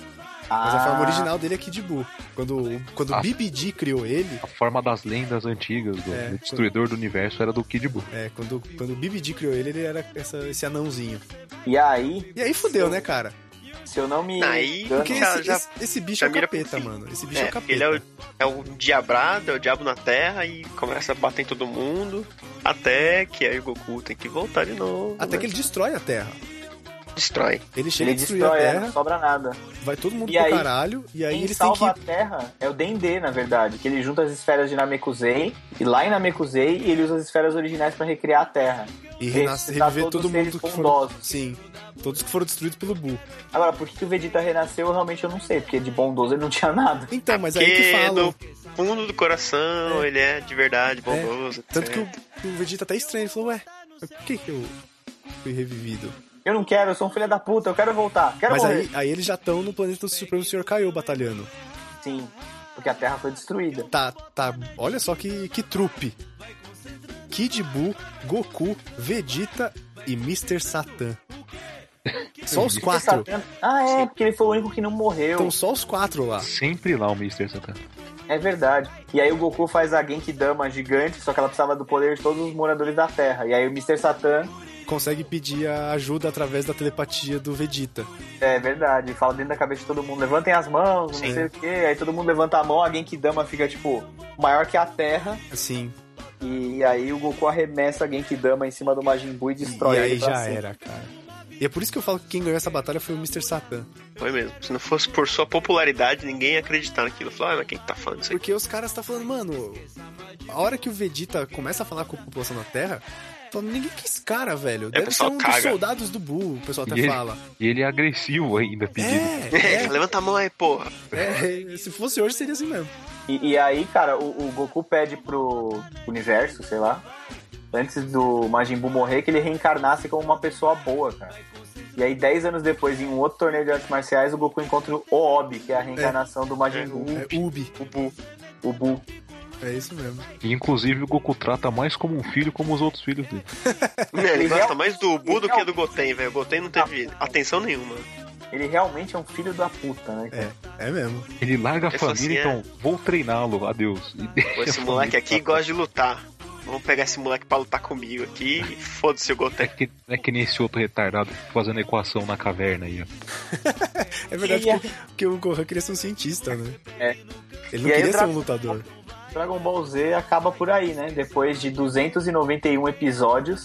Mas a Ah. forma original dele é Kid Buu. Quando, quando o Ah. B B D criou ele... A forma das lendas antigas do, É, do Destruidor do Universo era do Kid Buu. É, quando, quando o B B D criou ele, ele era essa, esse anãozinho. E aí, E aí fudeu, né, cara? se eu não me Aí, engano, Porque Já- esse, já- esse, esse bicho já é o mira pro capeta, fim. mano. Esse bicho é, É, o capeta. ele é o, é o diabrado, é o diabo na terra e começa a bater em todo mundo. Até que aí o Goku tem que voltar de novo. Até né? que ele destrói a Terra. destrói. Ele chega ele a destruir destrói, a é, Terra, não sobra nada. vai todo mundo E pro aí, caralho, e aí Quem eles têm salva que... a Terra é o Dendê, na verdade, que ele junta as esferas de Namekusei, e lá em Namekusei ele usa as esferas originais pra recriar a Terra. E renasce, ressuscitar reviver todos todo os seres mundo que foram... bondosos. Sim, todos que foram destruídos pelo Buu. Agora, por que que o Vegeta renasceu, realmente eu não sei, porque de bondoso ele não tinha nada. Então, mas aí que Porque falam... do fundo do coração É. ele é de verdade, bondoso. Tanto que o, etcétera. que o Vegeta tá estranho, ele falou, ué, mas por que que eu fui revivido? Eu não quero, eu sou um filho da puta, eu quero voltar, quero Mas morrer. aí, aí eles já estão no planeta do Supremo Senhor Kaiô batalhando. Sim, porque a Terra foi destruída. Tá, tá, olha só que, que trupe. Kid Buu, Goku, Vegeta e mister Satan. Só os quatro. Satan- Ah, é, porque ele foi o único que não morreu. Estão só os quatro lá. Sempre lá o mister Satan. É verdade. E aí o Goku faz a Genkidama gigante, só que ela precisava do poder de todos os moradores da Terra. E aí o mister Satan, Consegue pedir a ajuda através da telepatia do Vegeta. é verdade, fala dentro da cabeça de todo mundo, levantem as mãos, não Sim. sei o quê. Aí todo mundo levanta a mão, a Genkidama fica, tipo, maior que a Terra. Assim. E aí o Goku arremessa a Genkidama em cima do Majin Buu e destrói E aí ele pra já cima. era, cara. E é por isso que eu falo que quem ganhou essa batalha foi o mister Satan. Foi mesmo. Se não fosse por sua popularidade, ninguém ia acreditar naquilo. Falou, ah, mas quem que tá falando isso aqui? Porque os caras tá falando, mano, a hora que o Vegeta começa a falar com a população da Terra, falando, ninguém que esse cara, velho. o Deve ser pessoal um caga. dos soldados do Buu, o pessoal até E ele- fala. E ele é agressivo ainda, pedindo. É, Levanta a mão aí, porra. é, é, se fosse hoje seria assim mesmo. E, e aí, cara, o, o Goku pede pro universo, sei lá, antes do Majin Buu morrer, que ele reencarnasse como uma pessoa boa, cara. E aí, dez anos depois, em um outro torneio de artes marciais, o Goku encontra o Obi, que é a reencarnação do Majin Buu. É Ubi. O Buu. O Buu. É isso mesmo. E inclusive o Goku trata mais como um filho como os outros filhos dele. Ele gosta real- mais do Bu do ele que do Goten, velho. O Goten não teve atenção nenhuma. Ele realmente é um filho da puta, né? cara? É, é mesmo. Ele larga a Esse família, assim é- então vou treiná-lo, adeus. E deixa Pô, esse a moleque família aqui pra- gosta de lutar. Vamos pegar esse moleque pra lutar comigo aqui e foda-se o É Goten. que, é que nem esse outro retardado fazendo equação na caverna aí, ó. É verdade E que, que o Gohan queria ser um cientista, né? É. Ele não E aí queria o ser Dra- um lutador. Dragon Ball Z acaba por aí, né? Depois de duzentos e noventa e um episódios,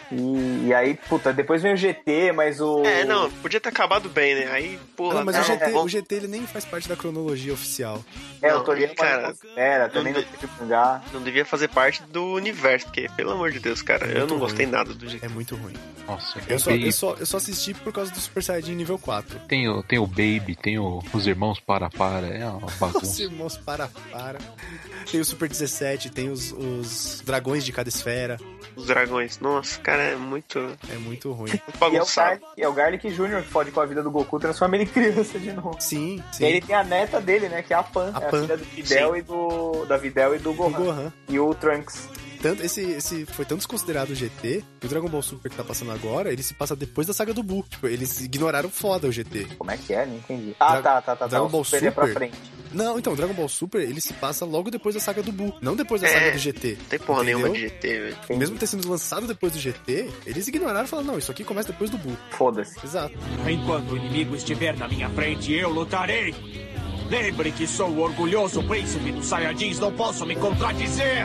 E, e aí, puta, depois vem o G T, mas o... É, não, podia ter acabado bem, né? Aí, porra... Não, mas não, o, G T, bom. o G T ele nem faz parte da cronologia oficial. É, Não, o Toriyama cara, era, também não teve mangá. Não devia fazer parte do universo, porque, pelo amor de Deus, cara, É eu muito não gostei ruim. nada do G T. É muito ruim. Nossa, Eu só, tem, eu, só, eu só assisti por causa do Super Saiyajin nível quatro. tem, o, tem o Baby, tem o, os irmãos Para Para, é uma Os bagunça. irmãos para para. Tem o Super dezessete, tem os, os dragões de cada esfera. Os dragões. Nossa, cara, é muito, É muito ruim. muito E é o, bagunçado. Garlic, é o Garlic Júnior que fode com a vida do Goku, transforma ele em criança de novo. Sim, E sim. aí ele tem a neta dele, né, que é a Pan. A é Pan. a filha do Videl e do... da Videl e do O Gohan. Gohan. E o Trunks. Tanto, esse, esse foi tão desconsiderado o G T que o Dragon Ball Super que tá passando agora, ele se passa depois da saga do Buu. Tipo, eles ignoraram foda o G T. Como é que é? Não entendi. Ah, Dra- tá, tá, tá. Dragon tá. Ball O Super ia pra Super? frente. Não, então, o Dragon Ball Super, ele se passa logo depois da saga do Buu, não depois da saga É. do G T. Não tem porra Entendeu? nenhuma de G T, velho. Mesmo ter sido lançado depois do G T, eles ignoraram e falaram, não, isso aqui começa depois do Buu. Foda-se. Exato. Enquanto o inimigo estiver na minha frente, eu lutarei. Lembre que sou o orgulhoso príncipe dos Saiyajins, não posso me contradizer.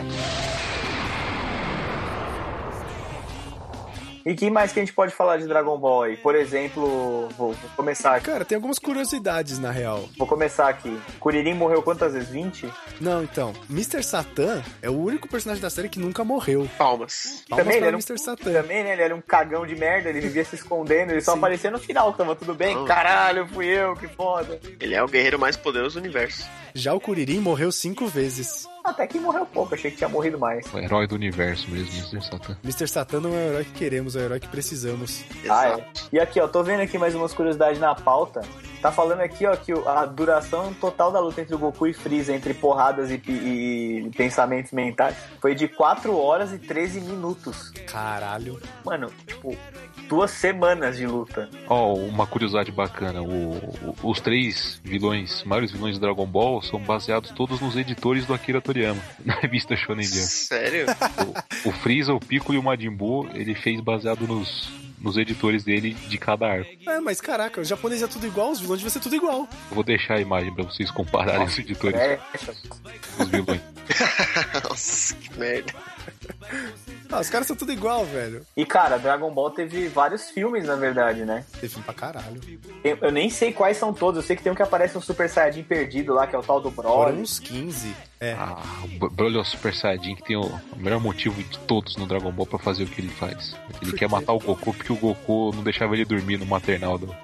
E que mais que a gente pode falar de Dragon Ball aí? Por exemplo, vou, vou começar aqui. Cara, tem algumas curiosidades, na real. Vou começar aqui. Kuririn morreu quantas vezes? vinte? Não, então, mister Satan é o único personagem da série que nunca morreu. Palmas. Palmas Também ele pra era um- mister Satan. Também, né? Ele era um cagão de merda, ele vivia se escondendo, ele só Sim. aparecia no final, que tava tudo bem. Oh. Caralho, fui eu, que foda. Ele é o guerreiro mais poderoso do universo. Já o Kuririn morreu cinco vezes. Até que morreu pouco, achei que tinha morrido mais. O herói do universo mesmo, mister Satan. mister Satan não é o herói que queremos, é o herói que precisamos. Ah, Exato. é. E aqui, ó, tô vendo aqui mais umas curiosidades na pauta. Tá falando aqui, ó, que o- a duração total da luta entre o Goku e Freeza, entre porradas e, e- e pensamentos mentais, foi de quatro horas e treze minutos. Caralho. Mano, tipo, duas semanas de luta. Ó, uma curiosidade bacana, o- o- os três vilões, maiores vilões do Dragon Ball, são baseados todos nos editores do Akira Toriyama, na revista Shonen Jump. Sério? O, o Freeza, o Piccolo e o Majin Buu, ele fez baseado nos, nos editores dele de cada arco. É, mas caraca, o japonês é tudo igual, os vilões devem ser tudo igual. Eu vou deixar a imagem pra vocês compararem os editores É, dos vilões. Nossa, que merda. Ah, os caras são tudo igual, velho. e cara, Dragon Ball teve vários filmes, na verdade, né? Tem filme pra caralho. Eu, eu nem sei quais são todos, eu sei que tem um que aparece um Super Saiyajin perdido lá, que é o tal do Foram Broly. uns quinze. É. Ah, o Bro- Broly é o Super Saiyajin que tem o, o melhor motivo de todos no Dragon Ball pra fazer o que ele faz. Ele Por quer quê? matar o Goku porque o Goku não deixava ele dormir no maternal do...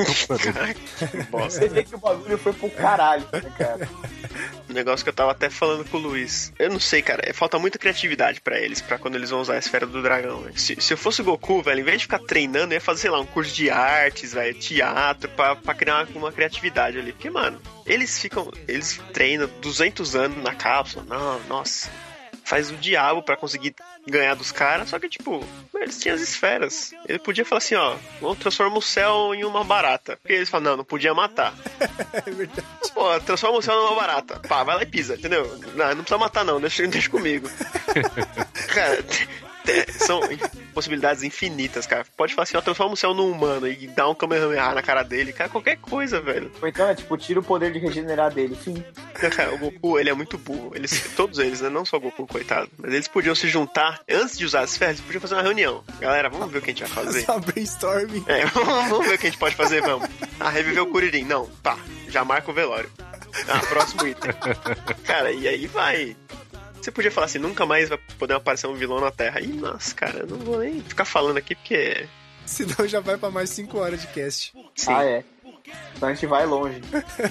Que bosta. Você vê que o bagulho foi pro caralho, né, cara? Um negócio que eu tava até falando com o Luiz. Eu não sei, cara. é- Falta muita criatividade pra eles, pra quando eles vão usar a esfera do dragão, velho. Se, se eu fosse o Goku, velho, em vez de ficar treinando, eu ia fazer, sei lá, um curso de artes, velho, teatro, pra, pra criar uma, uma criatividade ali. Porque, mano, eles ficam. Eles treinam duzentos anos na cápsula. Não, nossa. Faz o diabo pra conseguir ganhar dos caras. Só que, tipo, eles tinham as esferas. Ele podia falar assim, ó, vamos transformar o céu em uma barata. Porque eles falam, não, não podia matar. É verdade. Pô, transforma o céu numa barata. Pá, vai lá e pisa, entendeu? Não, não precisa matar não, deixa, deixa comigo. Cara, te- são possibilidades infinitas, cara. Pode falar assim, ó, transforma o céu num humano e dá um Kamehameha na cara dele. Cara, qualquer coisa, velho. Ou então é tipo, tira o poder de regenerar dele, fim. Cara, o Goku, ele é muito burro. Eles, todos eles, né? Não só o Goku, coitado. Mas eles podiam se juntar, antes de usar as esferas, eles podiam fazer uma reunião. Galera, vamos ver o que a gente vai fazer. Só brainstorming. É, vamos ver o que a gente pode fazer, vamos. Ah, reviver o Kuririn. Não, pá, já marca o velório. Ah, próximo item. Cara, e aí vai. Você podia falar assim, nunca mais vai poder aparecer um vilão na Terra. Ih, nossa, cara, eu não vou nem ficar falando aqui porque... Senão já vai pra mais cinco horas de cast. Sim. Ah, é. Então a gente vai longe.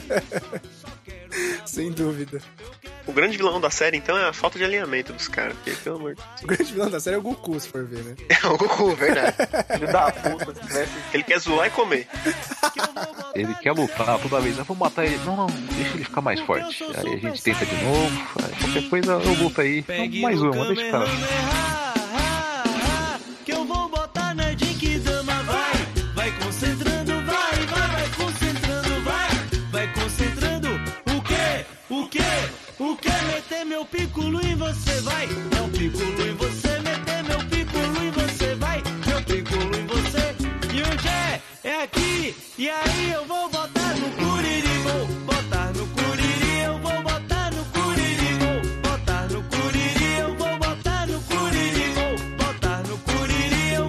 Sem dúvida. O grande vilão da série, então, é a falta de alinhamento dos caras. Porque, pelo amor de O grande vilão da série é o Goku, se for ver, né? Deus. É o Goku, verdade. Filho da puta, se tivesse... Ele quer zoar e comer. Ele quer lutar toda vez. Ah, vou matar ele. Não, não, deixa ele ficar mais forte. Aí a gente tenta de novo. Aí qualquer coisa eu luto aí. Não, mais uma, deixa o cara. Que eu vou botar na Jinkidama, vai, vai concentrando, vai, vai, vai concentrando, vai, vai concentrando. O quê? O quê? O quê? Meter meu piccolo em você, vai, não piccolo em você, meter meu piccolo em você, vai, meu piccolo em você. E onde é? É aqui. E aí eu vou botar no Kuririn, vou botar no Kuririn, eu vou botar no Kuririn, vou botar no Kuririn, eu vou botar no Kuririn, vou botar no Kuririn, eu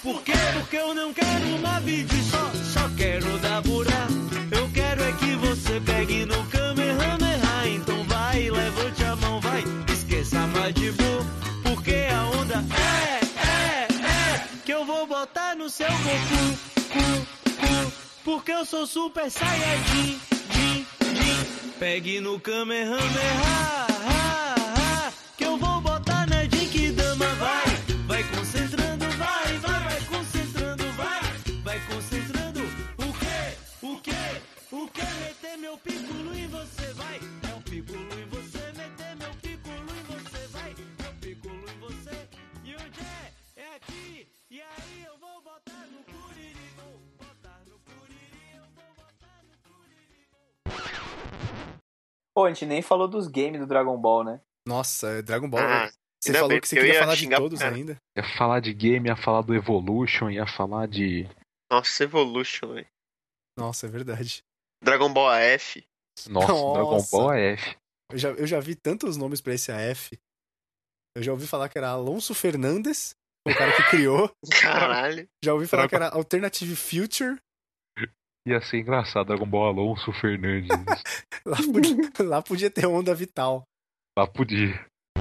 Por quê? Porque eu não quero uma vídeo só, só quero dar burá. Eu quero é que você pegue no Kamehameha. Então vai, levante a mão, vai, esqueça a Majin-Buu. Porque a onda é, é, é, que eu vou botar no seu Goku, cu, cu. Porque eu sou Super Saiyajin, din, din. Pegue no Kamehameha, ha, ha, que eu vou botar na Genkidama, vai. Vai concentrando, vai, vai, vai concentrando, vai. Vai concentrando, o quê, o quê, o quê? Meter meu piccolo em você, vai. É um piccolo em você, meter meu piccolo em você, vai. É um piccolo em você, e onde é? É aqui, e aí eu vou botar no Kuriri, vou botar no Kuriri, eu vou botar no Kuriri. Pô, a gente nem falou dos games do Dragon Ball, né? Nossa, é Dragon Ball. Ah, Você ainda falou bem, que você eu queria ia falar de xingar pro todos cara. ainda. Ia falar de game, ia falar do Evolution, ia falar de. Nossa, Evolution, velho. Nossa, é verdade. Dragon Ball A F. Nossa, Nossa. Dragon Ball F. Eu já, eu já vi tantos nomes pra esse A F. Eu já ouvi falar que era Alonso Fernandes, o cara que criou. Caralho. Já ouvi falar que era Alternative Future. Ia ser engraçado, Dragon Ball Alonso Fernandes. Lá podia, lá podia ter onda vital. Lá podia.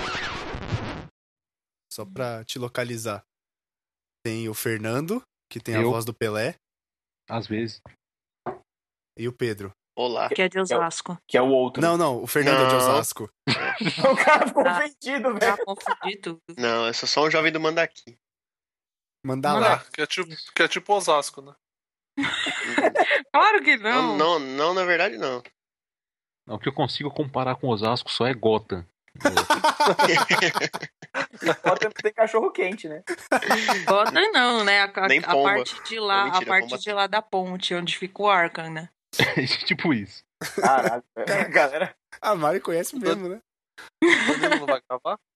Só pra te localizar. Tem o Fernando, que tem a Eu. voz do Pelé, Às vezes. e o Pedro. Olá. Que é de Osasco. Que é o outro. Não, não, o Fernando é de Não. Osasco. O cara ficou Ah. ofendido, Já velho. confundi tudo. Não, eu sou só um jovem do Mandaki. Manda Manda. lá. Ah, que é tipo, que é tipo Osasco, né? Claro que Não, não. não, não, na verdade não. Não, o que eu consigo comparar com Osasco só é Gotham. Pode ter cachorro quente, né? Gotham não, né? A, a- Nem a pomba. parte de lá, Não, mentira, a parte pomba de tem. lá da ponte, onde fica o Arkham, né? tipo isso. Caralho, velho. Galera. A Mari conhece mesmo, né? O Danilo não vai gravar?